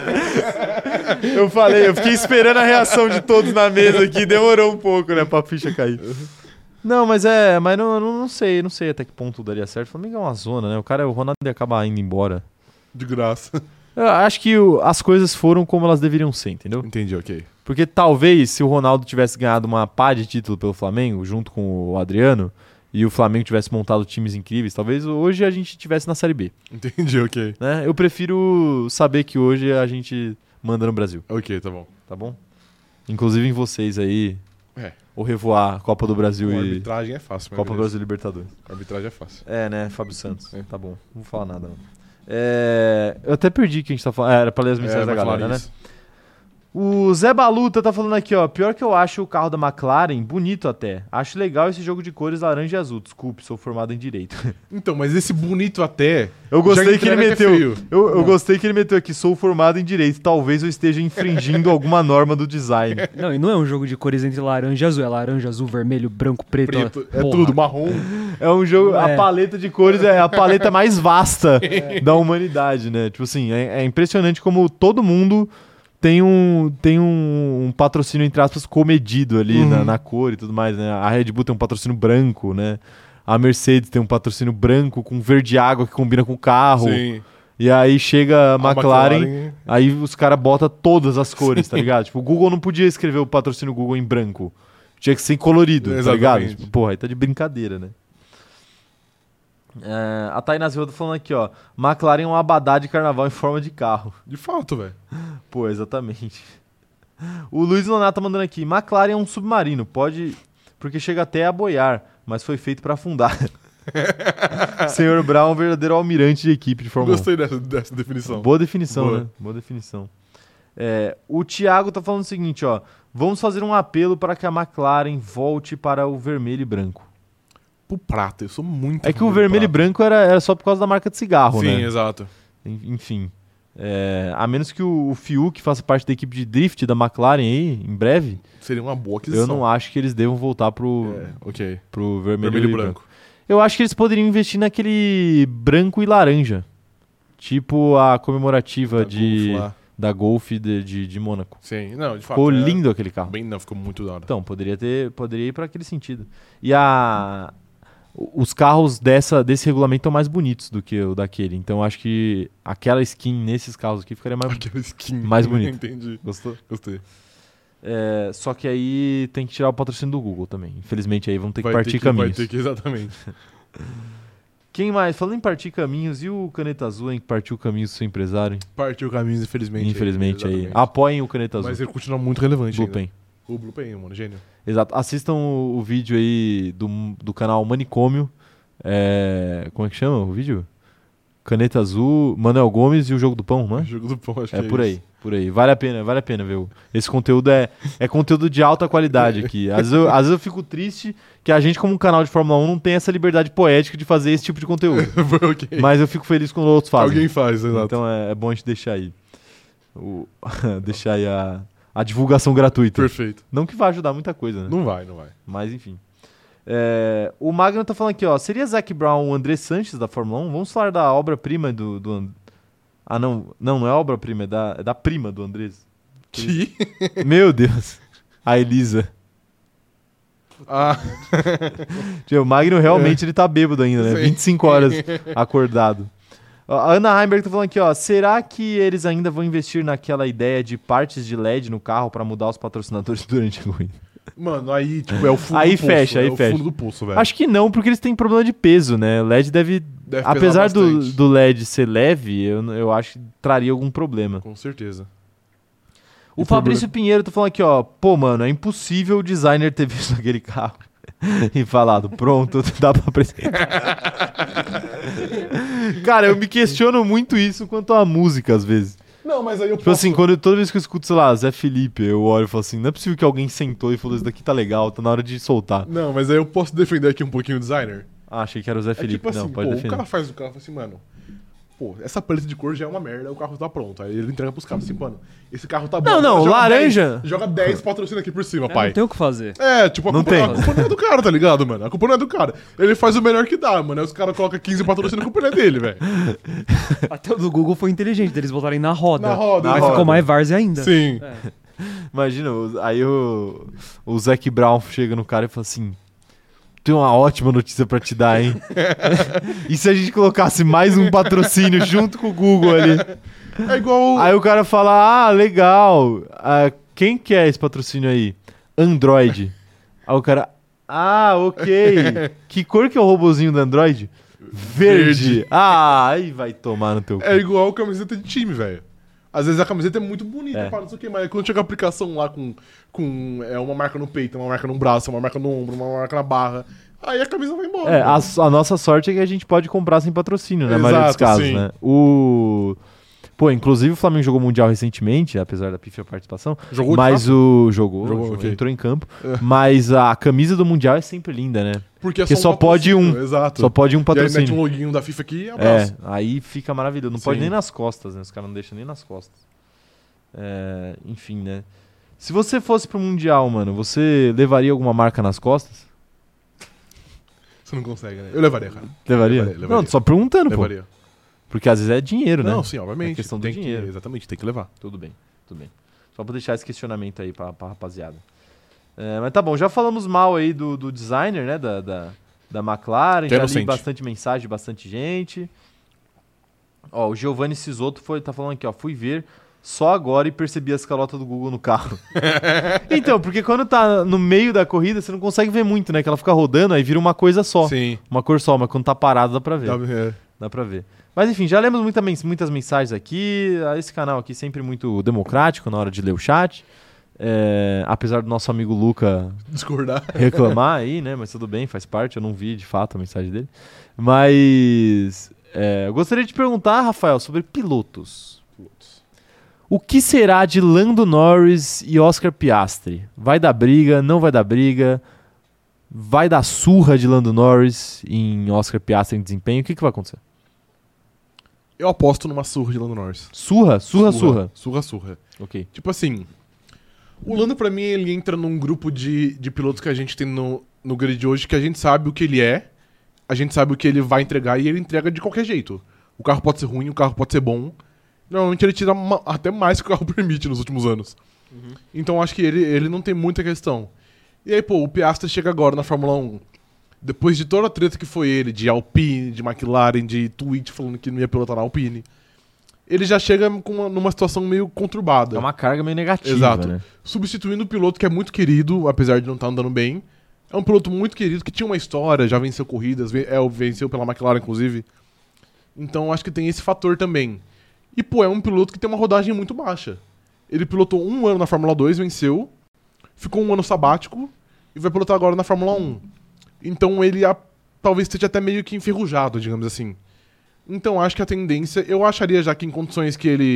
Eu fiquei esperando a reação de todos na mesa aqui, demorou um pouco, né, pra ficha cair. Não, mas não sei até que ponto daria certo. O Flamengo é uma zona, né? O Ronaldo ia acabar indo embora. De graça. Eu acho que as coisas foram como elas deveriam ser, entendeu? Entendi, ok. Porque talvez se o Ronaldo tivesse ganhado uma pá de título pelo Flamengo, junto com o Adriano, e o Flamengo tivesse montado times incríveis, talvez hoje a gente estivesse na Série B. Entendi, ok. Né? Eu prefiro saber que hoje a gente manda no Brasil, Ok, tá bom. tá bom? Inclusive em vocês aí, o revoar Copa do Brasil Com e arbitragem é fácil, mas Copa do beleza. Brasil e Libertadores. Com arbitragem é fácil. Né, Fábio Santos. É. Tá bom, não vou falar nada não. Eu até perdi o que a gente tá falando. Era pra ler as mensagens da vai falar galera, né? isso. O Zé Baluta tá falando aqui, ó. Pior que eu acho o carro da McLaren bonito até. Acho legal esse jogo de cores laranja e azul. Desculpe, sou formado em direito. Então, mas esse bonito até... Eu gostei que ele entrega que é meteu. feio. Eu gostei que ele meteu aqui. Sou formado em direito. Talvez eu esteja infringindo alguma norma do design. Não, e não é um jogo de cores entre laranja e azul. É laranja, azul, vermelho, branco, preto. Preto. É Porra. tudo, marrom. É um jogo. A É. paleta de cores é a paleta mais vasta da humanidade, né? Tipo assim, é impressionante como todo mundo tem um patrocínio, entre aspas, comedido ali na cor e tudo mais, né? A Red Bull tem um patrocínio branco, né? A Mercedes tem um patrocínio branco com verde água que combina com o carro. Sim. E aí chega a A McLaren, aí os caras botam todas as cores, tá ligado? Tipo, o Google não podia escrever o patrocínio Google em branco. Tinha que ser colorido, tá ligado? Exatamente. Tipo, porra, aí tá de brincadeira, né? A Tainá Silva tá falando aqui, ó. McLaren é um abadá de carnaval em forma de carro. De fato, velho. Pô, exatamente. O Luiz Nonato tá mandando aqui. McLaren é um submarino, pode... Porque chega até a boiar, mas foi feito pra afundar. Senhor Brown, verdadeiro almirante de equipe de Fórmula 1. Gostei dessa definição. Boa definição, Boa. né? Boa definição. O Thiago tá falando o seguinte, ó. Vamos fazer um apelo para que a McLaren volte para o vermelho e branco. Pro prata, eu sou muito É que o fã do vermelho e prata. branco era só por causa da marca de cigarro, Sim, né? exato. Enfim. A menos que o Fiuk faça parte da equipe de drift da McLaren aí, em breve, Seria uma boa aquisição. eu não acho que eles devam voltar pro vermelho, Vermelho e e branco. Eu acho que eles poderiam investir naquele branco e laranja. Tipo a comemorativa Golf lá. da Golf de Mônaco. Sim, não, de fato. Ficou lindo aquele carro. Não, ficou muito da hora. Então, poderia ir para aquele sentido. E os carros desse regulamento estão mais bonitos do que o daquele. Então, acho que aquela skin nesses carros aqui ficaria mais... Aquela skin. mais bonito. Entendi. Gostou? Gostei. Só que aí tem que tirar o patrocínio do Google também. Infelizmente, aí vão ter que Vai partir ter caminhos. Vai ter que, exatamente. Quem mais? Falando em partir caminhos, e o Caneta Azul, hein? Que partiu caminhos do seu empresário, hein? Partiu caminhos, infelizmente. Infelizmente aí. Exatamente. Apoiem o Caneta Azul. Mas ele continua muito relevante Blue ainda. Pen. O Blue Pen, mano, gênio. Exato. Assistam o vídeo aí do canal Manicômio. Como é que chama o vídeo? Caneta Azul, Manuel Gomes e o Jogo do Pão, não é? O jogo do pão, acho que É é por isso. aí, por aí. Vale a pena ver. Esse conteúdo é conteúdo de alta qualidade aqui. Às vezes eu fico triste que a gente, como um canal de Fórmula 1, não tem essa liberdade poética de fazer esse tipo de conteúdo. Ok. Mas eu fico feliz quando outros fazem. Alguém faz, exato. Então é bom a gente deixar aí. Deixar aí a divulgação gratuita. Perfeito. Não que vai ajudar muita coisa, né? Não vai. Mas enfim. O Magno tá falando aqui, ó. Seria Zac Brown o André Sanches da Fórmula 1? Vamos falar da obra-prima do Ah, não é obra-prima, é da prima do Andrés. Que? Meu Deus. A Elisa. Ah, O Magno realmente ele tá bêbado ainda, né? Sim. 25 horas acordado. A Ana Heimberg tá falando aqui, ó. Será que eles ainda vão investir naquela ideia de partes de LED no carro pra mudar os patrocinadores durante a corrida? mano, aí, tipo, é o fundo Aí do poço. fecha, aí é o fecha. fundo do poço, velho. Acho que não, porque eles têm problema de peso, né? LED deve Deve apesar pesar bastante. do LED ser leve, eu acho que traria algum problema. Com certeza. O Fabrício Pinheiro tá falando aqui, ó. Pô, mano, é impossível o designer ter visto aquele carro e falado, pronto, dá pra apresentar. Cara, eu me questiono muito isso quanto à música, às vezes. Não, mas aí eu Tipo assim, toda vez que eu escuto, sei lá, Zé Felipe, eu olho e falo assim, não é possível que alguém sentou e falou, isso daqui tá legal, tá na hora de soltar. Não, mas aí eu posso defender aqui um pouquinho o designer. Ah, achei que era o Zé Felipe. É tipo assim, Não, pode pô, o defender. cara faz o carro e fala assim, mano, pô, essa paleta de cor já é uma merda, o carro tá pronto. Aí ele entrega pros caras assim, mano, esse carro tá bom. Não, joga laranja. 10, joga 10 patrocina aqui por cima, pai. Não tem o que fazer. Tipo, Não tem. a culpa não é do cara, tá ligado, mano? A culpa não é do cara. Ele faz o melhor que dá, mano. Aí os caras colocam 15 patrocínios, a culpa não é dele, velho. Até o do Google foi inteligente, deles botarem na roda. Na roda, Aí na ficou roda. mais várzea ainda. Sim. É. Imagina, aí o Zac Brown chega no cara e fala assim, tem uma ótima notícia pra te dar, hein? E se a gente colocasse mais um patrocínio junto com o Google ali? É igual. Aí o cara fala, ah, legal. Quem que é esse patrocínio aí? Android. Aí o cara, ah, ok. Que cor que é o robozinho do Android? Verde. Aí vai tomar no teu cu. É igual camiseta de time, velho. Às vezes a camiseta é muito bonita, É. pá, não sei o que, mas quando chega a aplicação lá com uma marca no peito, uma marca no braço, uma marca no ombro, uma marca na barra, aí a camisa vai embora. velho. A nossa sorte é que a gente pode comprar sem patrocínio, na maioria dos Exato, casos, sim. né? Pô, inclusive o Flamengo jogou Mundial recentemente, apesar da pífia participação. Jogou de Mas fato? Jogou, ok. entrou em campo. Mas a camisa do Mundial é sempre linda, né? Porque Porque só pode patrocínio, Exato. Só pode um E aí mete um patrocínio. loginho da FIFA aqui e abraço. Aí fica maravilhoso. Não pode Sim. nem nas costas, né? Os caras não deixam nem nas costas. Enfim, né? Se você fosse pro Mundial, mano, você levaria alguma marca nas costas? Você não consegue, né? Eu levaria, cara. Levaria? Levaria. Não, só perguntando, pô. Levaria. Porque às vezes é dinheiro, né? Não, sim, obviamente. É questão do Tem dinheiro. Exatamente, tem que levar. Tudo bem. Só pra deixar esse questionamento aí pra rapaziada. Mas tá bom, já falamos mal aí do designer, né? Da McLaren, Que é já li inocente. bastante mensagem de bastante gente. Ó, o Giovanni Sisoto tá falando aqui, ó. Fui ver só agora e percebi as calotas do Google no carro. Então, porque quando tá no meio da corrida, você não consegue ver muito, né? Que ela fica rodando, aí vira uma coisa só. Sim. Uma cor só, mas quando tá parado dá pra ver. É. Dá pra ver. Mas enfim, já lemos muitas mensagens aqui. Esse canal aqui sempre muito democrático na hora de ler o chat. Apesar do nosso amigo Luca Discordar. reclamar aí, né? Mas tudo bem, faz parte. Eu não vi de fato a mensagem dele. Mas eu gostaria de te perguntar, Rafael, sobre pilotos. O que será de Lando Norris e Oscar Piastri? Vai dar briga? Não vai dar briga? Vai dar surra de Lando Norris em Oscar Piastri em desempenho? O que vai acontecer? Eu aposto numa surra de Lando Norris. Surra? Surra. Ok. Tipo assim, o Lando pra mim ele entra num grupo de pilotos que a gente tem no grid hoje que a gente sabe o que ele é, a gente sabe o que ele vai entregar e ele entrega de qualquer jeito. O carro pode ser ruim, o carro pode ser bom. Normalmente ele tira até mais que o carro permite nos últimos anos. Uhum. Então acho que ele não tem muita questão. E aí, pô, o Piastri chega agora na Fórmula 1. Depois de toda a treta que foi ele, de Alpine, de McLaren, de tweet falando que não ia pilotar na Alpine, ele já chega numa situação meio conturbada. É uma carga meio negativa, exato, né? Substituindo um piloto que é muito querido, apesar de não estar andando bem. É um piloto muito querido, que tinha uma história, já venceu corridas, venceu pela McLaren, inclusive. Então acho que tem esse fator também. E, pô, é um piloto que tem uma rodagem muito baixa. Ele pilotou 1 ano na Fórmula 2, venceu, ficou 1 ano sabático e vai pilotar agora na Fórmula 1. Então ele talvez esteja até meio que enferrujado, digamos assim. Então acho que a tendência, eu acharia já que em condições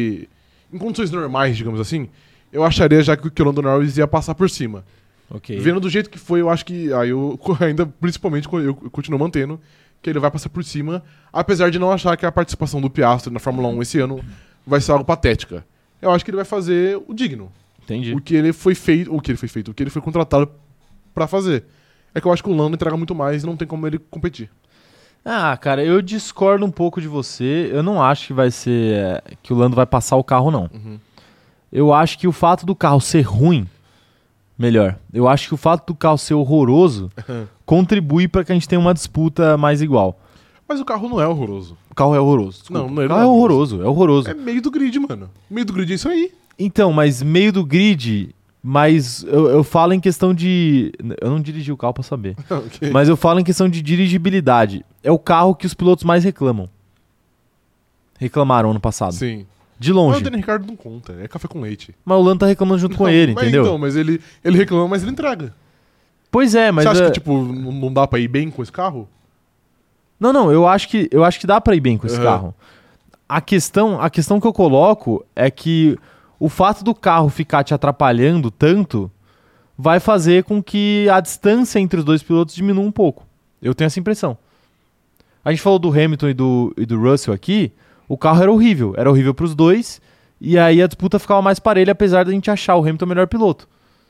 normais, digamos assim, eu acharia já que o Lando Norris ia passar por cima. Okay. Vendo do jeito que foi, eu acho que aí eu ainda, principalmente, eu continuo mantendo que ele vai passar por cima, apesar de não achar que a participação do Piastri na Fórmula 1 esse ano vai ser algo patética. Eu acho que ele vai fazer o digno. Entendi. O que ele foi contratado pra fazer. É que eu acho que o Lando entrega muito mais e não tem como ele competir. Ah, cara, eu discordo um pouco de você. Eu não acho que vai ser que o Lando vai passar o carro, não. Uhum. Eu acho que o fato do carro ser ruim, melhor, eu acho que o fato do carro ser horroroso contribui para que a gente tenha uma disputa mais igual. Mas o carro não é horroroso. O carro é horroroso. Desculpa. Não, o carro é horroroso. É meio do grid, mano. Meio do grid é isso aí. Então, mas meio do grid, mas eu falo em questão de... Eu não dirigi o carro pra saber. Okay. Mas eu falo em questão de dirigibilidade. É o carro que os pilotos mais reclamam. Reclamaram ano passado. Sim. De longe. Mas o Daniel Ricciardo não conta, é café com leite. Mas o Lando tá reclamando junto com ele, entendeu? Então, mas ele reclama, mas ele entrega. Pois é, mas... Você acha que, tipo, não dá pra ir bem com esse carro? Não, eu acho que dá pra ir bem com esse carro. A questão que eu coloco é que o fato do carro ficar te atrapalhando tanto vai fazer com que a distância entre os dois pilotos diminua um pouco. Eu tenho essa impressão. A gente falou do Hamilton e do Russell aqui, o carro era horrível pros dois, e aí a disputa ficava mais parelha, apesar da gente achar o Hamilton o melhor piloto.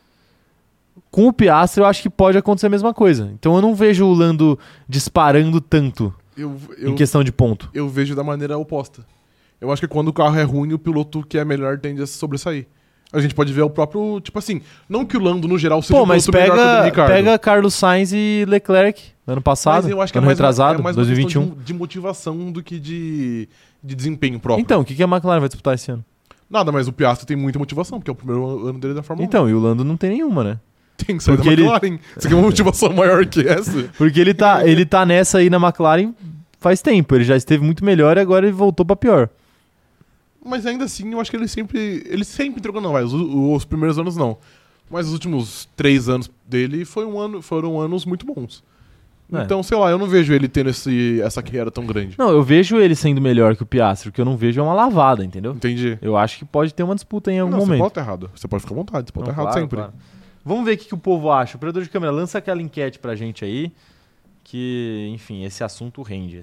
Com o Piastri, eu acho que pode acontecer a mesma coisa. Então eu não vejo o Lando disparando tanto em questão de ponto. Eu vejo da maneira oposta. Eu acho que quando o carro é ruim, o piloto que é melhor tende a se sobressair. A gente pode ver o próprio... Tipo assim, não que o Lando, no geral, seja o piloto melhor que o Daniel Ricciardo. Pega Carlos Sainz e Leclerc, ano passado, mas eu acho que ano retrasado, mais 2021. Uma questão de motivação do que de desempenho próprio. Então, o que a McLaren vai disputar esse ano? Nada, mas o Piastri tem muita motivação, porque é o primeiro ano dele da Fórmula 1. Então, e o Lando não tem nenhuma, né? Tem que sair da McLaren. Você quer uma motivação maior que essa? Porque ele tá nessa aí na McLaren faz tempo. Ele já esteve muito melhor e agora ele voltou pra pior. Mas ainda assim, eu acho que ele sempre entregou, não, vai. Os primeiros anos não. Mas os últimos 3 anos dele foram anos muito bons. Então, sei lá, eu não vejo ele tendo essa carreira tão grande. Não, eu vejo ele sendo melhor que o Piastri. O que eu não vejo é uma lavada, entendeu? Entendi. Eu acho que pode ter uma disputa em algum momento. Você pode estar errado. Você pode ficar à vontade. Você pode estar errado sempre. Claro. Vamos ver o que o povo acha. Operador de câmera, lança aquela enquete pra gente aí. Que, enfim, esse assunto rende.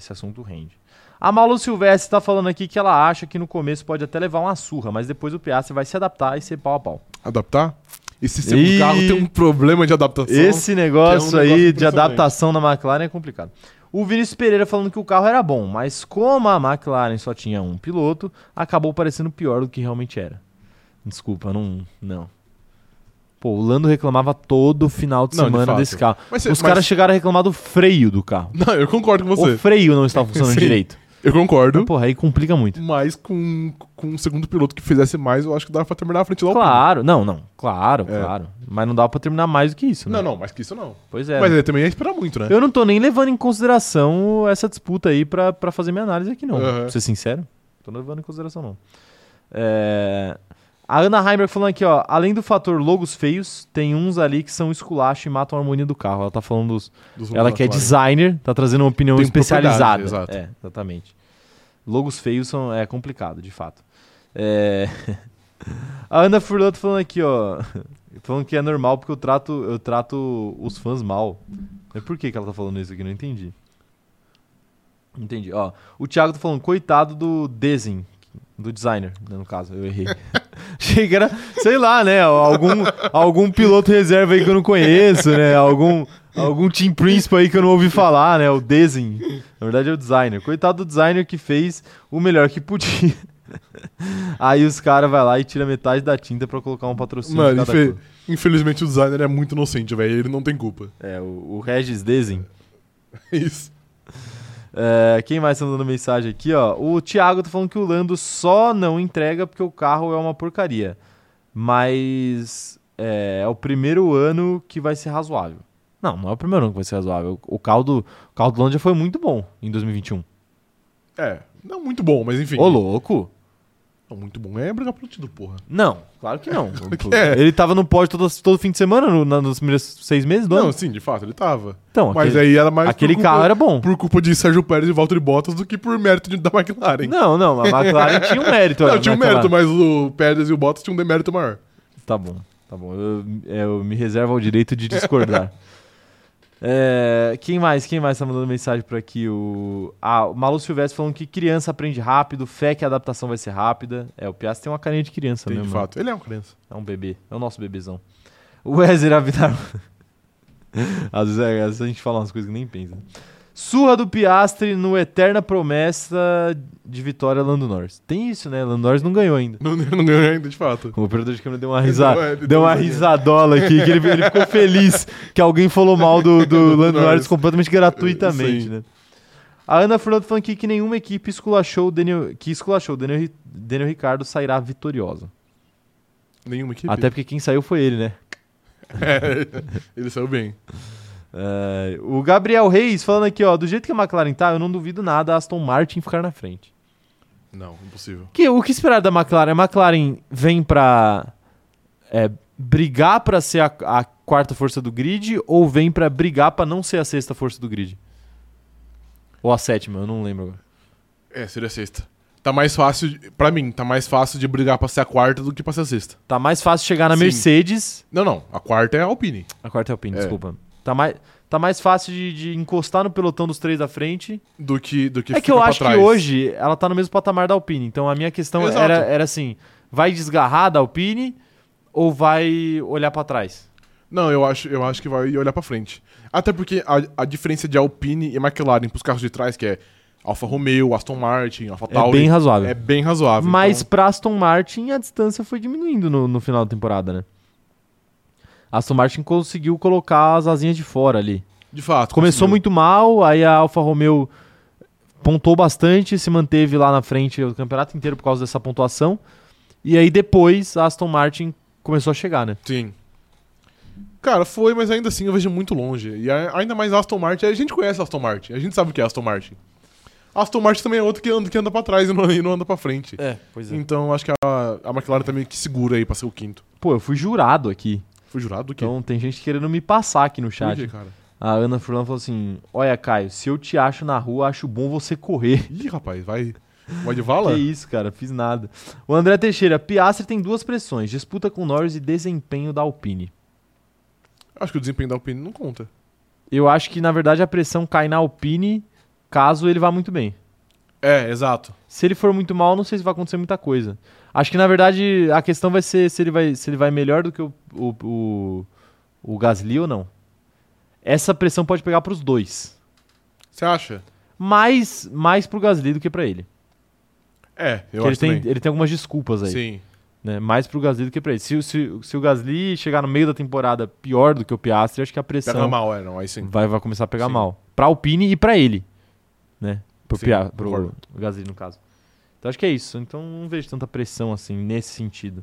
A Malu Silvestre tá falando aqui que ela acha que no começo pode até levar uma surra, mas depois o Piastri vai se adaptar e ser pau a pau. Adaptar? Esse segundo carro tem um problema de adaptação. Esse negócio aí de impressionante. adaptação na McLaren é complicado. O Vinícius Pereira falando que o carro era bom, mas como a McLaren só tinha um piloto, acabou parecendo pior do que realmente era. Desculpa, não. Pô, o Lando reclamava todo final de semana desse carro. Os caras chegaram a reclamar do freio do carro. Não, eu concordo com você. O freio não estava funcionando direito. Eu concordo. Mas, porra, aí complica muito. Mas com um segundo piloto que fizesse mais, eu acho que dava pra terminar à frente do Alpine. Claro, claro. Mas não dava pra terminar mais do que isso, né? Não, mais que isso não. Pois é. Mas ele também ia esperar muito, né? Eu não tô nem levando em consideração essa disputa aí pra fazer minha análise aqui, não. Pra ser sincero, tô não levando em consideração, não. A Ana Heimberg falando aqui, ó. Além do fator logos feios, tem uns ali que são esculacho e matam a harmonia do carro. Ela tá falando ela que é designer, tá trazendo uma opinião Tem especializada. propriedade, exato. É, exatamente. Logos feios é complicado, de fato. A Ana Furlan tá falando aqui, ó. Falando que é normal porque eu trato os fãs mal. Mas por que ela tá falando isso aqui? Não entendi. Entendi. Ó, o Thiago tá falando, coitado do design, do designer, né, no caso, eu errei. Achei que era, sei lá, né, algum piloto reserva aí que eu não conheço, né, algum team principal aí que eu não ouvi falar, né, o design. Na verdade é o designer. Coitado do designer que fez o melhor que podia. Aí os caras vai lá e tira metade da tinta pra colocar um patrocínio. Mano, de cada cor. infelizmente o designer é muito inocente, velho. Ele não tem culpa. O Regis Design. Isso. Quem mais tá mandando mensagem aqui, ó? O Thiago tá falando que o Lando só não entrega porque o carro é uma porcaria. Mas é o primeiro ano que vai ser razoável. Não é o primeiro ano que vai ser razoável. O carro do Lando já foi muito bom em 2021. Não muito bom, mas enfim. Ô, louco! Não, muito bom é brigar pelo título, porra. Não, claro que não. que é. Ele tava no pódio todo fim de semana nos primeiros 6 meses do ano? Não, sim, de fato, ele tava. Então, mas aí era mais aquele carro era bom. Por culpa de Sérgio Pérez e Valtteri Bottas do que por mérito da McLaren. Não, a McLaren tinha um mérito. Não, tinha um mérito, mas o Pérez e o Bottas tinham um demérito maior. Tá bom. Eu me reservo ao direito de discordar. Quem mais tá mandando mensagem por aqui? O Malu Silvestre falando que criança aprende rápido, fé que a adaptação vai ser rápida. O Piastri tem uma carinha de criança Tem, mesmo. de fato. Ele é uma criança. É um bebê. É o nosso bebezão. O Wesley Avinar... Às vezes a gente fala umas coisas que nem pensa. Surra do Piastri no eterna promessa de vitória Lando Norris. Tem isso, né? Lando Norris não ganhou ainda. Não ganhou ainda, de fato. O operador de câmera deu uma risadola aqui, que ele ficou feliz que alguém falou mal do Lando Norris completamente gratuitamente, né? A Ana Fernanda falando aqui que nenhuma equipe esculachou o Daniel Ricciardo sairá vitoriosa. Nenhuma equipe? Até porque quem saiu foi ele, né? Ele saiu bem. O Gabriel Reis falando aqui, ó, do jeito que a McLaren tá, eu não duvido nada a Aston Martin ficar na frente. Não, impossível. O que esperar da McLaren? A McLaren vem pra brigar pra ser a quarta força do grid ou vem pra brigar pra não ser a sexta força do grid? Ou a sétima, eu não lembro agora. Seria a sexta. Tá mais fácil, pra mim, tá mais fácil de brigar pra ser a quarta do que pra ser a sexta. Tá mais fácil chegar na Sim. Mercedes. Não, a quarta é a Alpine. A quarta é a Alpine, desculpa. Tá mais fácil de encostar no pelotão dos três da frente. Do que que eu acho que hoje ela tá no mesmo patamar da Alpine. Então a minha questão era assim, vai desgarrar da Alpine ou vai olhar pra trás? Não, eu acho que vai olhar pra frente. Até porque a diferença de Alpine e McLaren pros carros de trás, que é Alfa Romeo, Aston Martin, Alfa Tauri... É bem razoável. É bem razoável. Mas pra Aston Martin a distância foi diminuindo no final da temporada, né? A Aston Martin conseguiu colocar as asinhas de fora ali. De fato. Começou conseguiu. muito mal, aí a Alfa Romeo pontuou bastante, se manteve lá na frente o campeonato inteiro por causa dessa pontuação. E aí depois a Aston Martin começou a chegar, né? Sim. Cara, foi, mas ainda assim eu vejo muito longe. E ainda mais a Aston Martin, a gente conhece a Aston Martin, a gente sabe o que é a Aston Martin. A Aston Martin também é outro que anda pra trás e não anda pra frente. Pois é. Então acho que a McLaren também que segura aí pra ser o quinto. Pô, eu fui jurado aqui. Foi jurado do quê? Então tem gente querendo me passar aqui no chat. Por quê, cara? A Ana Furlan falou assim: olha, Caio, se eu te acho na rua, acho bom você correr. Ih, rapaz, vai de vala? Que isso, cara, fiz nada. O André Teixeira, Piastri tem duas pressões: disputa com Norris e desempenho da Alpine. Acho que o desempenho da Alpine não conta. Eu acho que, na verdade, a pressão cai na Alpine caso ele vá muito bem. Exato. Se ele for muito mal, não sei se vai acontecer muita coisa. Acho que, na verdade, a questão vai ser se ele vai melhor do que o Gasly ou não. Essa pressão pode pegar pros dois. Você acha? Mais pro Gasly do que pra ele. Eu acho também. Ele tem algumas desculpas aí. Sim. Né? Mais pro Gasly do que pra ele. Se o Gasly chegar no meio da temporada pior do que o Piastri, acho que a pressão Pega mal, não, aí sim. vai começar a pegar Sim. mal. Pra Alpine e pra ele. Né? Pro concordo. Gasly, no caso. Então acho que é isso. Então não vejo tanta pressão assim, nesse sentido.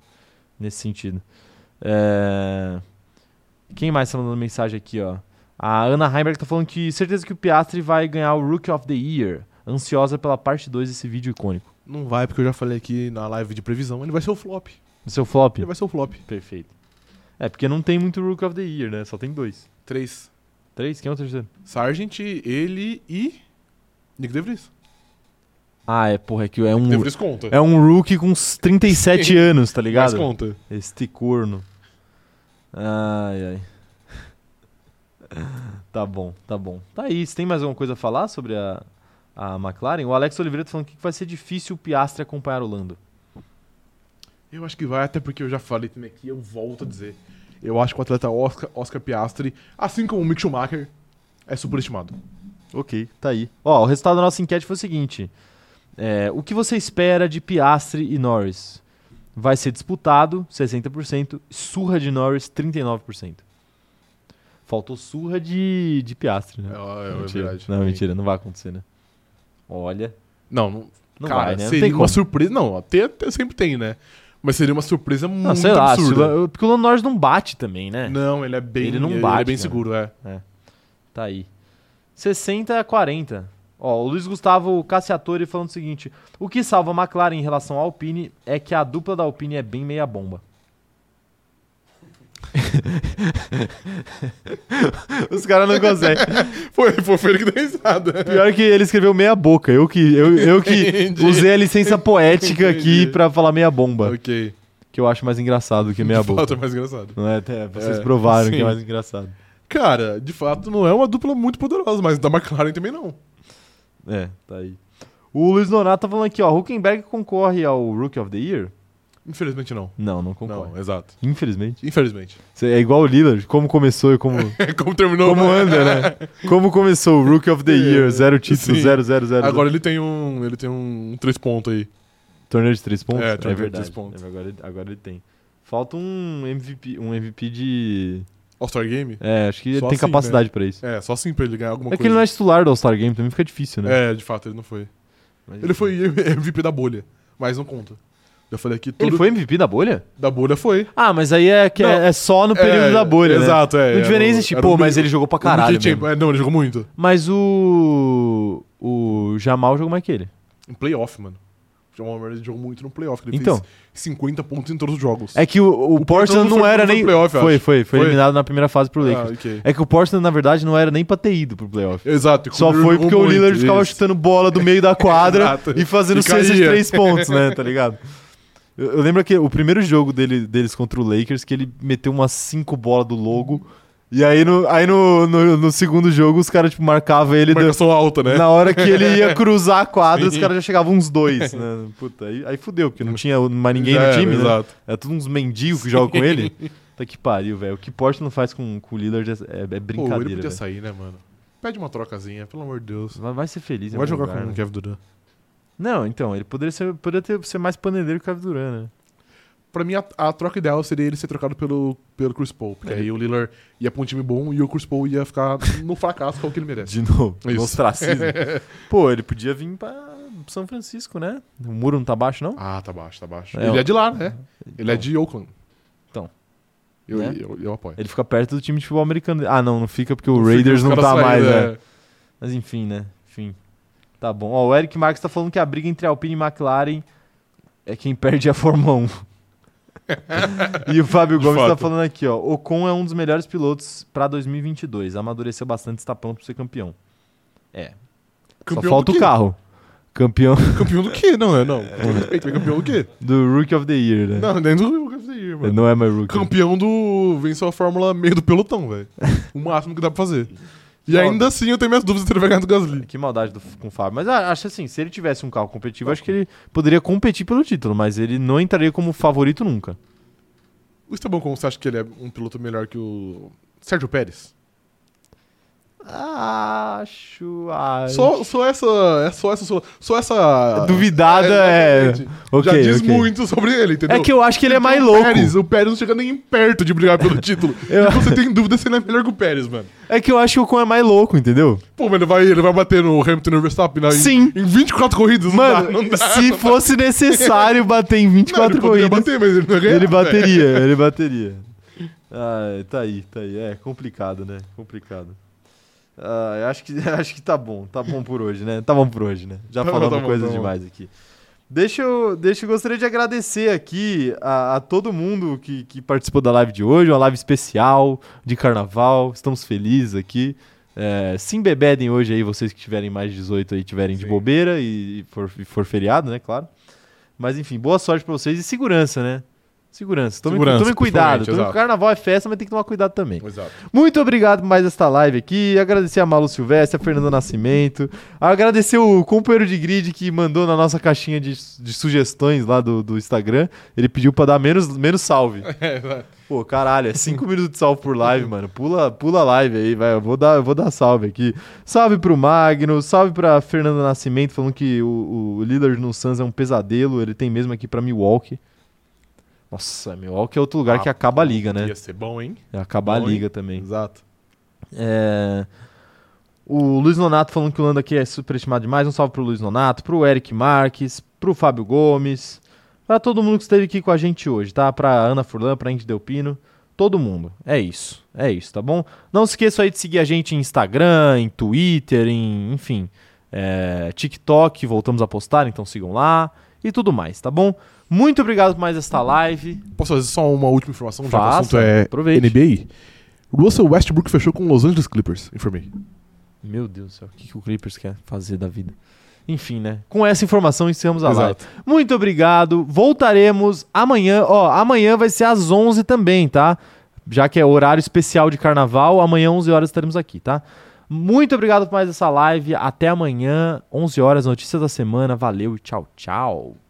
Quem mais tá mandando mensagem aqui, ó? A Ana Heimberg tá falando que certeza que o Piastri vai ganhar o Rookie of the Year. Ansiosa pela parte 2 desse vídeo icônico. Não vai, porque eu já falei aqui na live de previsão, ele vai ser o flop. O seu flop? Ele vai ser o flop. Perfeito. É, porque não tem muito Rook of the Year, né? Só tem 2. 3. 3? Quem é o terceiro? Sargent, ele e Nick DeVries. Ah, porra, é que é um... DeVries conta. É um rookie com uns 37 anos, tá Mas ligado? conta. Este corno. Ai, ai. Tá bom, tá bom. Tá aí, você tem mais alguma coisa a falar sobre a McLaren? O Alex Oliveira tá falando que vai ser difícil o Piastri acompanhar o Lando. Eu acho que vai, até porque eu já falei também aqui, eu volto a dizer. Eu acho que o atleta Oscar Piastri, assim como o Mick Schumacher, é superestimado. Ok, tá aí. Ó, o resultado da nossa enquete foi o seguinte. O que você espera de Piastri e Norris? Vai ser disputado, 60%. Surra de Norris, 39%. Faltou surra de Piastri, né? É Mentira. verdade. Não, mentira, não vai acontecer, né? Olha, Não não cara, vai, né? Não seria tem uma como. surpresa. Não, até sempre tem, né? Mas seria uma surpresa muito Não, sei lá, absurda. porque o Lando Norris não bate também, né? Não, ele é bem, Ele não ele bate, é bem cara. seguro, é. Tá aí. 60-40. Ó, o Luiz Gustavo Cassiatori falando o seguinte: o que salva a McLaren em relação à Alpine é que a dupla da Alpine é bem meia bomba. Os caras não conseguem. Foi ele que deu risada. Pior que ele escreveu meia boca. Eu que Entendi. usei a licença poética aqui Entendi. pra falar meia bomba. Ok. Que eu acho mais engraçado do que meia De boca. fato é mais engraçado. Não é? Até vocês É, provaram que sim. é mais engraçado. Cara, de fato não é uma dupla muito poderosa, mas da McLaren também não. Tá aí. O Luiz Nonato tá falando aqui, ó. Huckenberg concorre ao Rookie of the Year? Infelizmente não. Não concorre. Não, exato. Infelizmente. Infelizmente. É igual o Lillard, como começou e como, Como terminou. como anda, né? Como começou o Rookie of the Year, 0 títulos, Sim. 0-0-0. Agora ele tem um 3 pontos aí. Torneio de 3 pontos? É, torneio de verdade. 3 pontos. Agora ele tem. Falta um MVP de... All-Star Game? Acho que ele Só tem assim, capacidade pra isso. É, só assim pra ele ganhar alguma É coisa. que ele não é titular do All-Star Game, também fica difícil, né? É, de fato, ele não foi. Mas, Ele foi MVP da bolha, mas não conta. Eu falei aqui Ele foi MVP da bolha? Da bolha foi. Ah, mas aí Não. é só no período da bolha, né? Exato, é. Não devia nem existir. Era Pô, o mas Mickey- ele jogou pra o caralho Mickey mesmo. Chamber- Não, ele jogou muito. Mas o Jamal jogou mais que ele. Em playoff, mano. O Jamal Murray jogou muito no playoff. Ele Então. fez 50 pontos em todos os jogos. É que o Portland não foi era pro nem... playoff, eu acho. Foi Foi? eliminado na primeira fase pro Lakers. Ah, ok. É que o Portland, na verdade, não era nem pra ter ido pro playoff. Exato. e Só como ele foi jogou porque o muito, Lillard ficava isso. chutando bola do meio da quadra Exato. e fazendo E cesta de caía. 3 pontos, né? Tá ligado? Eu lembro que o primeiro jogo deles contra o Lakers, que ele meteu umas 5 bolas do logo. E aí no segundo jogo os caras tipo, marcavam ele Marcação alta, né? na hora que ele ia cruzar a quadra, os Sim. caras já chegavam uns 2. Né? Puta, aí fudeu, porque não tinha mais ninguém Já no era, time, né? Exato. É tudo uns mendigos que jogam com ele. Tá que pariu, velho. O que Portland não faz com o Lillard é Pô, ele brincadeira. podia velho. sair, né, mano? Pede uma trocazinha, pelo amor de Deus. Vai ser feliz. em Não vai algum jogar lugar, com né? o Kevin Durant. Não, então, ele poderia ser mais paneleiro que o Kevin Durant, né? Pra mim, a troca ideal seria ele ser trocado pelo Chris Paul. Porque aí o Lillard ia pra um time bom e o Chris Paul ia ficar no fracasso, que é o que ele merece. De novo, Isso. no ostracismo. Pô, ele podia vir pra São Francisco, né? O muro não tá baixo, não? Ah, tá baixo, tá baixo. É, Ele é de lá, né? Ele é Então. de Oakland. Então. Eu, Né? eu apoio. Ele fica perto do time de futebol americano. Ah, não fica porque o Não fica, Raiders os não caras tá mais, saíram, né? Mas enfim, né? Enfim. Tá bom. Ó, o Eric Marques tá falando que a briga entre Alpine e McLaren é quem perde a Fórmula 1. E o Fábio De Gomes tá fato. falando aqui, ó. Ocon é um dos melhores pilotos pra 2022. Amadureceu bastante, está pronto pra ser campeão. Só falta o carro. Campeão Campeão do quê? Não, não. Com respeito, é campeão do quê? do Rookie of the Year, né? Não, nem do Rookie of the Year, Ele mano. não é mais Rookie. Campeão do... Venceu a Fórmula meio do pelotão, velho. O máximo que dá pra fazer. E ainda assim eu tenho minhas dúvidas se ele vai ganhar do Gasly. Que maldade com o Fábio. Mas acho assim, se ele tivesse um carro competitivo, acho que ele poderia competir pelo título, mas ele não entraria como favorito nunca. O Esteban, como você acha que ele é um piloto melhor que o Sérgio Pérez? Acho. Só essa Duvidada exatamente. Ok, Já diz ok. muito sobre ele, entendeu? É que eu acho que ele é mais O louco. Pérez não chega nem perto de brigar pelo título. Eu- E você tem dúvida se ele é melhor que o Pérez, mano. É que eu acho que o Ocon é mais louco, entendeu? Pô, mas ele vai bater no Hamilton e no Verstappen Sim. em 24 corridas? Mano, não dá. se fosse necessário bater em 24 ele poderia corridas, bater, mas ele não ia ganhar, ele velho. bateria, ele bateria. Ah, tá aí. É complicado, né? Complicado. Acho que tá bom por hoje, né? Tá bom por hoje, né? Já Tá bom, falamos tá bom, coisas tá bom. demais aqui. Gostaria de agradecer aqui a todo mundo que participou da live de hoje, uma live especial de carnaval. Estamos felizes aqui. Se embebedem hoje aí, vocês que tiverem mais de 18 aí, tiverem de bobeira e for feriado, né, claro. Mas enfim, boa sorte pra vocês e segurança, né? Segurança. Tomem cuidado. Carnaval é festa, mas tem que tomar cuidado também. Exato. Muito obrigado por mais esta live aqui. Agradecer a Malu Silvestre, a Fernanda Nascimento. Agradecer o companheiro de grid que mandou na nossa caixinha de sugestões lá do Instagram. Ele pediu pra dar menos salve. Pô, caralho, é 5 minutos de salve por live, mano. Pula a live aí, vai. Eu vou dar salve aqui. Salve pro Magno, salve pra Fernanda Nascimento, falando que o Lillard no Suns é um pesadelo. Ele tem mesmo aqui pra Milwaukee. Nossa, Milwaukee é outro lugar que acaba a liga, né? Ia ser bom, hein? Acabar a liga também. Exato. O Luiz Nonato falando que o Lando aqui é superestimado demais. Um salve pro Luiz Nonato, pro Eric Marques, pro Fábio Gomes, pra todo mundo que esteve aqui com a gente hoje, tá? Pra Ana Furlan, pra Indy Delpino, todo mundo. É isso, tá bom? Não se esqueça aí de seguir a gente em Instagram, em Twitter, enfim, TikTok, voltamos a postar, então sigam lá e tudo mais, tá bom? Muito obrigado por mais esta live. Posso fazer só uma última informação? Já que o Faça, assunto é aproveite. NBA. Russell Westbrook fechou com Los Angeles Clippers, informei. Meu Deus do céu, o que o Clippers quer fazer da vida? Enfim, né? Com essa informação encerramos a live. Muito obrigado. Voltaremos amanhã. Amanhã vai ser às 11 também, tá? Já que é horário especial de carnaval, amanhã 11 horas estaremos aqui, tá? Muito obrigado por mais essa live. Até amanhã, 11 horas, notícias da semana. Valeu e tchau, tchau.